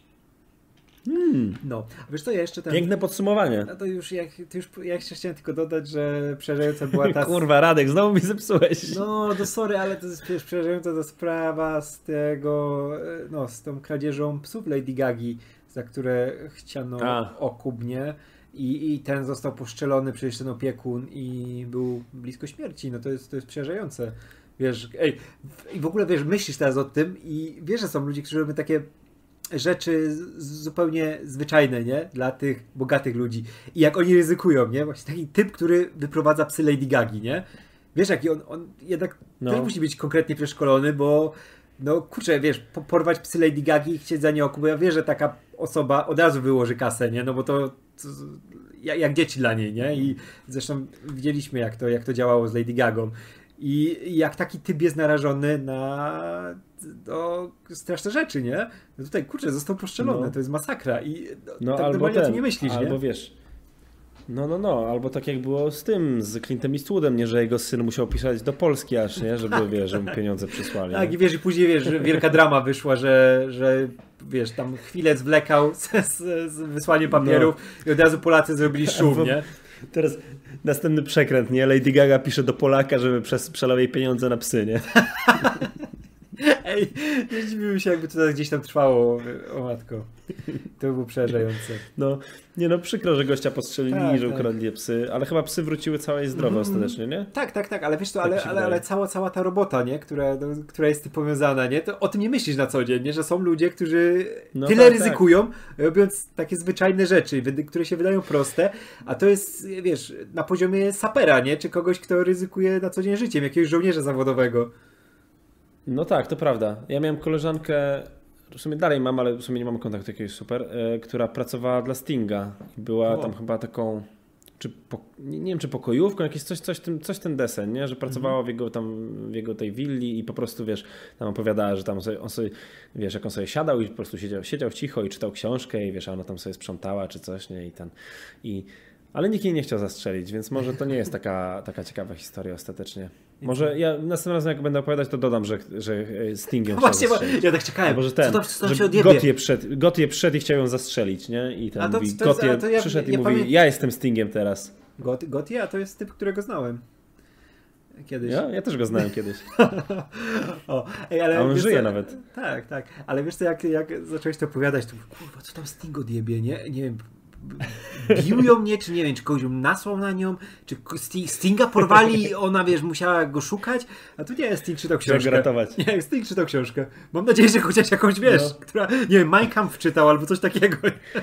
Speaker 2: Hmm. No. A wiesz co, ja jeszcze ten...
Speaker 1: Piękne podsumowanie.
Speaker 2: No to już, jak, to już ja jeszcze chciałem tylko dodać, że przerażająca była ta...
Speaker 1: Kurwa, Radek, znowu mi zepsułeś.
Speaker 2: No, to sorry, ale to jest przecież przerażająca ta sprawa z tego, no, z tą kradzieżą psów Lady Gagi, za które chciano A. okup, nie? I, I ten został poszczelony, przecież ten opiekun i był blisko śmierci. No to jest, to jest przerażające. Wiesz, ej, i w ogóle wiesz, myślisz teraz o tym i wiesz, że są ludzie, którzy robią takie rzeczy zupełnie zwyczajne, nie? Dla tych bogatych ludzi. I jak oni ryzykują, nie? Właśnie taki typ, który wyprowadza psy Lady Gagi, nie? Wiesz, jaki on, on jednak no. też musi być konkretnie przeszkolony, bo no kurczę, wiesz, porwać psy Lady Gagi i chcieć za nie okup, bo ja wiem, że taka osoba od razu wyłoży kasę, nie? No bo to, to jak, jak dzieci dla niej, nie? I zresztą widzieliśmy, jak to, jak to działało z Lady Gagą. I jak taki typ jest narażony na no, straszne rzeczy, nie? No tutaj, kurczę, został poszczelony, no. To jest masakra i no, tak normalnie o tym nie myślisz,
Speaker 1: albo
Speaker 2: nie?
Speaker 1: Albo wiesz, no, no, no, albo tak jak było z tym, z Clintem Eastwoodem, nie, że jego syn musiał pisać do Polski aż, nie, żeby, wiesz, żeby mu pieniądze przysłali.
Speaker 2: Tak, nie? I wiesz, i później, wiesz, że wielka drama wyszła, że, że wiesz, tam chwilę zwlekał z, z, z wysłaniem papierów no. I od razu Polacy zrobili szum, nie?
Speaker 1: Teraz następny przekręt, nie? Lady Gaga pisze do Polaka, żeby przez, przelał jej pieniądze na psy, nie?
Speaker 2: Ej, nie zdziwiłem się, jakby to gdzieś tam trwało, o matko. To było przerażające.
Speaker 1: No, nie no, przykro, że gościa postrzelili,
Speaker 2: tak,
Speaker 1: że
Speaker 2: tak.
Speaker 1: ukradli psy, ale chyba psy wróciły całe i zdrowe mm. ostatecznie, nie?
Speaker 2: Tak, tak, tak, ale wiesz to,
Speaker 1: tak
Speaker 2: ale, ale, ale cała, cała ta robota, nie? Która, no, która jest tym powiązana, nie? To o tym nie myślisz na co dzień, nie? Że są ludzie, którzy no tyle tak, ryzykują, tak. robiąc takie zwyczajne rzeczy, które się wydają proste, a to jest, wiesz, na poziomie sapera, nie? Czy kogoś, kto ryzykuje na co dzień życiem, jakiegoś żołnierza zawodowego.
Speaker 1: No tak, to prawda. Ja miałem koleżankę, w sumie dalej mam, ale w sumie nie mam kontaktu jakiegoś super, yy, która pracowała dla Stinga. Była o. tam chyba taką, czy po, nie, nie wiem czy pokojówką, jakieś coś, coś, tym, coś ten desen, nie? Że pracowała mhm. w jego tam, w jego tej willi i po prostu, wiesz, tam opowiadała, że tam sobie, on sobie, wiesz, jak on sobie siadał i po prostu siedział, siedział cicho i czytał książkę i wiesz, a ona tam sobie sprzątała czy coś, nie? I ten, i ale nikt jej nie chciał zastrzelić, więc może to nie jest taka, taka ciekawa historia ostatecznie. Może ja następnym razem jak będę opowiadać, to dodam, że, że Stingiem chciał zastrzelić.
Speaker 2: Ja tak czekałem,
Speaker 1: może ten,
Speaker 2: co to, co to
Speaker 1: że
Speaker 2: się odjebie?
Speaker 1: Gautier przyszedł, Gautier przyszedł i chciał ją zastrzelić, nie? I ten
Speaker 2: a to,
Speaker 1: mówi,
Speaker 2: to,
Speaker 1: Gautier
Speaker 2: to ja,
Speaker 1: przyszedł
Speaker 2: ja
Speaker 1: i mówi,
Speaker 2: pamię...
Speaker 1: ja jestem Stingiem teraz.
Speaker 2: Gautier, a to jest typ, którego znałem. Kiedyś.
Speaker 1: Ja? Ja też go znałem kiedyś.
Speaker 2: o, ej, ale
Speaker 1: a on żyje
Speaker 2: co,
Speaker 1: nawet.
Speaker 2: Tak, tak. Ale wiesz co, jak, jak zacząłeś to opowiadać, to kurwa, co tam Sting odjebie, nie? Nie wiem, bił ją mnie, czy nie wiem, czy kogoś nasłał na nią, czy Stinga porwali i ona, wiesz, musiała go szukać, a tu nie, Sting czytał książkę.
Speaker 1: Trzeba go ratować.
Speaker 2: Nie, Sting czytał książkę. Mam nadzieję, że chociaż jakąś, wiesz, no. która, nie wiem, Mein Kampf czytał albo coś takiego.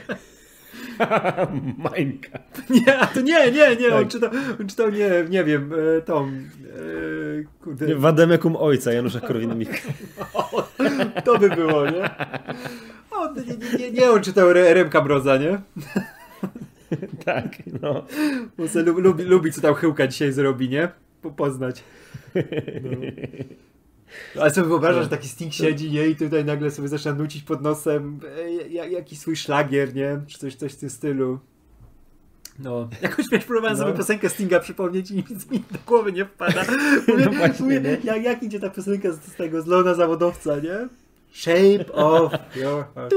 Speaker 1: Mein Kampf.
Speaker 2: Nie, a to nie, nie, nie, tak. on, czytał, on czytał, nie, nie wiem, tą, e, kurde.
Speaker 1: Nie, Wademekum ojca, Janusza Korwin-Mikke.
Speaker 2: To by było, nie? O, nie, nie, nie, on czytał Remka Mroza, nie?
Speaker 1: Tak, no.
Speaker 2: Bo se lubi, lubi, co tam Chyłka dzisiaj zrobi, nie? Po, poznać. No. Ale sobie wyobrażasz, że taki Sting siedzi, nie? I tutaj nagle sobie zaczyna nucić pod nosem e, jakiś swój szlagier, nie? Czy coś, coś w tym stylu. No. Jakoś wiesz, próbowałem no. sobie piosenkę Stinga przypomnieć i nic mi do głowy nie wpada. Mówię, no właśnie, mówię, jak, jak idzie ta piosenka z, z tego, z Leona Zawodowca, nie? Shape of your heart.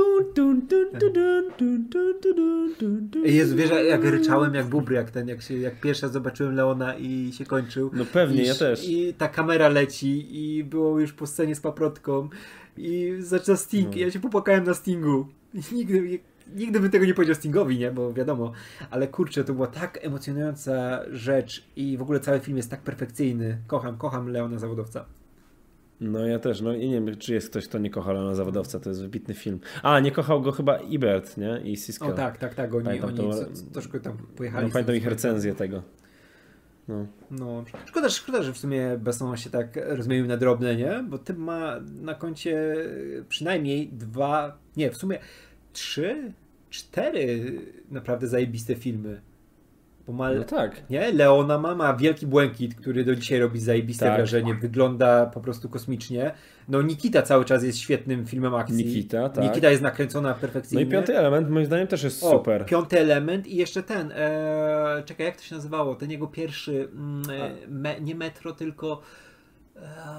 Speaker 2: Jezu, wiesz, jak ryczałem jak bubry, jak ten, jak, się, jak pierwsza zobaczyłem Leona i się kończył.
Speaker 1: No pewnie,
Speaker 2: I,
Speaker 1: ja też.
Speaker 2: I ta kamera leci i było już po scenie z paprotką i zaczyna Sting no. i ja się popłakałem na Stingu. I nigdy, nigdy bym tego nie powiedział Stingowi, nie? Bo wiadomo, ale kurczę, to była tak emocjonująca rzecz i w ogóle cały film jest tak perfekcyjny. Kocham, kocham Leona Zawodowca.
Speaker 1: No ja też, no i nie wiem, czy jest ktoś, kto nie kocha Leona Zawodowca, to jest wybitny film. A, nie kochał go chyba Ebert, nie? I Sisko.
Speaker 2: O tak, tak, tak, oni,
Speaker 1: pamiętam,
Speaker 2: oni
Speaker 1: to,
Speaker 2: troszkę tam pojechali.
Speaker 1: No, pamiętam ich recenzję tego. No.
Speaker 2: no. Szkoda, szkoda, że w sumie Besson się tak rozmienił na drobne, nie? Bo tym ma na koncie przynajmniej dwa, nie, w sumie trzy, cztery naprawdę zajebiste filmy. Bo ma,
Speaker 1: no tak.
Speaker 2: Nie? Leona ma, ma Wielki Błękit, który do dzisiaj robi zajebiste tak. wrażenie. Wygląda po prostu kosmicznie. No Nikita cały czas jest świetnym filmem akcji.
Speaker 1: Nikita, tak.
Speaker 2: Nikita jest nakręcona perfekcyjnie.
Speaker 1: No i Piąty Element moim zdaniem też jest
Speaker 2: o,
Speaker 1: super.
Speaker 2: Piąty Element i jeszcze ten, e, czekaj, jak to się nazywało? Ten jego pierwszy, e, me, nie Metro, tylko e,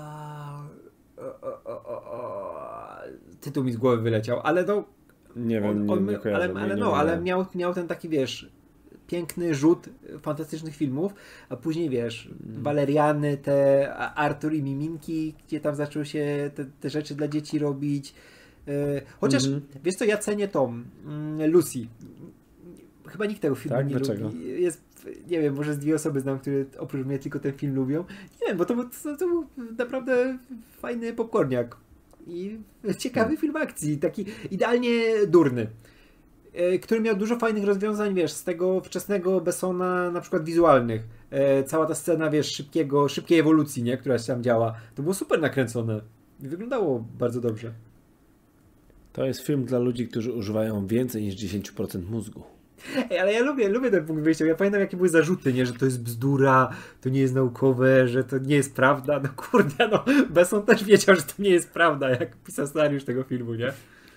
Speaker 2: o, o, o, o, tytuł mi z głowy wyleciał, ale no
Speaker 1: nie wiem,
Speaker 2: on, on,
Speaker 1: nie, nie kojarzę,
Speaker 2: ale, ale
Speaker 1: nie,
Speaker 2: no,
Speaker 1: nie
Speaker 2: ale miał, miał ten taki, wiesz, piękny rzut fantastycznych filmów, a później wiesz, mm. Waleriany, te Artur i Miminki, gdzie tam zaczęły się te, te rzeczy dla dzieci robić. Yy, chociaż, mm-hmm. wiesz co, ja cenię tą mm, Lucy. Chyba nikt tego filmu
Speaker 1: tak?
Speaker 2: nie
Speaker 1: Dlaczego?
Speaker 2: lubi. Jest, nie wiem, może z dwie osoby znam, które oprócz mnie tylko ten film lubią. Nie wiem, bo to, to, to był naprawdę fajny popcorniak. I ciekawy mm. film akcji, taki idealnie durny, który miał dużo fajnych rozwiązań, wiesz, z tego wczesnego Bessona, na przykład wizualnych. E, cała ta scena, wiesz, szybkiego, szybkiej ewolucji, nie, która się tam działa. To było super nakręcone i wyglądało bardzo dobrze.
Speaker 1: To jest film dla ludzi, którzy używają więcej niż dziesięć procent mózgu.
Speaker 2: Ej, ale ja lubię, lubię ten punkt wyjścia. Ja pamiętam, jakie były zarzuty, nie, że to jest bzdura, to nie jest naukowe, że to nie jest prawda. No kurde, no, Besson też wiedział, że to nie jest prawda, jak pisał scenariusz tego filmu, nie?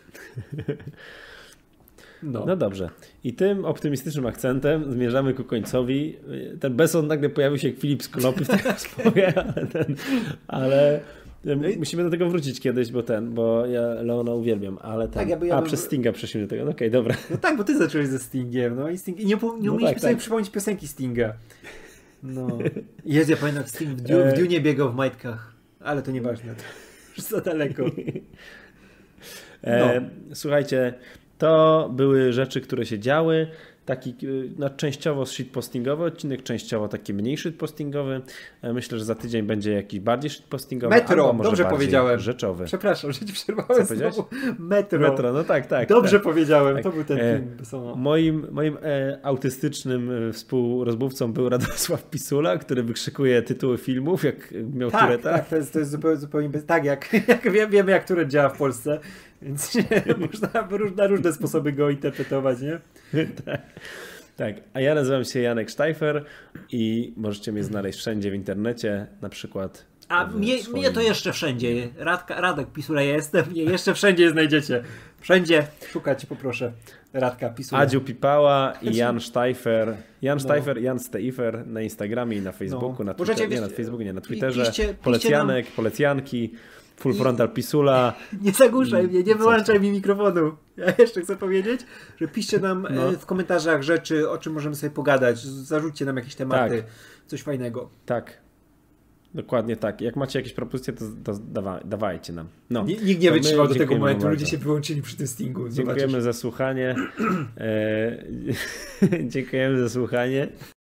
Speaker 1: No. no dobrze. I tym optymistycznym akcentem zmierzamy ku końcowi. Ten Besson nagle pojawił się jak Filip z Konopy w tej rozmowie, ale, ten, ale musimy do tego wrócić kiedyś, bo ten, bo ja Leona uwielbiam, ale ten, tak, ja by, ja a bym... przez Stinga przeszliśmy do tego. No okej, okay, dobra.
Speaker 2: No tak, bo ty zacząłeś ze Stingiem, no i Sting... I nie, nie
Speaker 1: no
Speaker 2: umieliśmy
Speaker 1: tak,
Speaker 2: sobie
Speaker 1: tak.
Speaker 2: przypomnieć piosenki Stinga. No. Jezu, ja pamiętam, jak Sting w, Diu, w Dune biegał w majtkach, ale to nieważne. już za daleko.
Speaker 1: No. E, słuchajcie, to były rzeczy, które się działy. Taki no, częściowo shitpostingowy odcinek, częściowo taki mniej shitpostingowy. Myślę, że za tydzień będzie jakiś bardziej shitpostingowy.
Speaker 2: Metro,
Speaker 1: albo może
Speaker 2: dobrze
Speaker 1: bardziej
Speaker 2: powiedziałem.
Speaker 1: Rzeczowy.
Speaker 2: Przepraszam, że ci przerwałem znowu. Metro.
Speaker 1: Metro, no tak, tak.
Speaker 2: Dobrze
Speaker 1: tak.
Speaker 2: powiedziałem,
Speaker 1: tak.
Speaker 2: to był ten
Speaker 1: e,
Speaker 2: film.
Speaker 1: Moim, moim e, autystycznym współrozmówcą był Radosław Pisula, który wykrzykuje tytuły filmów, jak miał
Speaker 2: tak,
Speaker 1: Tureta.
Speaker 2: Tak, to jest, to jest zupełnie, zupełnie bez... Tak, jak, jak wie, wiemy, jak Turet działa w Polsce, więc nie, można na różne sposoby go interpretować, nie?
Speaker 1: tak. Tak, a ja nazywam się Janek Sztajfer i możecie mnie znaleźć wszędzie w internecie, na przykład.
Speaker 2: A mnie, swoim... mnie to jeszcze wszędzie. Radka, Radek Pisula ja jestem, mnie jeszcze wszędzie znajdziecie. Wszędzie szukać poproszę Radka Pisula.
Speaker 1: Adziu Pipała i Jan Sztajfer. Jan Sztajfer, no. Jan Steifer na Instagramie i na Facebooku, no. na Twitter, nie na Facebooku, nie na Twitterze. Piszcie, Polecjanek, nam... Polecjanki. Full Frontal Pisula.
Speaker 2: Nie zagłuszaj mnie, nie wyłączaj mi mikrofonu. Ja jeszcze chcę powiedzieć, że piszcie nam no. w komentarzach rzeczy, o czym możemy sobie pogadać. Zarzućcie nam jakieś tematy, tak. coś fajnego.
Speaker 1: Tak. Dokładnie tak. Jak macie jakieś propozycje, to, to dawa, dawajcie nam. No.
Speaker 2: Nikt nie wytrzymał do tego momentu, ludzie się wyłączyli przy tym Stingu.
Speaker 1: Zobaczysz. Dziękujemy za słuchanie. e, dziękujemy za słuchanie.